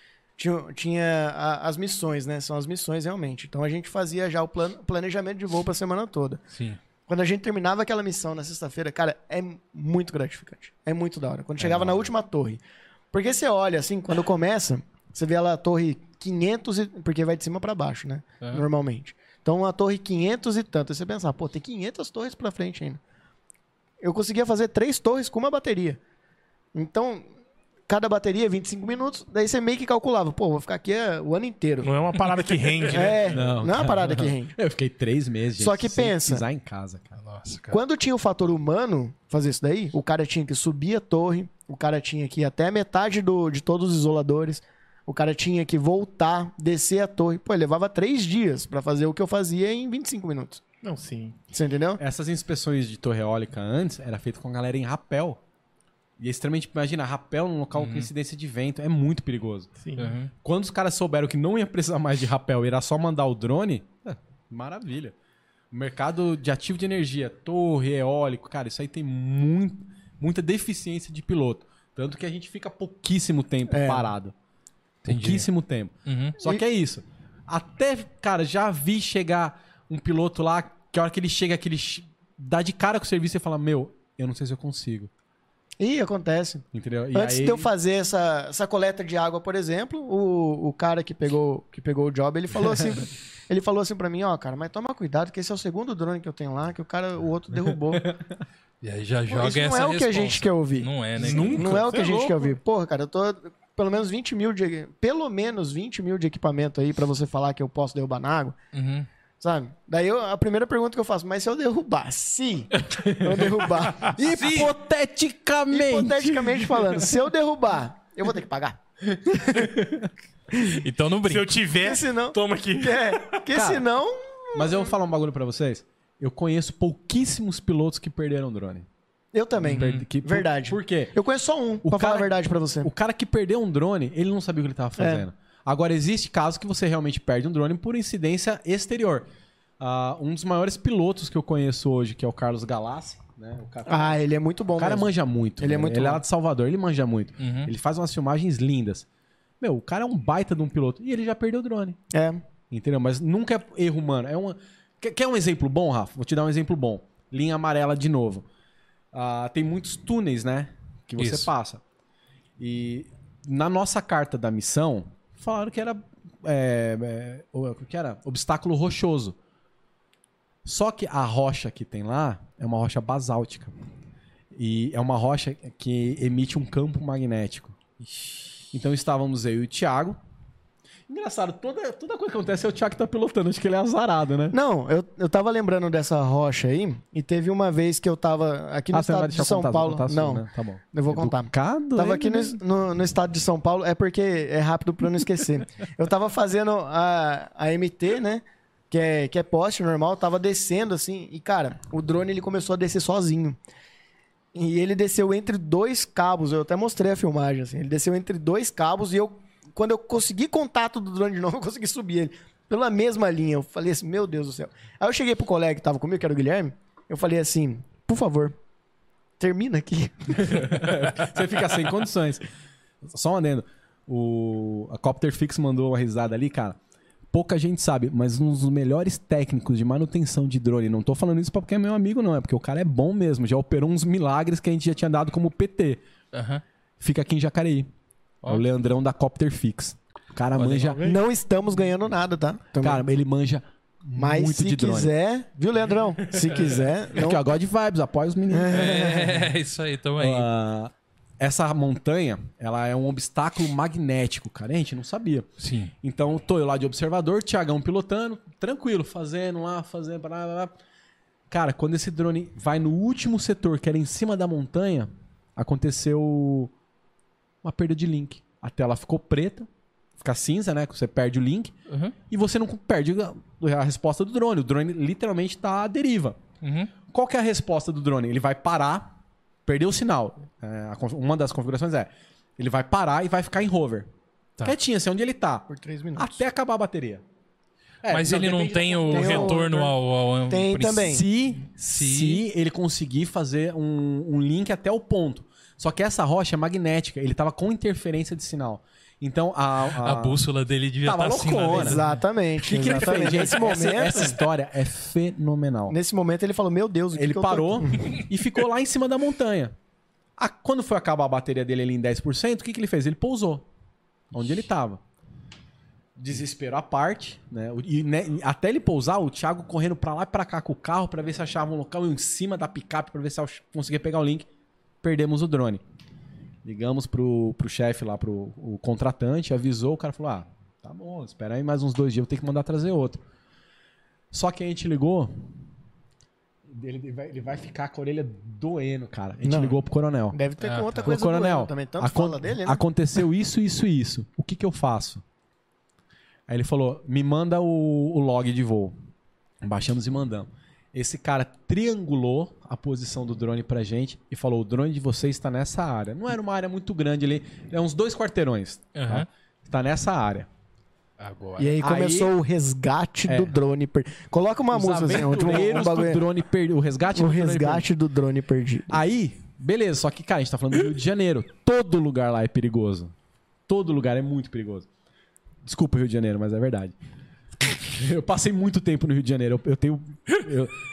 tinha as missões, né? São as missões, realmente. Então, a gente fazia já o planejamento de voo pra semana toda. Sim. Quando a gente terminava aquela missão na sexta-feira, cara, é muito gratificante. É muito da hora. Quando chegava na última torre. Porque você olha, assim, quando começa, você vê lá a torre 500 porque vai de cima pra baixo, né? Normalmente. Então, uma torre 500 e tanto. Aí você pensa, pô, tem 500 torres pra frente ainda. Eu conseguia fazer 3 torres com uma bateria. Então, cada bateria 25 minutos. Daí você meio que calculava, pô, vou ficar aqui o ano inteiro. Não é uma parada que rende, né? Não é uma parada que rende. Eu fiquei 3 meses, gente, Só que sem pensa. pisar em casa, cara. Nossa, cara. Quando tinha o fator humano fazer isso daí, o cara tinha que subir a torre, o cara tinha que ir até a metade de todos os isoladores, o cara tinha que voltar, descer a torre. Pô, ele levava 3 dias pra fazer o que eu fazia em 25 minutos. Não, sim. Você entendeu? Essas inspeções de torre eólica antes era feito com a galera em rapel. E é extremamente, imagina, rapel num local com incidência de vento é muito perigoso. Sim. Quando os caras souberam que não ia precisar mais de rapel, era só mandar o drone, maravilha. O mercado de ativo de energia, torre, eólico, cara, isso aí tem muita deficiência de piloto. Tanto que a gente fica pouquíssimo tempo parado. Entendi. Pouquíssimo tempo. Só que é isso. Até, cara, já vi chegar um piloto lá, que a hora que ele chega, dá de cara com o serviço e fala, meu, eu não sei se eu consigo. Ih, acontece. Entendeu? E Antes aí... de eu fazer essa coleta de água, por exemplo, o cara que pegou o job, ele falou assim pra mim, ó, cara, mas toma cuidado, que esse é o segundo drone que eu tenho lá, que o outro derrubou. E aí já Pô, joga isso essa não é o que a responsa. gente quer ouvir. Não é, né? Nunca. Não é o que Você a gente louco. quer ouvir. Porra, cara, eu tô pelo menos 20 mil de equipamento aí pra você falar que eu posso derrubar na água, Uhum. sabe? Daí a primeira pergunta que eu faço, mas se eu derrubar? Se eu derrubar. Hipoteticamente falando, se eu derrubar, eu vou ter que pagar. Então não Se brinca. eu tivesse, Porque senão- toma aqui. Porque Cara, senão... Mas eu vou falar um bagulho pra vocês. Eu conheço pouquíssimos pilotos que perderam drone. Eu também. Verdade. Por quê? Eu conheço só um, pra falar a verdade pra você. O cara que perdeu um drone, ele não sabia o que ele estava fazendo. Agora, existe caso que você realmente perde um drone por incidência exterior. Um dos maiores pilotos que eu conheço hoje, que é o Carlos Galassi, né? Ele é muito bom O cara mesmo. manja muito. Ele é né? muito Ele é bom. lá de Salvador, ele manja muito. Uhum. Ele faz umas filmagens lindas. Meu, o cara é um baita de um piloto. E ele já perdeu o drone. É. Entendeu? Mas nunca é erro humano. Quer um exemplo bom, Rafa? Vou te dar um exemplo bom. Linha amarela de novo. Tem muitos túneis, né? Que você Isso. passa. E na nossa carta da missão, falaram que era, obstáculo rochoso. Só que a rocha que tem lá é uma rocha basáltica. E é uma rocha que emite um campo magnético. Então estávamos eu e o Thiago. Engraçado, toda coisa que acontece é o Thiago que tá pilotando. Acho que ele é azarado, né? Não, eu tava lembrando dessa rocha aí, e teve uma vez que eu tava aqui no Você não vai estado de deixar São contar, Paulo. você vai contar Não, sua, né? Tá bom. eu vou contar. Educado, Tava ele, aqui né? no estado de São Paulo, é porque é rápido pra eu não esquecer. Eu tava fazendo a MT, né? Que é poste normal, tava descendo assim, e cara, o drone ele começou a descer sozinho. E ele desceu entre dois cabos, eu até mostrei a filmagem, assim. Ele desceu entre dois cabos e quando eu consegui contato do drone de novo, eu consegui subir ele pela mesma linha. Eu falei assim, meu Deus do céu. Aí eu cheguei pro colega que tava comigo, que era o Guilherme, eu falei assim, por favor, termina aqui. Você fica sem condições. Só um adendo. A Copter Fix mandou uma risada ali, cara. Pouca gente sabe, mas um dos melhores técnicos de manutenção de drone. Não tô falando isso porque é meu amigo, não. É porque o cara é bom mesmo. Já operou uns milagres que a gente já tinha dado como PT. Aham. Fica aqui em Jacareí. É o Leandrão da Copter Fix. O cara manja... Não estamos ganhando nada, tá? Também. Cara, ele manja Mas muito se de drone. quiser, viu, Leandrão? Se quiser, É que ó, God Vibes, apoia os meninos. É, isso aí, tamo aí. Essa montanha, ela é um obstáculo magnético, cara. A gente não sabia. Sim. Então, tô eu lá de observador, Thiagão pilotando, tranquilo, fazendo lá, fazendo... Blá, blá, blá. Cara, quando esse drone vai no último setor, que era em cima da montanha, aconteceu uma perda de link. A tela ficou preta, fica cinza, né? Você perde o link. Uhum. E você não perde a resposta do drone. O drone literalmente tá à deriva. Uhum. Qual que é a resposta do drone? Ele vai parar, perder o sinal. Uma das configurações ele vai parar e vai ficar em hover. Tá. Quietinho, assim, onde ele tá. por 3 minutos. Até acabar a bateria. Mas ele não depende tem da- o Tem o- retorno ao Tem princípio. também. Se ele conseguir fazer um link até o ponto. Só que essa rocha é magnética. Ele tava com interferência de sinal. Então A bússola dele devia Tava estar assim na loucona. dele. Exatamente. O que ele exatamente. fez, gente? Nesse momento, Essa história é fenomenal. nesse momento ele falou, meu Deus, o que Ele que eu tô parou aqui? e ficou lá em cima da montanha. Quando foi acabar a bateria dele ali em 10%, o que ele fez? Ele pousou onde ele estava. Desespero à parte, né? Até ele pousar, o Thiago correndo pra lá e pra cá com o carro pra ver se achava um local em cima da picape pra ver se conseguia pegar o link. Perdemos o drone. Ligamos pro chefe lá, o contratante, avisou, o cara falou, tá bom, espera aí mais uns 2 dias, eu tenho que mandar trazer outro. Só que a gente ligou, ele vai ficar com a orelha doendo, cara. A gente Não. ligou pro coronel. Deve ter tá. outra Falou, coisa coronel, doendo também. Tanto fala dele, né? aconteceu isso. O que eu faço? Aí ele falou, me manda o log de voo. Baixamos e mandamos. Esse cara triangulou a posição do drone pra gente e falou, o drone de vocês está nessa área. Não era uma área muito grande ali, é uns 2 quarteirões. Aham. Tá? Está nessa área. Agora. E aí começou o resgate do drone perdido. Coloca uma Os música assim, um aventureiros bagulho. do drone perdido. O resgate O do drone perdido. resgate do drone perdido. Aí, beleza, só que, cara, a gente tá falando do Rio de Janeiro. Todo lugar lá é perigoso. Todo lugar é muito perigoso. Desculpa, Rio de Janeiro, mas é verdade. Eu passei muito tempo no Rio de Janeiro.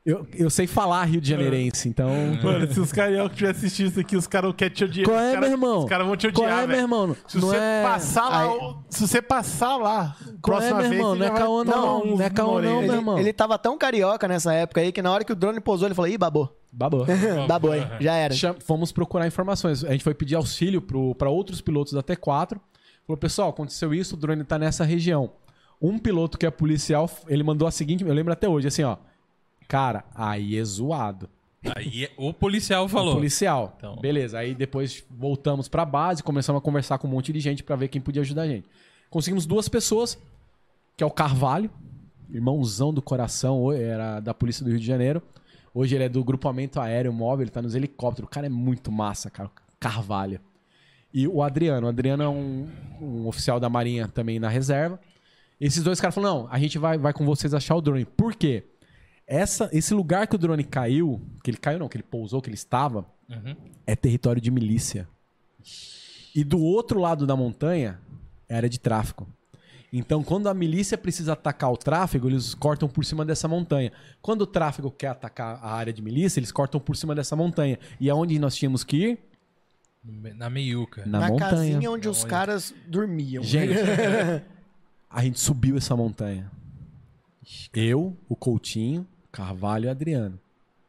Eu sei falar Rio de Janeirense, então... Mano, se os cariocas estiverem assistindo isso aqui, os caras querem te odiar. Qual é, meu irmão? Os caras vão te odiar, Qual é, meu irmão? Se você passar lá, se você passar lá, Qual é, próxima meu vez, irmão? você Não é já vai caô tomar não. uns Não é caô na não, orelha. meu irmão. Ele tava tão carioca nessa época aí que na hora que o drone pousou, ele falou, ih, babou. Babou. Babou, hein? Já era. Fomos procurar informações. A gente foi pedir auxílio para outros pilotos da T4. Falou, pessoal, aconteceu isso, o drone tá nessa região. Um piloto que é policial, ele mandou a seguinte, eu lembro até hoje, assim, ó. Cara, aí é zoado. Aí o policial falou. O policial. Então. Beleza, aí depois voltamos pra base, começamos a conversar com um monte de gente pra ver quem podia ajudar a gente. Conseguimos 2 pessoas, que é o Carvalho, irmãozão do coração, era da Polícia do Rio de Janeiro. Hoje ele é do grupamento aéreo móvel, ele tá nos helicópteros. O cara é muito massa, cara. Carvalho. E o Adriano. O Adriano é um oficial da Marinha também na reserva. Esses 2 caras falaram, não, a gente vai com vocês achar o drone. Por quê? Esse lugar que o drone caiu, que ele pousou, que ele estava, é território de milícia. E do outro lado da montanha, é área de tráfico. Então, quando a milícia precisa atacar o tráfego, eles cortam por cima dessa montanha. Quando o tráfego quer atacar a área de milícia, eles cortam por cima dessa montanha. E aonde nós tínhamos que ir? Na meiuca. Na montanha. casinha onde os caras dormiam. Gente, a gente subiu essa montanha. Eu, o Coutinho, Carvalho e Adriano.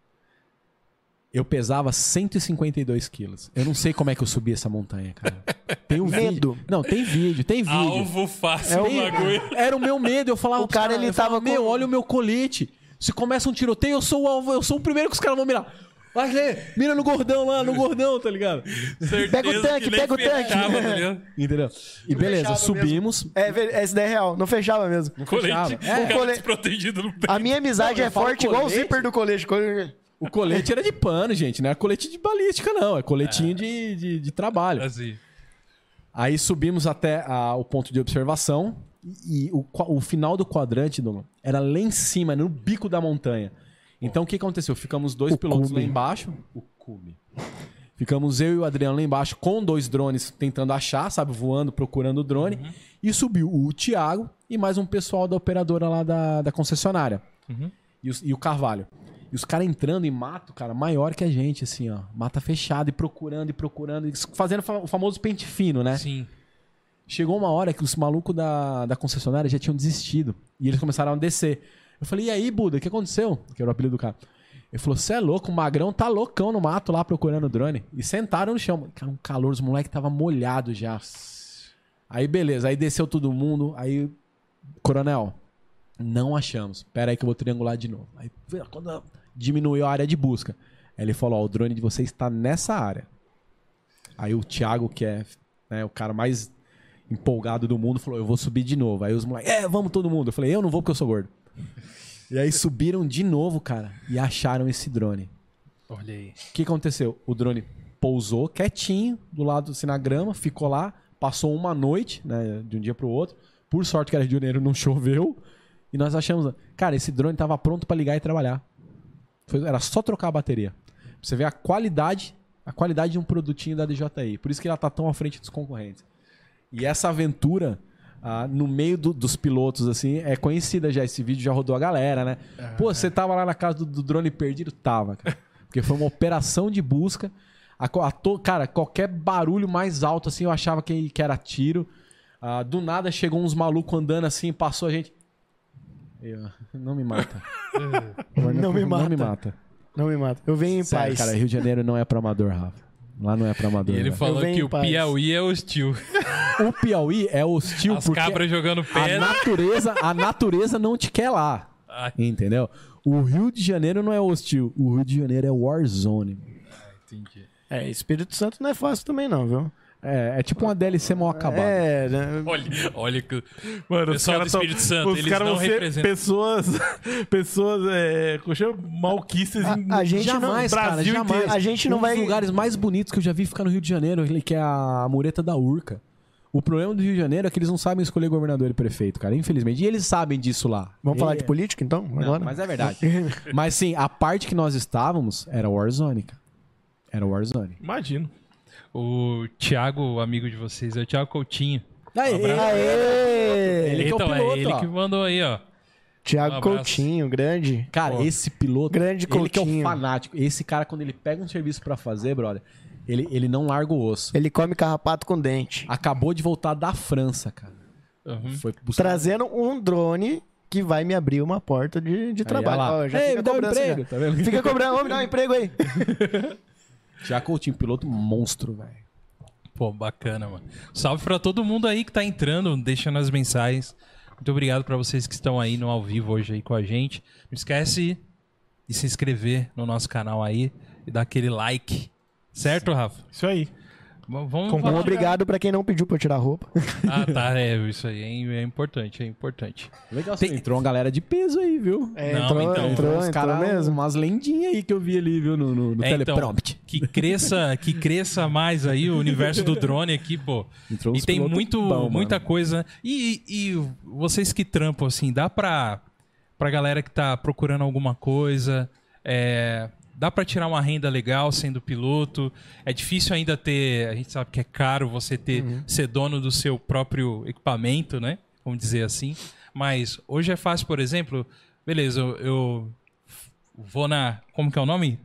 Eu pesava 152 quilos. Eu não sei como é que eu subi essa montanha, cara. Tem um vídeo. Não, tem vídeo. Alvo fácil, o bagulho. Era o meu medo. Eu falava, O cara, ele tava meu, com- olha o meu colete. Se começa um tiroteio, eu sou o alvo, eu sou o primeiro que os caras vão mirar. Vai, mira no gordão lá, no gordão, tá ligado? Certeza Pega o tanque, que nem pega o tanque. fechava, tá ligado? Entendeu? E beleza, fechava subimos. Essa ideia é real. Não fechava mesmo. fechava. Colete, É. o cara Cole- desprotegido no peito. A minha amizade Não, eu é falo forte igual o colete. zíper do colete. O colete era de pano, gente. Não era colete de balística, não. É coletinho de trabalho. Assim. Aí subimos até o ponto de observação. E o final do quadrante, Douglas, era lá em cima, no bico da montanha. Então o que aconteceu? Ficamos 2 pilotos lá embaixo. O cume. Ficamos eu e o Adriano lá embaixo com 2 drones tentando achar, sabe? Voando, procurando o drone. E subiu o Thiago e mais um pessoal da operadora lá da concessionária. E o Carvalho. E os caras entrando em mato, cara, maior que a gente, assim, ó. Mata fechada e procurando. E fazendo o famoso pente fino, né? Sim. Chegou uma hora que os malucos da concessionária já tinham desistido. E eles começaram a descer. Eu falei, e aí, Buda, o que aconteceu? Que era o apelido do cara. Ele falou, você é louco, o Magrão tá loucão no mato lá procurando o drone. E sentaram no chão. Cara, um calor, os moleques tava molhado já. Aí, beleza. Aí desceu todo mundo. Aí, coronel, não achamos. Pera aí que eu vou triangular de novo. Aí, quando diminuiu a área de busca. Aí ele falou, ó, o drone de vocês está nessa área. Aí o Thiago, que é o cara mais empolgado do mundo, falou, eu vou subir de novo. Aí os moleques, vamos todo mundo. Eu falei, eu não vou porque eu sou gordo. E aí subiram de novo, cara, e acharam esse drone. Olha aí. O que aconteceu? O drone pousou quietinho, do lado, assim, na grama, ficou lá, passou uma noite, né, de um dia pro outro. Por sorte que era Rio de Janeiro, não choveu. E nós achamos... Cara, esse drone tava pronto pra ligar e trabalhar. Era só trocar a bateria. Pra você ver a qualidade de um produtinho da DJI. Por isso que ela tá tão à frente dos concorrentes. E essa aventura... no meio dos pilotos, assim, é conhecida já. Esse vídeo já rodou a galera, né? Pô, você tava lá na casa do drone perdido? Tava, cara. Porque foi uma operação de busca. Cara, qualquer barulho mais alto, assim, eu achava que era tiro. Do nada chegou uns malucos andando assim, passou a gente. Não me mata. Não me mata. Não me mata. Não me mata. Eu venho em Sério, paz. cara, Rio de Janeiro não é pra amador, Rafa. Lá não é pra amador. E ele velho. falou venho que em o paz. Piauí é hostil. O Piauí é hostil As porque cabras jogando pedra. a natureza não te quer lá. Ai. Entendeu? O Rio de Janeiro não é hostil. O Rio de Janeiro é Warzone. Entendi. Espírito Santo não é fácil também não, viu? É tipo uma DLC mal acabada. Né? Olha que... Mano, Pessoal do Espírito Santo, os eles caras não vão ser representam. pessoas malquices A gente Jamais, no cara, Brasil jamais. inteiro. A gente não Um vai... dos lugares mais bonitos que eu já vi ficar no Rio de Janeiro, que é a mureta da Urca. O problema do Rio de Janeiro é que eles não sabem escolher governador e prefeito, cara, infelizmente. E eles sabem disso lá. Vamos falar de política, então? Não, Agora? mas é verdade. Mas sim, a parte que nós estávamos era Warzone, cara. Era Warzone. Imagino. O Thiago, o amigo de vocês, é o Thiago Coutinho. Aê! Aê! Ele que é o Então, piloto, é ele ó. que mandou aí, ó. Thiago Um abraço. Coutinho, grande. Cara, esse piloto, Grande ele que é o Coutinho. fanático. Esse cara, quando ele pega um serviço pra fazer, brother, ele não larga o osso. Ele come carrapato com dente. Acabou de voltar da França, cara. Uhum. Foi buscar... Trazendo um drone que vai me abrir uma porta de trabalho. olha lá. Ó, já Ei, fica me dá um cobrando emprego, já. tá vendo? Fica cobrando, homem, dá um emprego aí. Thiago Coutinho, piloto monstro, velho. Pô, bacana, mano. Salve pra todo mundo aí que tá entrando, deixando as mensagens. Muito obrigado pra vocês que estão aí no ao vivo hoje aí com a gente. Não esquece de se inscrever no nosso canal aí e dar aquele like. Certo, Rafa? Isso aí. Vamos Um falar. obrigado pra quem não pediu pra eu tirar a roupa. Ah, tá. Isso aí é importante, é importante. Legal, Tem- entrou uma galera de peso aí, viu? É, Não, entrou, então, entrou, Uns entrou caras, mesmo. umas lendinhas aí que eu vi ali, viu, no Então, teleprompt. que cresça mais aí o universo do drone aqui, pô. Entrou E uns tem pilotos bom, muita mano. coisa. E vocês que trampam, assim, dá pra galera que tá procurando alguma coisa, dá pra tirar uma renda legal sendo piloto. É difícil ainda ter, a gente sabe que é caro você ser dono do seu próprio equipamento, né? Vamos dizer assim. Mas hoje é fácil, por exemplo, beleza, eu vou como que é o nome?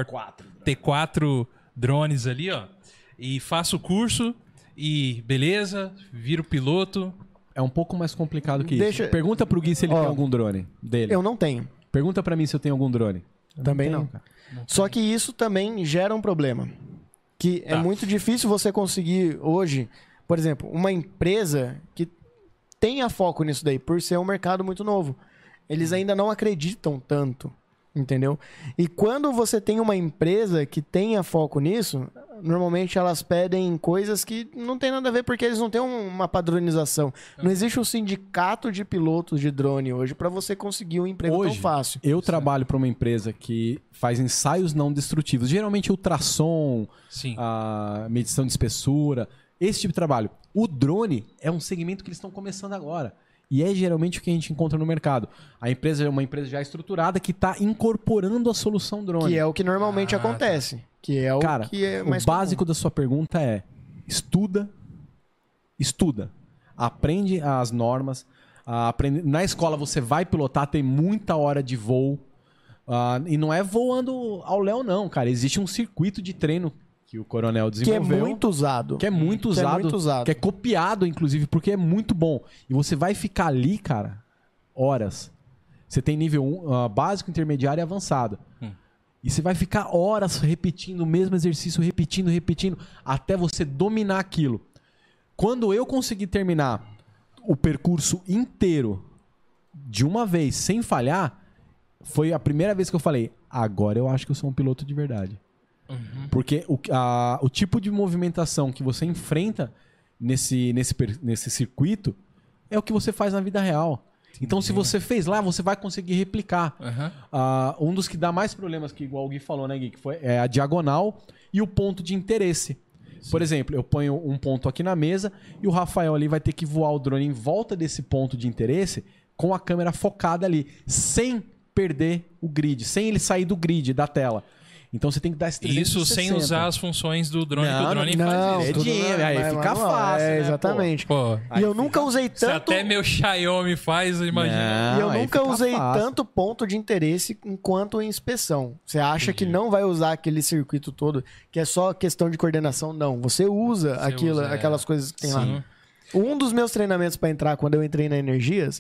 T4 drones ali, ó. E faço o curso e beleza, viro piloto. É um pouco mais complicado que Deixa- isso. Pergunta pro Gui se ele Ó, tem algum drone dele. Eu não tenho. Pergunta pra mim se eu tenho algum drone. Também tenho, não. cara. Só que isso também gera um problema. Que é Tá. muito difícil você conseguir hoje, por exemplo, uma empresa que tenha foco nisso daí, por ser um mercado muito novo. Eles ainda não acreditam tanto, entendeu? E quando você tem uma empresa que tenha foco nisso, normalmente elas pedem coisas que não tem nada a ver, porque eles não têm uma padronização. Não existe um sindicato de pilotos de drone hoje para você conseguir um emprego Hoje, tão fácil. eu trabalho para uma empresa que faz ensaios não destrutivos. Geralmente ultrassom, Sim. a medição de espessura, esse tipo de trabalho. O drone é um segmento que eles estão começando agora. E é geralmente o que a gente encontra no mercado. A empresa é uma empresa já estruturada que está incorporando a solução drone. Que é o que normalmente acontece. Que é o Cara, que é o mais básico da sua pergunta é: estuda, aprende as normas. Na escola você vai pilotar, tem muita hora de voo. E não é voando ao léu, não, cara. Existe um circuito de treino que o Coronel que é desenvolveu. muito usado. Que é muito Que é usado, muito usado. que é copiado, inclusive, porque é muito bom. E você vai ficar ali, cara, horas. Você tem nível 1, básico, intermediário e avançado. E você vai ficar horas repetindo o mesmo exercício, repetindo, até você dominar aquilo. Quando eu consegui terminar o percurso inteiro de uma vez, sem falhar, foi a primeira vez que eu falei, agora eu acho que eu sou um piloto de verdade. Porque o tipo de movimentação que você enfrenta nesse circuito é o que você faz na vida real. Então, se você fez lá, você vai conseguir replicar. Um dos que dá mais problemas, que igual o Gui falou, né, Gui? Que é a diagonal e o ponto de interesse. Por exemplo, eu ponho um ponto aqui na mesa e o Rafael ali vai ter que voar o drone em volta desse ponto de interesse com a câmera focada ali, sem perder o grid, sem ele sair do grid, da tela. Então você tem que dar esse 360. Isso sem usar as funções do drone, que o drone Não, faz isso. tudo Dedinho, aí fica manual, fácil, né, exatamente. Pô, E eu nunca usei se tanto... até meu Xiaomi faz, imagina. E eu aí nunca fica usei fácil. tanto ponto de interesse enquanto em inspeção. Você acha que não vai usar aquele circuito todo, que é só questão de coordenação? Não, você usa aquelas coisas que tem lá. Sim. Um dos meus treinamentos para entrar, quando eu entrei na Energias,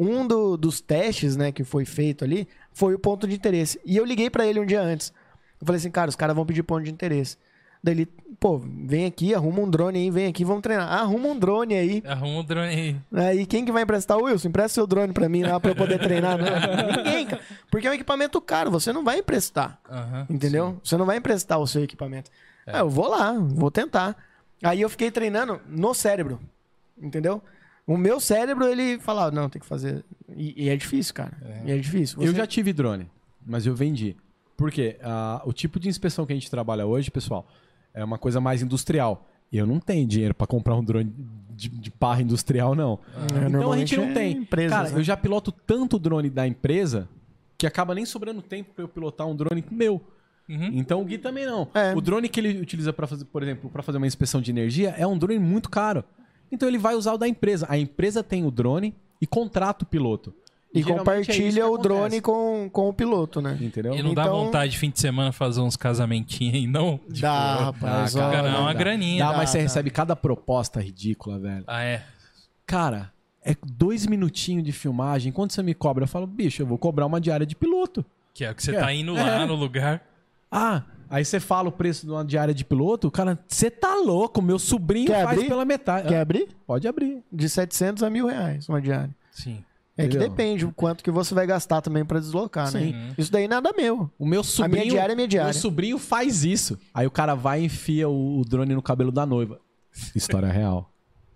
dos testes, né, que foi feito ali, foi o ponto de interesse. E eu liguei para ele um dia antes. Eu falei assim, cara, os caras vão pedir ponto de interesse. Daí ele, pô, vem aqui, arruma um drone aí, vem aqui, vamos treinar. Arruma um drone aí. Arruma o drone aí. Aí quem que vai emprestar? Wilson, empresta seu drone pra mim lá pra eu poder treinar. Não, ninguém, cara. Porque é um equipamento caro, você não vai emprestar. Entendeu? Você não vai emprestar o seu equipamento. Eu vou lá, vou tentar. Aí eu fiquei treinando no cérebro. Entendeu? O meu cérebro, ele falava, não, tem que fazer. E é difícil, cara. E é difícil. Eu já tive drone, mas eu vendi. Por quê? O tipo de inspeção que a gente trabalha hoje, pessoal, é uma coisa mais industrial. E eu não tenho dinheiro para comprar um drone de parra industrial, não. Então a gente não tem. Empresas, Cara, né? eu já piloto tanto drone da empresa que acaba nem sobrando tempo para eu pilotar um drone meu. Então o Gui também não. O drone que ele utiliza para fazer, por exemplo, para fazer uma inspeção de energia é um drone muito caro. Então ele vai usar o da empresa. A empresa tem o drone e contrata o piloto. E Geralmente é isso compartilha que o drone acontece. com o piloto, né? Entendeu? E não dá Então- vontade de fim de semana fazer uns casamentinhos aí, não? Dá, rapaz. dá, Cara, olha. não, uma graninha. Dá, mas você dá. recebe cada proposta ridícula, velho. Ah, é? Cara, é 2 minutinhos de filmagem. Quanto você me cobra? Eu falo, bicho, eu vou cobrar uma diária de piloto. Que é que você tá indo lá no lugar. Ah, aí você fala o preço de uma diária de piloto, o cara, você tá louco, meu sobrinho Quer faz abrir? pela metade. Quer abrir? Pode abrir. De 700 a R$1.000 uma diária. Sim. É que Entendeu? depende o quanto que você vai gastar também pra deslocar, Sim. né? Isso daí nada meu. O meu sobrinho, minha diária é minha diária. Meu sobrinho faz isso. Aí o cara vai e enfia o drone no cabelo da noiva. História real.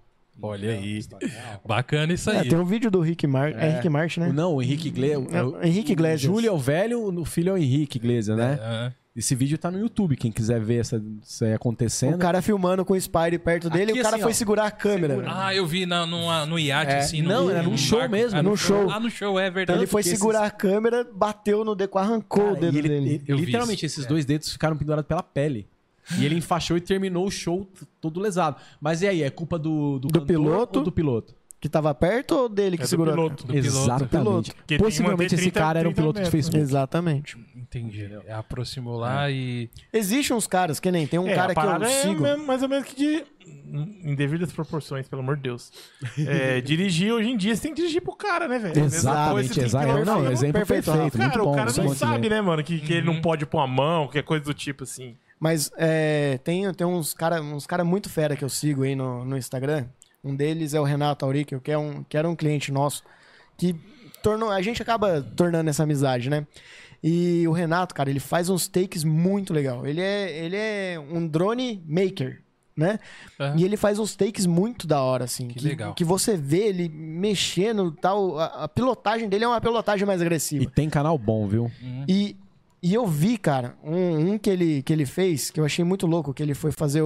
Olha aí. Bacana isso aí. Tem um vídeo do Rick Martin. É Rick Martin, né? Não, o Henrique Iglesias. É, Henrique Iglesias. Júlio é o velho, o filho é o Henrique Iglesias, né? Ah, Esse vídeo tá no YouTube, quem quiser ver isso aí acontecendo. O cara filmando com o Spire perto dele Aqui, e o cara assim, foi ó, segurar a câmera. Ah, eu vi no iate, É, assim. não, era num show barco. mesmo. Ah, Num show. Ah, no show, é verdade. Ele foi que segurar a câmera, bateu no deco, arrancou o Cara, dedo e dele. Eu vi literalmente, isso. esses 2 dedos ficaram pendurados pela pele. E ele enfaixou e terminou o show todo lesado. Mas e aí, é culpa do cantor piloto? ou do piloto? Que tava perto ou dele que É do segurou? a piloto. câmera? Do piloto. Exatamente. piloto. Que tem que Possivelmente manter esse 30, cara era um 30 piloto de metros. Facebook. Exatamente. Entendi. Aproximou lá e... Existem uns caras, que nem tem um É, cara a que eu parada é sigo. mais ou menos que de... Em devidas proporções, pelo amor de Deus. Dirigir hoje em dia, você tem que dirigir pro cara, né, velho? Exatamente, Depois você tem que exato. ter Não, noção. exemplo Perfeito, perfeito. Cara, muito bom. o cara não muito sabe, bem. né, mano, que ele não pode pôr a mão, que é coisa do tipo assim. Mas tem uns cara muito fera que eu sigo aí no Instagram. Um deles é o Renato Auric, que era um cliente nosso, que a gente acaba tornando essa amizade, né? E o Renato, cara, ele faz uns takes muito legal. Ele é um drone maker, né? Aham. E ele faz uns takes muito da hora, assim. Que legal. Que você vê ele mexendo e tal. A pilotagem dele é uma pilotagem mais agressiva. E tem canal bom, viu? E eu vi, cara, um que ele fez, que eu achei muito louco, que ele foi fazer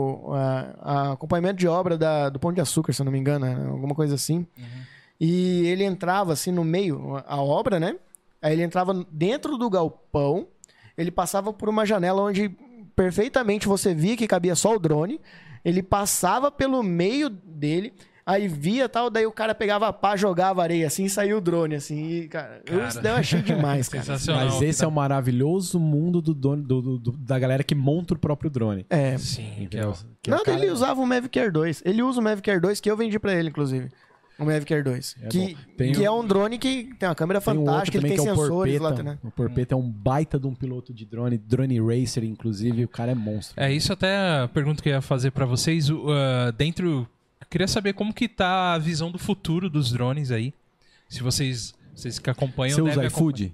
a acompanhamento de obra do Pão de Açúcar, se eu não me engano, alguma coisa assim. E ele entrava assim no meio, a obra, né? Aí ele entrava dentro do galpão, ele passava por uma janela onde perfeitamente você via que cabia só o drone, ele passava pelo meio dele, aí via tal, daí o cara pegava a pá, jogava areia assim e saiu o drone, assim. E, cara, isso daí eu achei demais, cara. Sensacional. Mas esse é o maravilhoso mundo da galera que monta o próprio drone. É. Sim, que é o... Que Não, o cara- ele usava o Mavic Air 2. Ele usa o Mavic Air 2 que eu vendi pra ele, inclusive. O Mavic Air 2. É que bom. Tem que um- é um drone que tem uma câmera Tem um outro fantástica, ele também tem que é o sensores Porpeta. lá, né? O Porpeta é um baita de um piloto de drone racer, inclusive. O cara é monstro. É, isso até a pergunta que eu ia fazer pra vocês. Eu queria saber como que tá a visão do futuro dos drones aí. Se vocês que acompanham... Você usa devem iFood?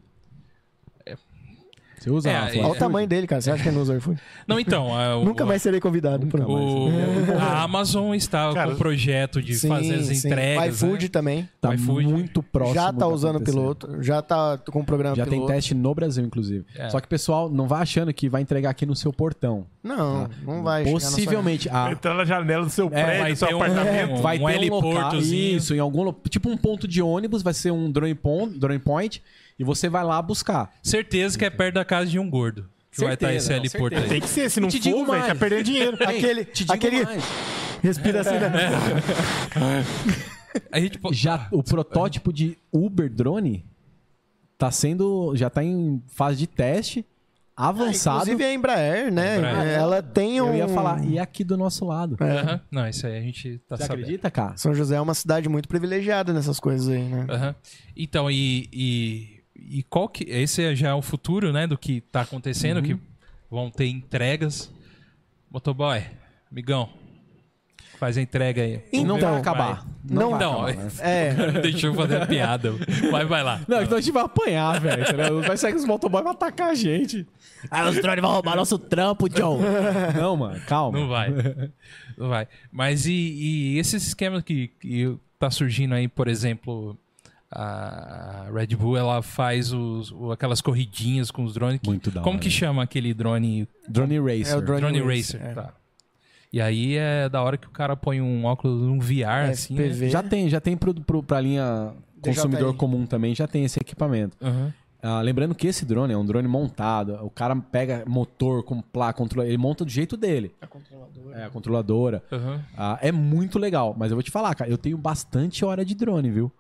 Você usa É, Rafa, Olha o iFood? tamanho dele, cara. Você acha que ele não usa iFood? Não, então... Nunca mais serei convidado. Nunca pronto. mais. A Amazon está Cara, com o projeto de fazer as entregas. O iFood né? também. Tá iFood muito próximo. Já tá de usando o acontecer. piloto. Já tá com o programa Já piloto. tem teste no Brasil, inclusive. É. Só que, pessoal, não vai achando que vai entregar aqui no seu portão. Não, não vai chegar na sua- Possivelmente. Entrar na janela do seu vai prédio, do seu ter um- apartamento. Vai um ter um local, heliportozinho. isso, em algum tipo um ponto de ônibus, vai ser um drone point, e você vai lá buscar. Certeza que é perto da casa de um gordo. Que vai estar esse não, heliporto certeza. aí. Tem que ser, se não te digo for, velho, mais. tá perdendo dinheiro. Aquele respira assim, né? A gente, O protótipo de Uber drone já tá em fase de teste, avançado. Inclusive a Embraer, né? Embraer. Ela tem um... Eu ia falar, e aqui do nosso lado. Aham. Não, isso aí a gente tá Você sabendo. acredita, cara? São José é uma cidade muito privilegiada nessas coisas aí, né? Aham. Então, e qual que... Esse já é o futuro, né? Do que tá acontecendo, que vão ter entregas. Motoboy, amigão, faz a entrega aí. Não Então, vai acabar. Não, vai Não, acabar, né? É, deixa eu fazer a piada. Vai lá. Não, então a gente vai apanhar, velho. Entendeu? Vai sair que os motoboys vão atacar a gente. Ah, os drones vão roubar nosso trampo, Joe. Não, mano, calma. Não vai. Não vai. Mas e esses esquemas que tá surgindo aí, por exemplo, a Red Bull, ela faz aquelas corridinhas com os drones. Muito da Como hora. que chama aquele drone? Drone Racer. É o drone Drone racer, Racer. é. Tá. E aí é da hora que o cara põe um óculos, um VR, assim. né? FPV. Já tem pra linha consumidor DJI. comum também, já tem esse equipamento. Aham. Lembrando que esse drone é um drone montado. O cara pega motor com placa, controle, ele monta do jeito dele. A controladora. Aham. É muito legal. Mas eu vou te falar, cara, eu tenho bastante hora de drone, viu?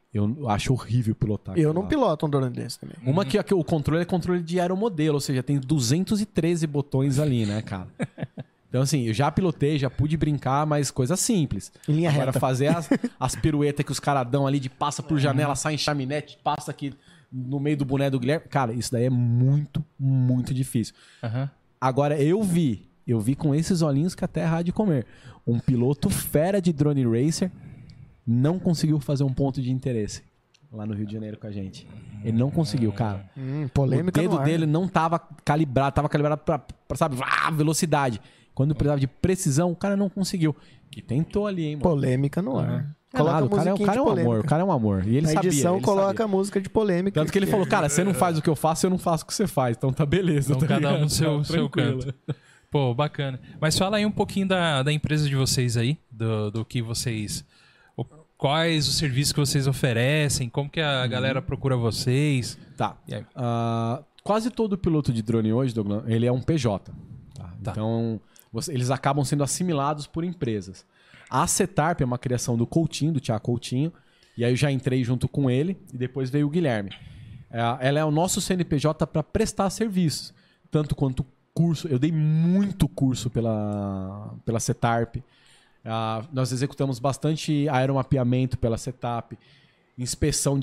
Eu acho horrível pilotar. Eu aquilo não lá. piloto um drone desse também. Uma que o controle é controle de aeromodelo, ou seja, tem 213 botões ali, né, cara? Então, assim, eu já pilotei, já pude brincar, mas coisa simples. Em linha Agora, reta. fazer as piruetas que os caras dão ali, de passa por janela, sai em chaminete, passa aqui no meio do boné do Guilherme. Cara, isso daí é muito, muito difícil. Agora, eu vi com esses olhinhos que a terra há de comer. Um piloto fera de drone racer não conseguiu fazer um ponto de interesse lá no Rio de Janeiro com a gente. Ele não conseguiu, cara. Polêmica O dedo no ar. dele não tava calibrado pra sabe, velocidade. Quando precisava de precisão, o cara não conseguiu. E tentou ali, hein, mano. Polêmica no ar. Coloca Coloca o cara é musiquinha de um amor, polêmica. o cara é um amor. E ele Na sabia. edição ele coloca sabia. a música de polêmica. Tanto que ele falou, cara, você não faz o que eu faço, eu não faço o que você faz. Então tá beleza. Então tá cada um ligado? no seu Tranquilo. canto. Pô, bacana. Mas fala aí um pouquinho da empresa de vocês aí, do que vocês... Quais os serviços que vocês oferecem, como que a galera procura vocês. Tá. E aí? Quase todo piloto de drone hoje, Douglas, ele é um PJ. Tá. Então, eles acabam sendo assimilados por empresas. A CETARP é uma criação do Coutinho, do Thiago Coutinho, e aí eu já entrei junto com ele, e depois veio o Guilherme. Ela é o nosso CNPJ para prestar serviços, tanto quanto curso. Eu dei muito curso pela CETARP. Nós executamos bastante aeromapeamento pela CETAP, inspeção de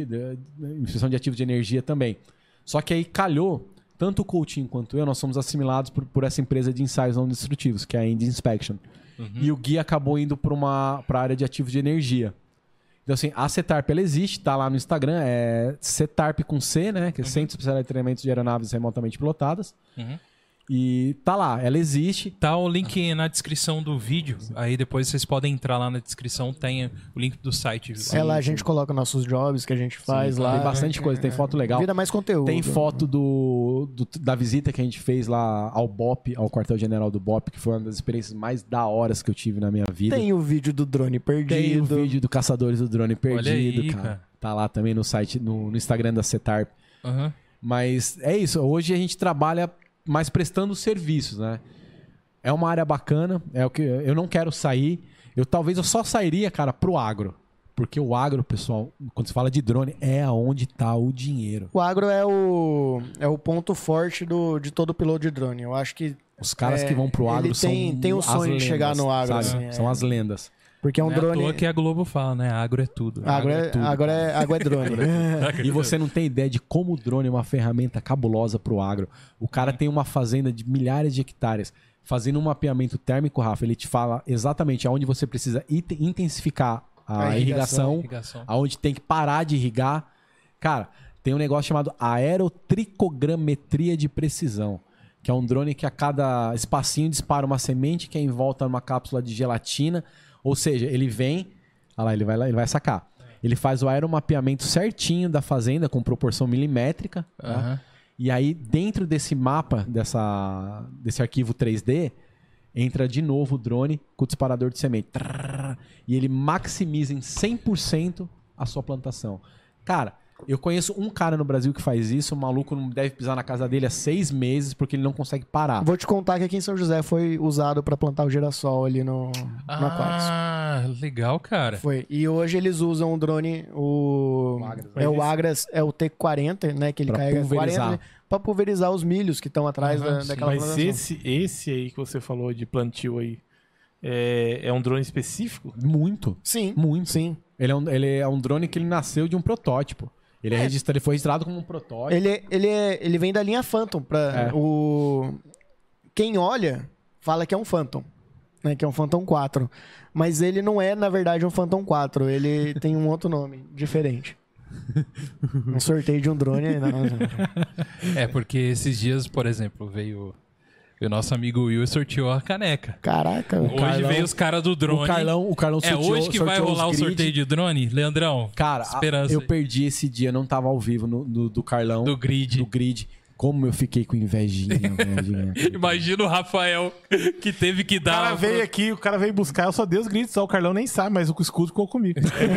ativos de energia também. Só que aí calhou, tanto o Coutinho quanto eu, nós somos assimilados por essa empresa de ensaios não destrutivos, que é a Indy Inspection. E o Gui acabou indo para a área de ativos de energia. Então, assim, a CETARP, ela existe, tá lá no Instagram, é CETARP com C, né? Que é Centro Especializado de Treinamento de Aeronaves Remotamente Pilotadas. E tá lá, ela existe. Tá o link na descrição do vídeo. Aí depois vocês podem entrar lá na descrição, tem o link do site. Lá a gente coloca nossos jobs que a gente faz lá. Tem bastante coisa, tem foto legal. Vira mais conteúdo. Tem foto da visita que a gente fez lá ao BOP, ao quartel-general do BOP, que foi uma das experiências mais da horas que eu tive na minha vida. Tem o vídeo do drone perdido. Tem o vídeo do Caçadores do Drone Perdido, aí, cara. cara. Tá lá também no site, no Instagram da CETARP. Mas é isso, hoje a gente trabalha mais prestando serviços, né? É uma área bacana, é o que eu não quero sair. Talvez eu só sairia, cara, pro agro. Porque o agro, pessoal, quando se fala de drone, é aonde tá o dinheiro. O agro é o ponto forte de todo piloto de drone. Eu acho que Os caras que vão pro agro ele tem o as sonho de lendas, chegar no agro, sabe? assim, São as lendas. porque é um Não é à drone. toa que a Globo fala, né? Agro é tudo. Agro é drone. E você não tem ideia de como o drone é uma ferramenta cabulosa pro agro. O cara tem uma fazenda de milhares de hectares. Fazendo um mapeamento térmico, Rafa, ele te fala exatamente aonde você precisa intensificar a irrigação, aonde tem que parar de irrigar. Cara, tem um negócio chamado aerotricogrametria de precisão, que é um drone que a cada espacinho dispara uma semente que é envolta numa cápsula de gelatina. Ou seja, ele vem... Olha lá, ele vai sacar. Ele faz o aeromapeamento certinho da fazenda, com proporção milimétrica. Tá? E aí, dentro desse mapa, desse arquivo 3D, entra de novo o drone com o disparador de semente. E ele maximiza em 100% a sua plantação. Cara, eu conheço um cara no Brasil que faz isso. O maluco não deve pisar na casa dele há 6 meses porque ele não consegue parar. Vou te contar que aqui em São José foi usado para plantar o girassol ali no Aquários. Legal, cara. Foi. E hoje eles usam o drone, o Agras, é o T40, né? Que ele Pra carrega pulverizar. 40 para pulverizar os milhos que estão atrás daquela Mas plantação. esse aí que você falou de plantio aí, é um drone específico? Muito. Sim. Muito. Sim. Ele é um drone que ele nasceu de um protótipo. Ele foi registrado como um protótipo. Ele vem da linha Phantom. Quem olha, fala que é um Phantom. Né, que é um Phantom 4. Mas ele não é, na verdade, um Phantom 4. Ele tem um outro nome, diferente. Um sorteio de um drone. É, porque esses dias, por exemplo, veio o nosso amigo Will e sorteou a caneca. Caraca. Hoje veio os caras do drone. O Carlão sorteou, hoje que vai sorteou rolar o os grid. sorteio de drone? Leandrão, Cara, esperança eu aí. perdi esse dia, não tava ao vivo do Carlão. Do grid. Do grid. Como eu fiquei com invejinha, velho. Imagina o Rafael que teve que O cara dar... veio aqui, o cara veio buscar, eu só dei os gritos, só o Carlão nem sabe, mas o escudo ficou comigo.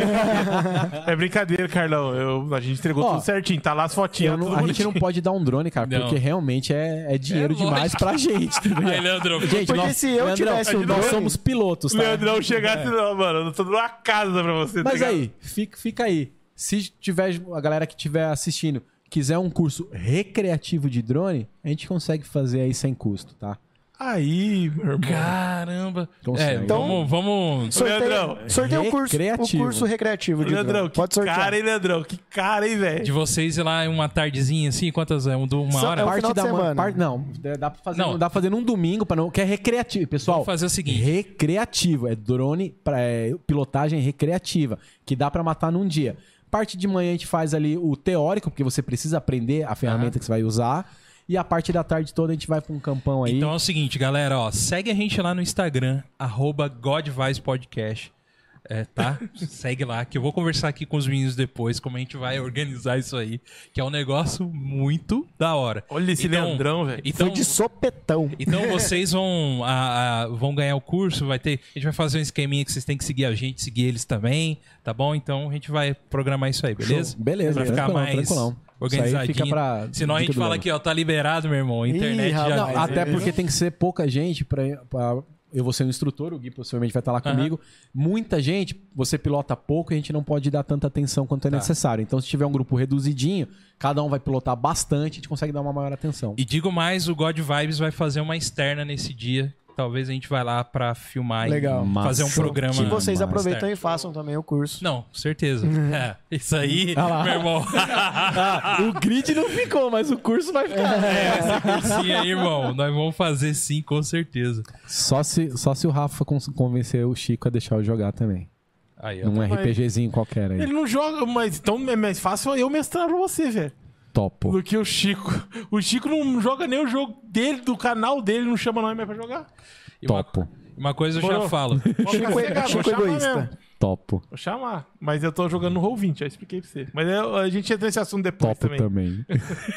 É brincadeira, Carlão. A gente entregou tudo certinho, tá lá as fotinhas. A gente não pode dar um drone, cara, Não. porque realmente é dinheiro demais pra gente. Tá ligado? Aí, Leandro, Gente, Porque se eu tivesse um nós drone- somos pilotos, tá? Leandrão chegasse, não, mano, eu tô dando uma casa pra você. Mas tá ligado? aí, fica aí. Se tiver a galera que estiver assistindo quiser um curso recreativo de drone, a gente consegue fazer aí sem custo, tá? Aí, meu irmão. caramba. Consegue. Então- vamos... Leandrão, Sorteio o Recreativo. curso recreativo de Leandrão, drone. que Pode sortear. cara, hein, Leandrão? Que cara, hein, velho? De vocês ir lá uma tardezinha assim, quantas é? Uma Só- hora? é um final de semana. Não, dá pra fazer, Não. dá pra fazer num domingo, que é recreativo. Pessoal, Vamos fazer o seguinte. recreativo. É drone, pilotagem recreativa, que dá pra matar num dia. Parte de manhã a gente faz ali o teórico, porque você precisa aprender a ferramenta que você vai usar. E a parte da tarde toda a gente vai pra um campão aí. Então é o seguinte, galera, ó, segue a gente lá no Instagram, @GodVibesPodcast. Tá? Segue lá, que eu vou conversar aqui com os meninos depois, como a gente vai organizar isso aí, que é um negócio muito da hora. Olha esse Leandrão, velho. Então, Foi de sopetão. então vocês vão ganhar o curso, a gente vai fazer um esqueminha que vocês têm que seguir a gente, seguir eles também, tá bom? Então a gente vai programar isso aí, beleza? Beleza, Pra ficar tranquilão, mais tranquilão. organizadinho. Isso aí fica pra Senão a dica gente do fala Leandro. aqui, ó, tá liberado, meu irmão. A internet Ih, já... rapaz. Não, até porque tem que ser pouca gente pra eu vou ser um instrutor, o Gui possivelmente vai estar lá comigo. Muita gente, você pilota pouco e a gente não pode dar tanta atenção quanto é necessário. Então, se tiver um grupo reduzidinho, cada um vai pilotar bastante, a gente consegue dar uma maior atenção. E digo mais, o God Vibes vai fazer uma externa nesse dia. Talvez a gente vai lá pra filmar Legal. e fazer um Massa. programa. Que vocês Massa. aproveitam e façam também o curso. Não, certeza. Isso aí, meu irmão. O grid não ficou, mas o curso vai ficar. Esse cursinho aí, irmão. Nós vamos fazer sim, com certeza. Só se o Rafa convencer o Chico a deixar eu jogar também. Aí, ó. Num RPGzinho qualquer aí. Ele não joga, mas então é mais fácil eu mestrar pra você, velho. Topo. Do que o Chico. O Chico não joga nem o jogo dele, do canal dele, não chama nós mais pra jogar. E Topo. Uma coisa eu já Morou. falo. Pode ficar cegado, Chico vou chamar egoísta. mesmo. Topo. Vou chamar. Mas eu tô jogando no Roll20, já expliquei pra você. Mas a gente entra nesse assunto depois Topo também.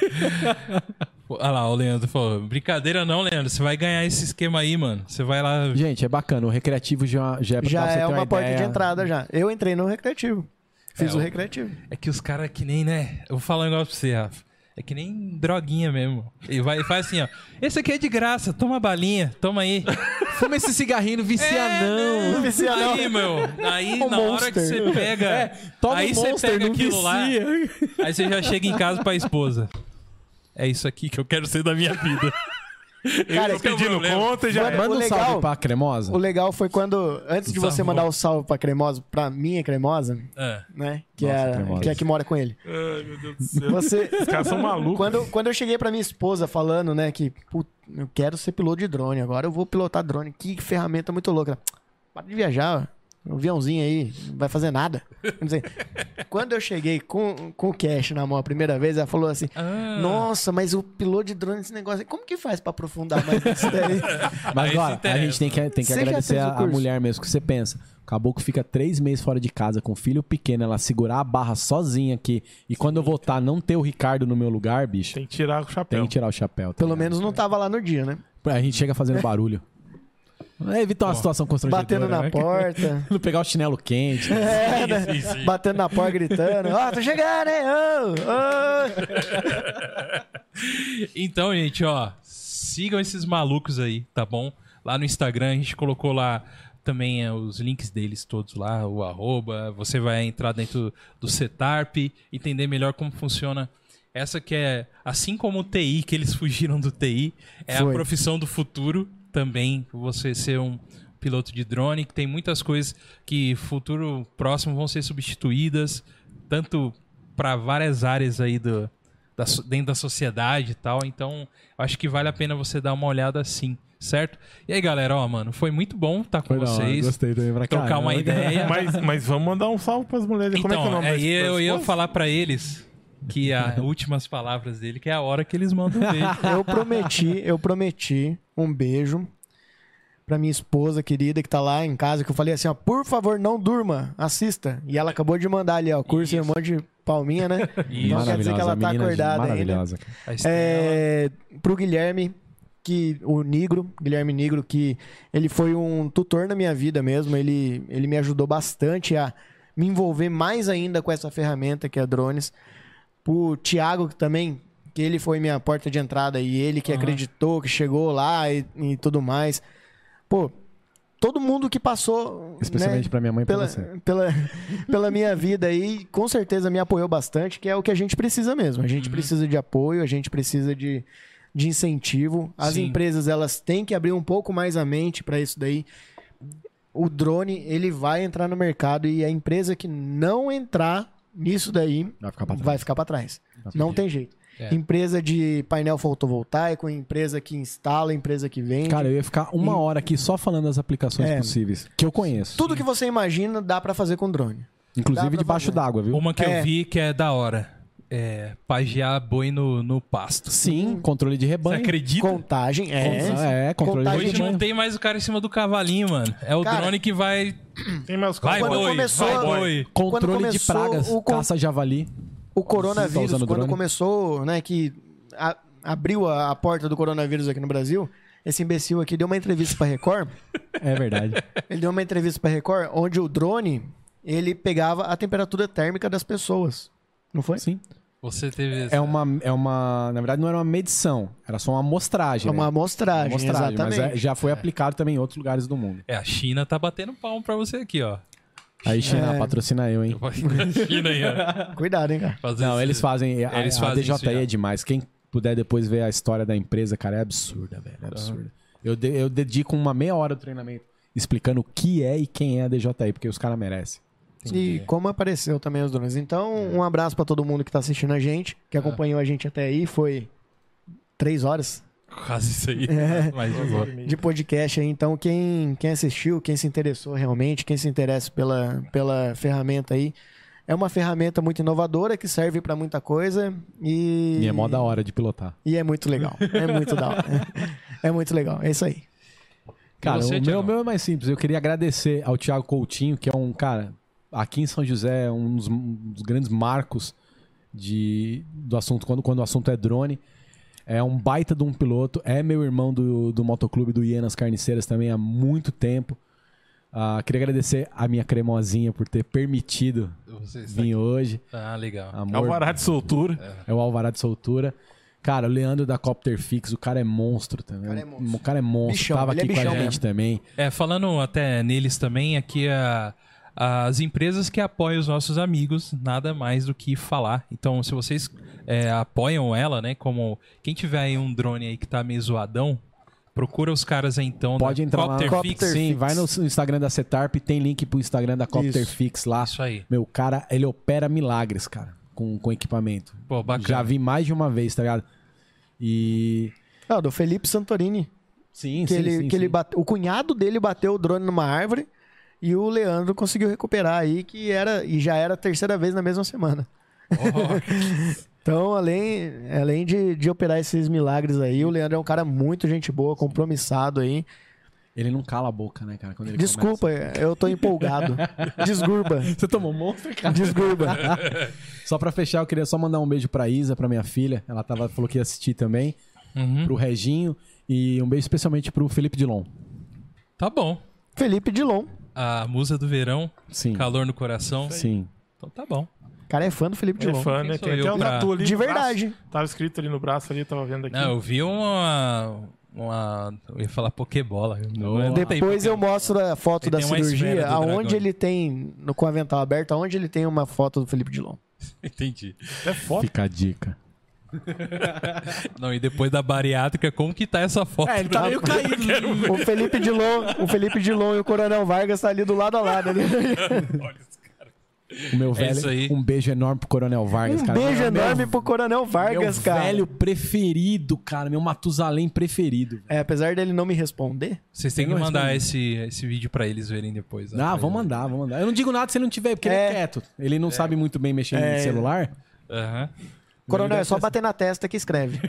Olha lá, o Leandro falou. Brincadeira não, Leandro. Você vai ganhar esse esquema aí, mano. Você vai lá. Gente, é bacana. O recreativo já é pra Já você ter é uma porta ideia. de entrada já. Eu entrei no recreativo. Fiz É, o o- recreativo. É que os caras que nem, né? Eu vou falar um negócio pra você, Rafa. É que nem droguinha mesmo. E vai e faz assim, ó. Esse aqui é de graça, toma balinha, toma aí. Fuma esse cigarrinho, não vicia não. Não vicia não. Aí, meu. Aí, O na hora que Monster. você pega. Toma aí um você Monster, pega não aquilo lá. vicia. Aí você já chega em casa pra esposa. É isso aqui que eu quero ser da minha vida. Cara, Esse que é o Pedindo problema. conta já. Mano, Manda um legal- salve pra Cremosa. O legal foi quando, antes de você Salve. mandar o salve pra Cremosa, pra minha Cremosa, É. né? Que, Nossa, é, Cremosa. que é a que mora com ele. Ai, meu Deus do céu. Você, Os caras são malucos. quando eu cheguei pra minha esposa falando, né, que "Putz, eu quero ser piloto de drone, agora eu vou pilotar drone. Que ferramenta muito louca. Ela, para de viajar, ó. Um aviãozinho aí, não vai fazer nada. Quer dizer, quando eu cheguei com o cash na mão a primeira vez, ela falou assim: Ah. nossa, mas o piloto de drone, esse negócio aí, como que faz pra aprofundar mais nisso daí? Mas Aí se agora, a interessa. gente tem que Você já agradecer fez o a curso? mulher mesmo, que você pensa. O caboclo fica 3 meses fora de casa com filho pequeno, ela segurar a barra sozinha aqui. E quando eu voltar, não ter o Ricardo no meu lugar, bicho, Tem que tirar o chapéu. tem que tirar o chapéu. tá Pelo ligado? menos não tava lá no dia, né? A gente chega fazendo barulho. É evitar uma situação constrangedora. Batendo na né? porta. Não pegar o chinelo quente. É, né? Sim, sim. Batendo na porta, gritando. Ó, tô chegando, hein? Então, gente, ó, sigam esses malucos aí, tá bom? Lá no Instagram a gente colocou lá também os links deles todos lá, o @, você vai entrar dentro do Setarp, entender melhor como funciona essa que é, assim como o TI, que eles fugiram do TI, é Foi. a profissão do futuro também, você ser um piloto de drone, que tem muitas coisas que futuro próximo vão ser substituídas, tanto para várias áreas aí dentro da sociedade e tal. Então, eu acho que vale a pena você dar uma olhada assim, certo? E aí, galera, ó, mano, foi muito bom estar com Foi da hora, vocês. gostei também pra Trocar caramba, uma ideia. Mas vamos mandar um salve pras mulheres. Como é que é o Então, nome aí das eu ia esposas? falar pra eles que as últimas palavras dele, que é a hora que eles mandam um beijo. Eu prometi um beijo pra minha esposa querida que tá lá em casa, que eu falei assim, ó, por favor, não durma, assista. E ela acabou de mandar ali, ó, curso e um monte de Palminha, né? Então quer dizer que ela tá menina acordada ainda. maravilhosa. A Estela. Pro Guilherme, Guilherme Negro, que ele foi um tutor na minha vida mesmo. Ele me ajudou bastante a me envolver mais ainda com essa ferramenta que é Drones. Pro Thiago também, que ele foi minha porta de entrada e ele que acreditou, que chegou lá e tudo mais. Pô, todo mundo que passou, Especialmente né, pra minha mãe e pra você. pela minha vida aí, com certeza me apoiou bastante, que é o que a gente precisa mesmo. A gente precisa de apoio, a gente precisa de incentivo. As Sim. empresas, elas têm que abrir um pouco mais a mente para isso daí. O drone, ele vai entrar no mercado e a empresa que não entrar nisso daí vai ficar para trás. Não tem jeito. É. Empresa de painel fotovoltaico, empresa que instala, empresa que vende. Cara, eu ia ficar uma hora aqui só falando das aplicações possíveis, que eu conheço. Tudo que você imagina dá pra fazer com drone. Dá Inclusive pra debaixo fazer. d'água, viu? Uma que eu vi que é da hora. É pagear boi no pasto. Sim, controle de Você rebanho. acredita? Contagem, controle de Contagem Hoje rebanho. não tem mais o cara em cima do cavalinho, mano. É o Cara, drone que vai... Tem meus Vai, Quando boi, começou- vai, boi. Controle Quando de começou pragas, caça javali. O Tá coronavírus, usando quando drone? começou, né, que abriu a porta do coronavírus aqui no Brasil, esse imbecil aqui deu uma entrevista pra Record. É verdade. Ele deu uma entrevista pra Record, onde o drone, ele pegava a temperatura térmica das pessoas. Não foi? Sim. Você teve... É uma. Na verdade, não era uma medição, era só uma amostragem. É uma né? amostragem, Amostragem, mas exatamente. já foi aplicado também em outros lugares do mundo. A China tá batendo palmo pra você aqui, ó. Aí, China, patrocina eu, hein? China aí, ó. Cuidado, hein, cara. Fazer Não, esse- eles fazem. A fazem isso DJI já. é demais. Quem puder depois ver a história da empresa, cara, é absurda, velho. É absurda. Eu dedico uma meia hora do treinamento explicando o que é e quem é a DJI, porque os caras merecem. E como apareceu também os drones. Então, um abraço pra todo mundo que tá assistindo a gente, que acompanhou a gente até aí. Foi 3 horas Quase isso aí. Mas de boa. de podcast aí. Então, quem assistiu, quem se interessou realmente, quem se interessa pela ferramenta aí, é uma ferramenta muito inovadora que serve pra muita coisa e E é mó da hora de pilotar. E é muito legal. É muito da hora. É muito legal. É isso aí. Cara, você, o Thiago? meu é mais simples. Eu queria agradecer ao Thiago Coutinho, que é um cara, aqui em São José, é um dos grandes marcos do assunto, quando o assunto é drone. É um baita de um piloto. É meu irmão do motoclube do Ienas Carniceiras também há muito tempo. Queria agradecer a minha cremosinha por ter permitido Você está vir hoje. Ah, legal. Amor, Alvará de soltura. é o Alvará de soltura. Cara, o Leandro da Copter Fix, o cara é monstro também. O cara é monstro. Bichão, Tava ele é aqui com a bichão gente mesmo. também. Falando até neles também, aqui as empresas que apoiam os nossos amigos, nada mais do que falar. Então, se vocês apoiam ela, né, como quem tiver aí um drone aí que tá meio zoadão, procura os caras aí então. Pode entrar lá. Copter Copter Fix. Sim, Fix. vai no Instagram da Setarp, tem link pro Instagram da Copter Isso. Fix lá. Isso aí. Meu, cara, ele opera milagres, cara, com equipamento. Pô, bacana. Já vi mais de uma vez, tá ligado? E... Do Felipe Santorini. Sim, Que ele o cunhado dele bateu o drone numa árvore e o Leandro conseguiu recuperar aí, e já era a terceira vez na mesma semana. Então, além de operar esses milagres aí, o Leandro é um cara muito gente boa, compromissado aí. Ele não cala a boca, né, cara? Quando ele Desculpa, eu tô empolgado. Desgurba. começa. Você tomou monstro, cara? Desgurba. Só pra fechar, eu queria só mandar um beijo pra Isa, pra minha filha. Ela falou que ia assistir também. Uhum. Pro Reginho. E um beijo especialmente pro Felipe Dilon. Tá bom. Felipe Dilon. A musa do verão, Sim. calor no coração. Sim. Então tá bom. O cara é fã do Felipe É Dilon. fã, Quem né? sou Tem eu até um pra- tatu ali De no braço. verdade. Tava escrito ali no braço ali, tava vendo aqui. Não, eu vi eu ia falar Pokébola. Depois eu mostro a foto Ele da tem uma esfera cirurgia, do dragão. aonde ele tem, com o avental aberto, aonde ele tem uma foto do Felipe Dilon. Entendi. É foto. Fica a dica. Não, e depois da bariátrica, como que tá essa foto? Ele tá meio caído. O Felipe Dilon e o Coronel Vargas tá ali do lado a lado. Ali. O meu isso aí. velho, um beijo enorme pro Coronel Vargas, Um cara. beijo Meu- enorme pro Coronel Vargas, meu cara. velho preferido, cara. Meu Matusalém preferido. Apesar dele não me responder, Vocês têm que Eu não mandar respondi. esse vídeo pra eles verem depois. né? Ah, vou mandar. Eu não digo nada se ele não tiver, porque ele é quieto. Ele não sabe muito bem mexer no celular. Aham. Coronel, é só bater na testa que escreve.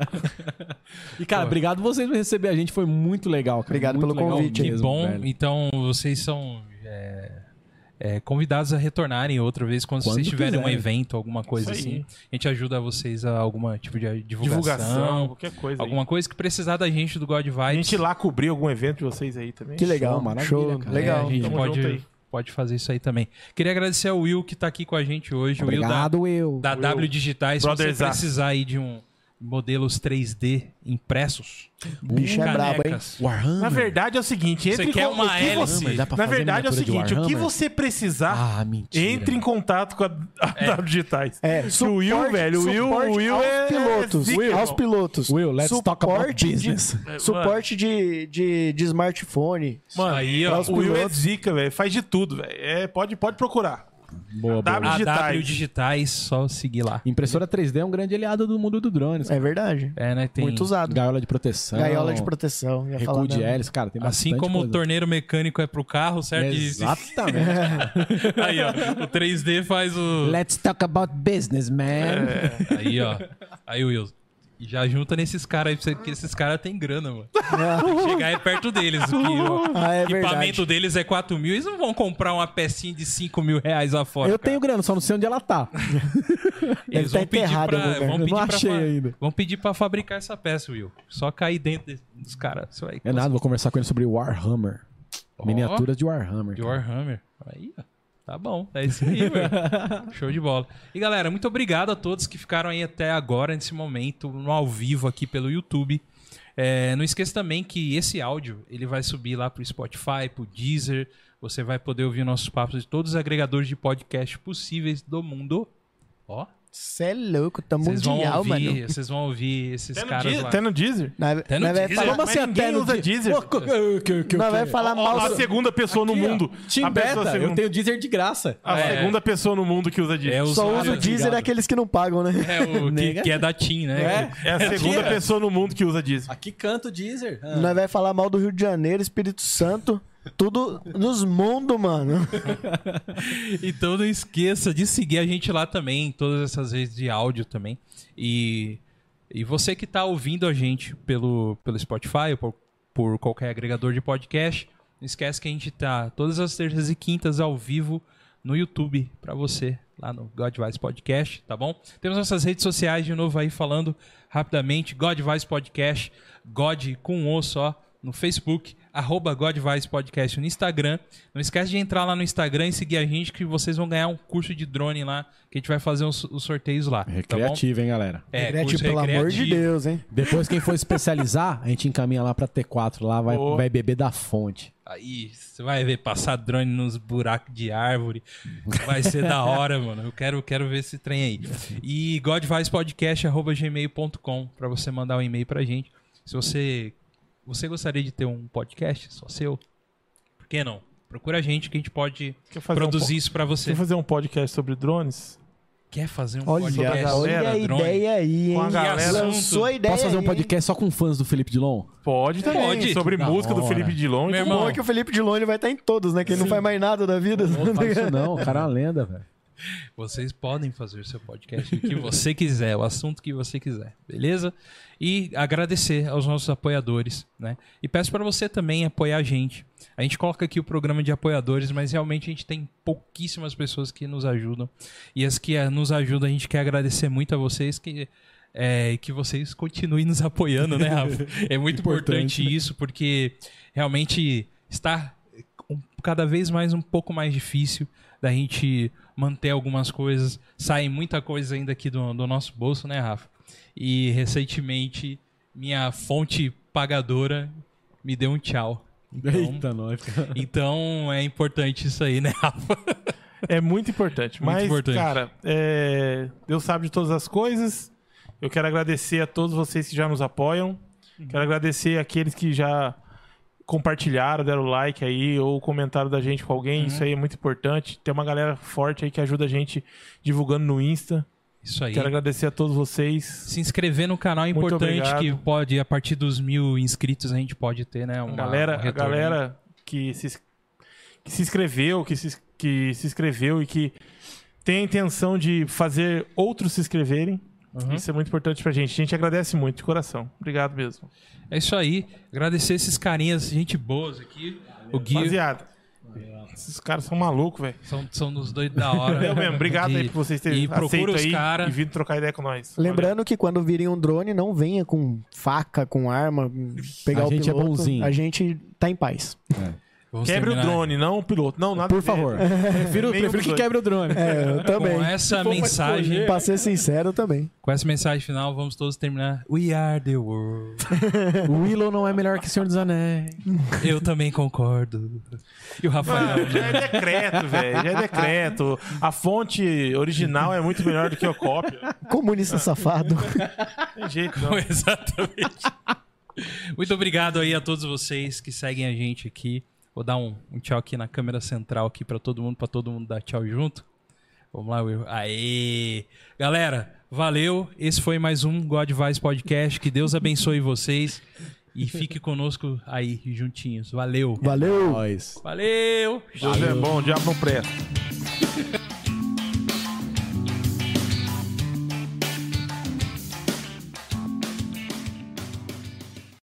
E, cara, obrigado vocês por receber a gente. Foi muito legal, cara. Obrigado Muito pelo legal convite. Que mesmo, bom. velho. Então, vocês são convidados a retornarem outra vez quando vocês tiverem um quiserem. evento, alguma coisa Isso aí. assim. A gente ajuda vocês a algum tipo de divulgação, qualquer coisa. alguma coisa que precisar da gente do God Vibes. A gente ir lá cobrir algum evento de vocês aí também. Que legal, Show, maravilha, show, cara. legal. a gente Tamo junto aí. pode fazer isso aí também. Queria agradecer ao Will que tá aqui com a gente hoje. Obrigado, O Will. Will da Will. W Digitais. Se você Brotherzaço. precisar aí de modelos 3D impressos, Bicho é brabo, hein? canecas. Warhammer. Na verdade é o seguinte, Você quer uma o que hélice? você- Dá pra Na fazer verdade é o miniatura de seguinte, o que Warhammer? você precisar, Ah, mentira. entre em contato com a W Digitais. Suporte- o Will, velho, suporte o Will aos é pilotos. zica, aos irmão. pilotos. Will, let's talk about Suporte de- business. Suporte de smartphone. Mano, Aí, ó, para os o Will é pilotos. zica, velho. Faz de tudo, velho. Pode procurar. Boa, boa. W A Digitais. W Digitais, só seguir lá. Impressora 3D é um grande aliado do mundo do drones. É verdade. Né? Tem, Muito usado. Gaiola de proteção. Gaiola de proteção. Ia falar Recuo de mesmo. hélice, cara, tem assim bastante como o coisa. torneiro mecânico é pro carro, certo? Exatamente. Aí, ó, o 3D faz o... Let's talk about business, man. Aí, ó. Aí, Will. E já junta nesses caras aí, porque esses caras têm grana, mano. Tem que chegar aí perto deles. O Ah, é equipamento verdade. deles é 4 mil. Eles não vão comprar uma pecinha de 5 mil reais lá fora. Eu cara. tenho grana, só não sei onde ela tá. Eles tá vão pedir enterrado em algum lugar. vão Eu pedir não pra achei ainda. Vão pedir pra fabricar essa peça, Will. Só cair dentro dos caras. Você vai É nada, vou conversar com ele sobre Warhammer. Miniaturas de Warhammer. De Warhammer. Aí, ó. Tá bom, é isso aí, velho. Show de bola. E galera, muito obrigado a todos que ficaram aí até agora, nesse momento, no ao vivo aqui pelo YouTube. Não esqueça também que esse áudio ele vai subir lá pro Spotify, pro Deezer. Você vai poder ouvir nossos papos de todos os agregadores de podcast possíveis do mundo. Ó, Cê é louco, tá vocês vão mundial, mano. ouvir, vocês vão ouvir esses caras lá. Até no Deezer? Até no Nós vai Deezer. falar, Como assim Mas ninguém até no usa Deezer. nós vai falar mal. A segunda pessoa no mundo. Team A pessoa Beta, eu segunda- tenho Deezer de graça. A segunda pessoa no mundo que usa Deezer. É, os Só usa o caras- Deezer aqueles que não pagam, né? o que é da TIM, né? É a segunda pessoa no mundo que usa Deezer. Aqui canta o Deezer. Nós vai falar mal do Rio de Janeiro, Espírito Santo. Tudo nos mundos, mano. Então não esqueça de seguir a gente lá também, em todas essas redes de áudio também. E você que tá ouvindo a gente pelo Spotify ou por qualquer agregador de podcast, não esquece que a gente tá todas as terças e quintas ao vivo no YouTube pra você, lá no God Vibes Podcast, tá bom? Temos nossas redes sociais de novo aí falando rapidamente, God Vibes Podcast, God com um O só, no Facebook, @God Vibes Podcast no Instagram. Não esquece de entrar lá no Instagram e seguir a gente que vocês vão ganhar um curso de drone lá, que a gente vai fazer os sorteios lá. Recreativo, hein, galera? Tá bom? Recreativo, curso pelo amor de recreativo. Deus, hein? Depois, quem for especializar, a gente encaminha lá pra T4. Lá vai beber da fonte. Aí, você vai ver passar drone nos buracos de árvore. Vai ser da hora, mano. Eu quero ver esse trem aí. E godvicepodcast@gmail.com pra você mandar um e-mail pra gente. Se você gostaria de ter um podcast só seu, por que não? Procura a gente que a gente pode Quer fazer produzir isso pra você. Quer fazer um podcast sobre drones? Quer fazer um Olha, podcast galera, olha a drone? ideia aí, hein? Com a galera. Lançou a ideia Posso fazer um aí, podcast só com fãs do Felipe Dilon? Pode também. Pode. Sobre Da música do hora. Felipe Dilon. Meu hein? O irmão, bom é que o Felipe Dilon ele vai estar em todos, né? Que ele não faz mais nada da vida. Não faz isso não, o cara é uma lenda, velho. vocês podem fazer o seu podcast o que você quiser, o assunto que você quiser, beleza? E agradecer aos nossos apoiadores, né? E peço para você também apoiar a gente. A gente coloca aqui o programa de apoiadores, mas realmente a gente tem pouquíssimas pessoas que nos ajudam. E as que nos ajudam, a gente quer agradecer muito a vocês que vocês continuem nos apoiando, né, Rafa? É muito importante isso, porque realmente está cada vez mais um pouco mais difícil da gente manter algumas coisas. Sai muita coisa ainda aqui do nosso bolso, né, Rafa? E recentemente minha fonte pagadora me deu um tchau. Eita, nós. Então é importante isso aí, né, Rafa? É muito importante. Muito Mas, importante. cara, Deus sabe de todas as coisas. Eu quero agradecer a todos vocês que já nos apoiam. Quero agradecer aqueles que já compartilharam, deram like aí, ou comentaram da gente com alguém. Isso aí é muito importante. Tem uma galera forte aí que ajuda a gente divulgando no Insta. Isso aí. Quero agradecer a todos vocês. Se inscrever no canal é Muito importante, obrigado. que pode, a partir dos 1000 inscritos, a gente pode ter, né? A um galera retorno. que se inscreveu, que se inscreveu e que tem a intenção de fazer outros se inscreverem. Isso é muito importante pra gente. A gente agradece muito, de coração. Obrigado mesmo. É isso aí. Agradecer esses carinhas, gente boas aqui. O Gui. Rapaziada, Esses caras são malucos, velho. São nos doidos da hora. Eu mesmo. Obrigado aí por vocês terem E procura aceito os aí cara. e vindo trocar ideia com nós. Lembrando que quando virem um drone, não venha com faca, com arma, pegar A o gente é piloto. bonzinho. A gente tá em paz. Vamos Quebre terminar o drone, não o piloto. Não, nada Por a ver. favor. Prefiro Meio que dos dois. quebre o drone. Eu também. Com essa mensagem, Pra ser sincero, também. com essa mensagem final, vamos todos terminar. We are the world. O Willow não é melhor que o Senhor dos Anéis. Eu também concordo. E o Rafael? Mano, já é decreto, velho. Já é decreto. A fonte original é muito melhor do que a cópia. Comunista safado. Não tem jeito, não. Exatamente. Muito obrigado aí a todos vocês que seguem a gente aqui. Vou dar um tchau aqui na câmera central aqui pra todo mundo dar tchau junto. Vamos lá, Will. Aê! Galera, valeu. Esse foi mais um God Vibes Podcast. Que Deus abençoe vocês e fique conosco aí juntinhos. Valeu. Valeu. Nós. Valeu. Deus é bom, o diabo não presta.